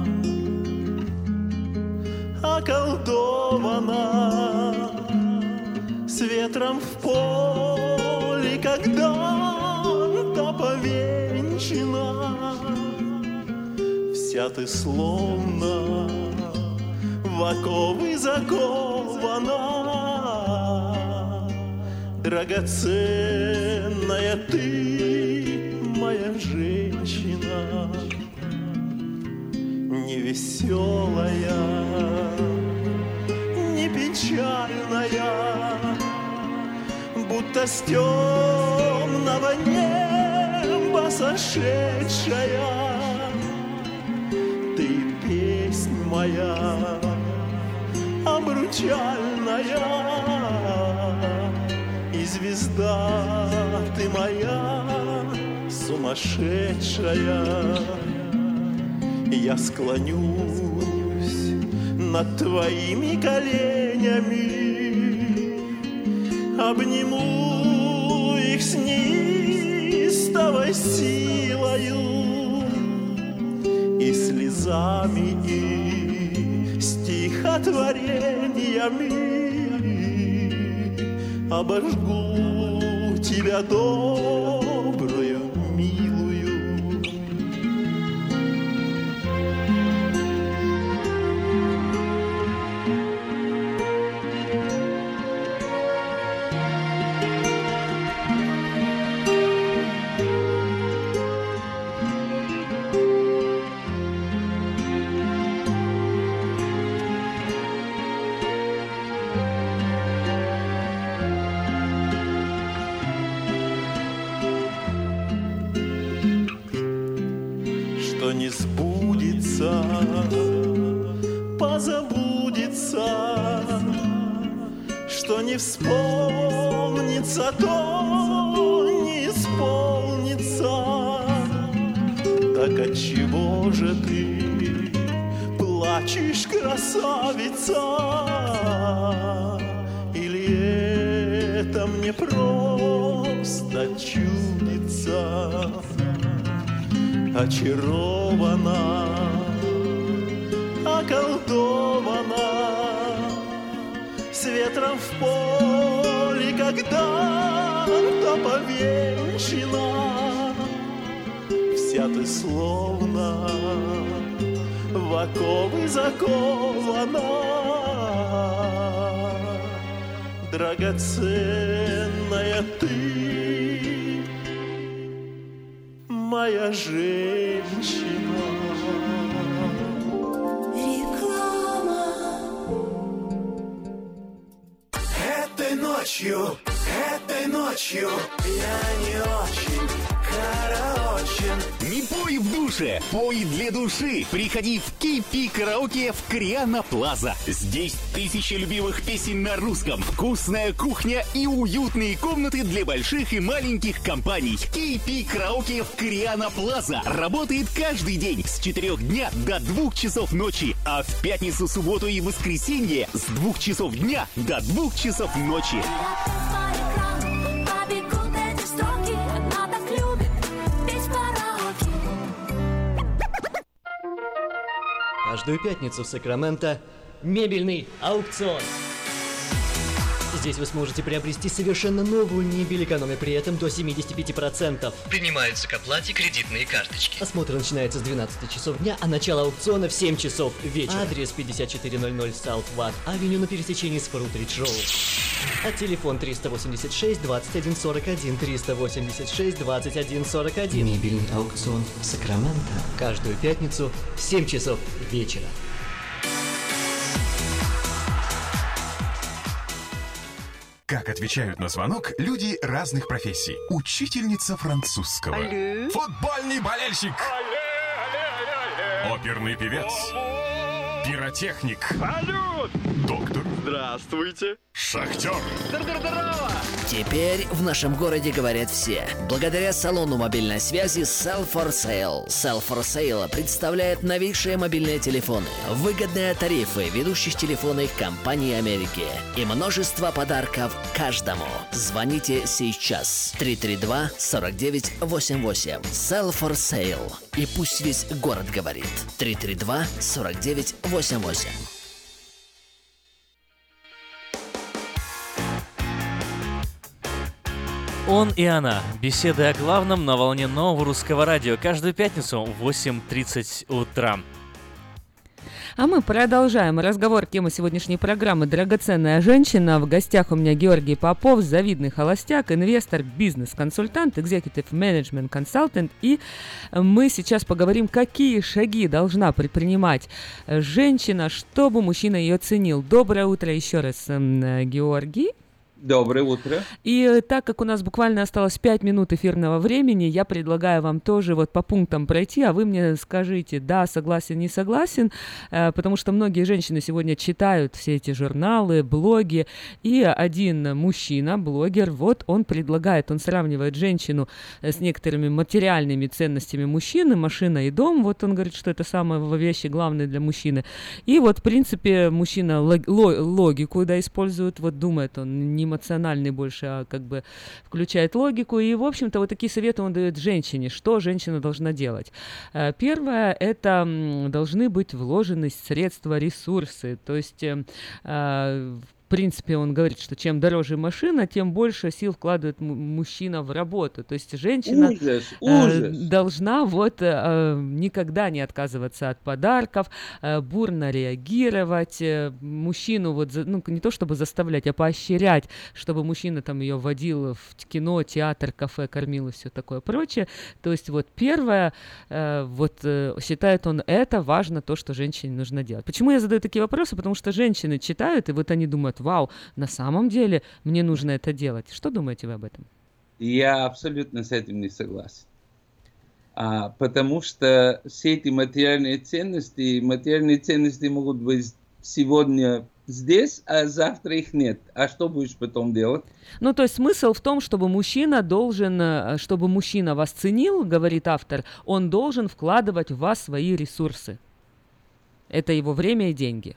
[SPEAKER 4] околдована, с ветром в поле когда-то повенчана. Вся ты словно в оковы закована, драгоценная ты, моя женщина, не веселая, не печальная, будто с темного неба сошедшая. Ты песнь моя обручальная, и звезда ты моя сумасшедшая. Я склонюсь над твоими коленями, обниму их с неистовой силою, и слезами, и стихотворениями обожгу тебя добрую, милую. Что не сбудется, позабудется, что не вспомнится, то не исполнится. Так отчего же ты плачешь, красавица? Или это мне просто чудится? Очарована, околдована, с ветром в поле когда-то повенчана. Вся ты словно в оковы закована, драгоценная ты, моя женщина.
[SPEAKER 18] Реклама. Этой ночью я не очень караочен.
[SPEAKER 8] Не пой в душе, пой для души. Приходи в KP Караоке в Кориана Плаза. Здесь тысячи любимых песен на русском, вкусная кухня и уютные комнаты для больших и маленьких компаний. KP Караоке в Кориана Плаза работает каждый день с 4 дня до 2 часов ночи, а в пятницу, субботу и воскресенье с 2 часов дня до 2 часов ночи.
[SPEAKER 9] Каждую пятницу в Сакраменто мебельный аукцион. Здесь вы сможете приобрести совершенно новую мебель, экономя при этом до 75%.
[SPEAKER 10] Принимаются к оплате кредитные карточки.
[SPEAKER 9] Осмотр начинается с 12 часов дня, а начало аукциона в 7 часов вечера. Адрес 5400 South Watt Авеню на пересечении с Фрутридж Роуд. А телефон 386 21 41 386 21 41.
[SPEAKER 10] Мебельный аукцион Сакраменто.
[SPEAKER 9] Каждую пятницу в 7 часов вечера.
[SPEAKER 11] Как отвечают на звонок люди разных профессий. Учительница французского.
[SPEAKER 18] Алле.
[SPEAKER 11] Футбольный болельщик. Оперный певец. Пиротехник.
[SPEAKER 18] Салют!
[SPEAKER 11] Доктор.
[SPEAKER 18] Здравствуйте.
[SPEAKER 11] Шахтер.
[SPEAKER 18] Здорово!
[SPEAKER 12] Теперь в нашем городе говорят все. Благодаря салону мобильной связи Sell for Sale. Sell for Sale представляет новейшие мобильные телефоны, выгодные тарифы ведущих телефонных компаний Америки и множество подарков каждому. Звоните сейчас. 332-4988. Sell for Sale. И пусть весь город говорит. 332-4988.
[SPEAKER 6] Он и она. Беседы о главном на волне нового русского радио. Каждую пятницу в 8:30 утра.
[SPEAKER 7] А мы продолжаем разговор. Тема сегодняшней программы «Драгоценная женщина». В гостях у меня Георгий Попов, завидный холостяк, инвестор, бизнес-консультант, executive management consultant. И мы сейчас поговорим, какие шаги должна предпринимать женщина, чтобы мужчина ее ценил. Доброе утро еще раз, Георгий.
[SPEAKER 3] Доброе утро.
[SPEAKER 7] И так как у нас буквально осталось 5 минут эфирного времени, я предлагаю вам тоже вот по пунктам пройти, а вы мне скажите, да, согласен, не согласен, потому что многие женщины сегодня читают все эти журналы, блоги, и один мужчина, блогер, вот он предлагает, он сравнивает женщину с некоторыми материальными ценностями мужчины, машина и дом, вот он говорит, что это самые вещи главные для мужчины. И вот, в принципе, мужчина логику, да, использует, вот думает он не эмоциональный больше, а как бы включает логику. И, в общем-то, вот такие советы он дает женщине, что женщина должна делать. Первое, это должны быть вложены средства, ресурсы. То есть в принципе, он говорит, что чем дороже машина, тем больше сил вкладывает мужчина в работу. То есть женщина должна вот никогда не отказываться от подарков, бурно реагировать, мужчину вот, ну, не то чтобы заставлять, а поощрять, чтобы мужчина там ее водил в кино, театр, кафе, кормил и все такое прочее. То есть вот первое, вот считает он, это важно, то, что женщине нужно делать. Почему я задаю такие вопросы? Потому что женщины читают, и вот они думают, вау, на самом деле мне нужно это делать. Что думаете вы об этом?
[SPEAKER 3] Я абсолютно с этим не согласен. Потому что все эти материальные ценности могут быть сегодня здесь, а завтра их нет. А что будешь потом делать?
[SPEAKER 7] Ну, то есть смысл в том, чтобы мужчина должен, чтобы мужчина вас ценил, говорит автор, он должен вкладывать в вас свои ресурсы. Это его время и деньги.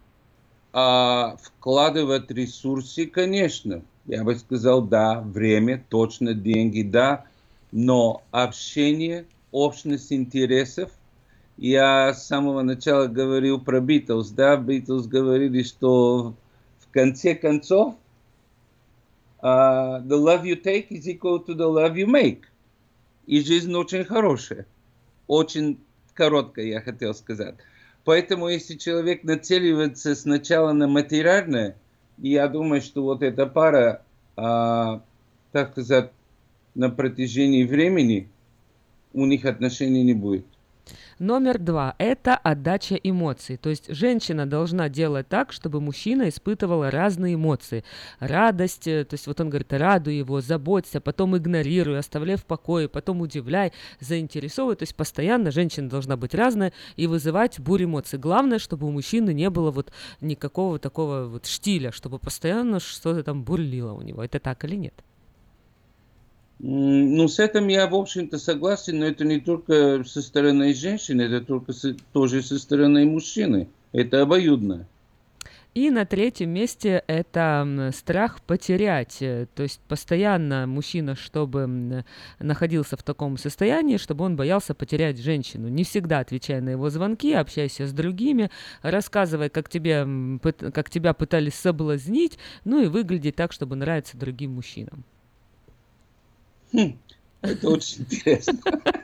[SPEAKER 3] Вкладывать ресурсы, конечно. Я бы сказал, да, время, точно, деньги, да. Но общение, общность интересов. Я с самого начала говорил про Битлз, да. Битлз говорили, что в конце концов the love you take is equal to the love you make. И жизнь очень хорошая. Очень короткая, я хотел сказать. Поэтому, если человек нацеливается сначала на материальное, я думаю, что вот эта пара, так сказать, на протяжении времени у них отношений не будет.
[SPEAKER 7] Номер 2 – это отдача эмоций. То есть женщина должна делать так, чтобы мужчина испытывал разные эмоции. Радость, то есть вот он говорит, радуй его, заботься, потом игнорируй, оставляй в покое, потом удивляй, заинтересовывай. То есть постоянно женщина должна быть разная и вызывать бурю эмоций. Главное, чтобы у мужчины не было вот никакого такого вот штиля, чтобы постоянно что-то там бурлило у него. Это так или нет?
[SPEAKER 3] Ну, с этим я, в общем-то, согласен, но это не только со стороны женщины, это тоже со стороны мужчины. Это обоюдно.
[SPEAKER 7] И на третьем месте это страх потерять. То есть постоянно мужчина, чтобы находился в таком состоянии, чтобы он боялся потерять женщину. Не всегда отвечая на его звонки, общайся с другими, рассказывай, как тебя пытались соблазнить, ну и выгляди так, чтобы нравиться другим мужчинам.
[SPEAKER 3] Это очень интересно.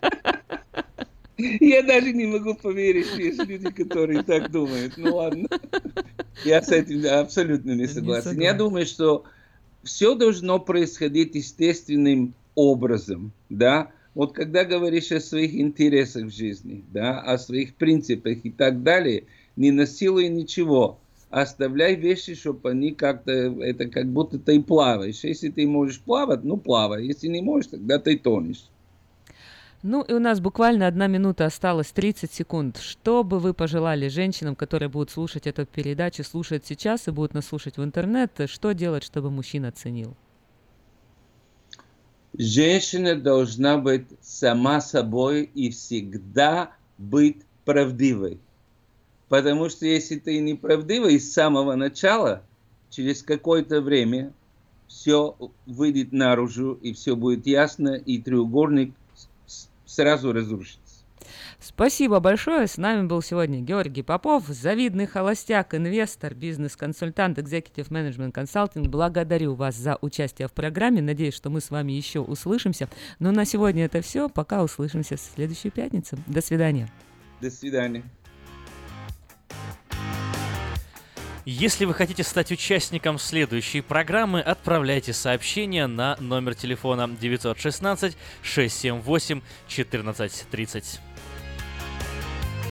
[SPEAKER 3] Я даже не могу поверить, что есть люди, которые так думают. Ну ладно. Я с этим абсолютно не согласен. Я думаю, что все должно происходить естественным образом, да. Вот когда говоришь о своих интересах в жизни, да, о своих принципах и так далее, не насилуй ничего. Оставляй вещи, чтобы они как-то, это как будто ты плаваешь. Если ты можешь плавать, ну плавай. Если не можешь, тогда ты тонешь.
[SPEAKER 7] Ну и у нас буквально 1 минута осталось, 30 секунд. Что бы вы пожелали женщинам, которые будут слушать эту передачу, слушают сейчас и будут нас слушать в интернет, что делать, чтобы мужчина ценил?
[SPEAKER 3] Женщина должна быть сама собой и всегда быть правдивой. Потому что если ты неправдивый с самого начала, через какое-то время все выйдет наружу, и все будет ясно, и треугольник сразу разрушится.
[SPEAKER 7] Спасибо большое. С нами был сегодня Георгий Попов, завидный холостяк, инвестор, бизнес-консультант, Executive Management Consulting. Благодарю вас за участие в программе. Надеюсь, что мы с вами еще услышимся. Но на сегодня это все. Пока услышимся в следующую пятницу. До свидания.
[SPEAKER 3] До свидания.
[SPEAKER 6] Если вы хотите стать участником следующей программы, отправляйте сообщение на номер телефона 916 678 1430.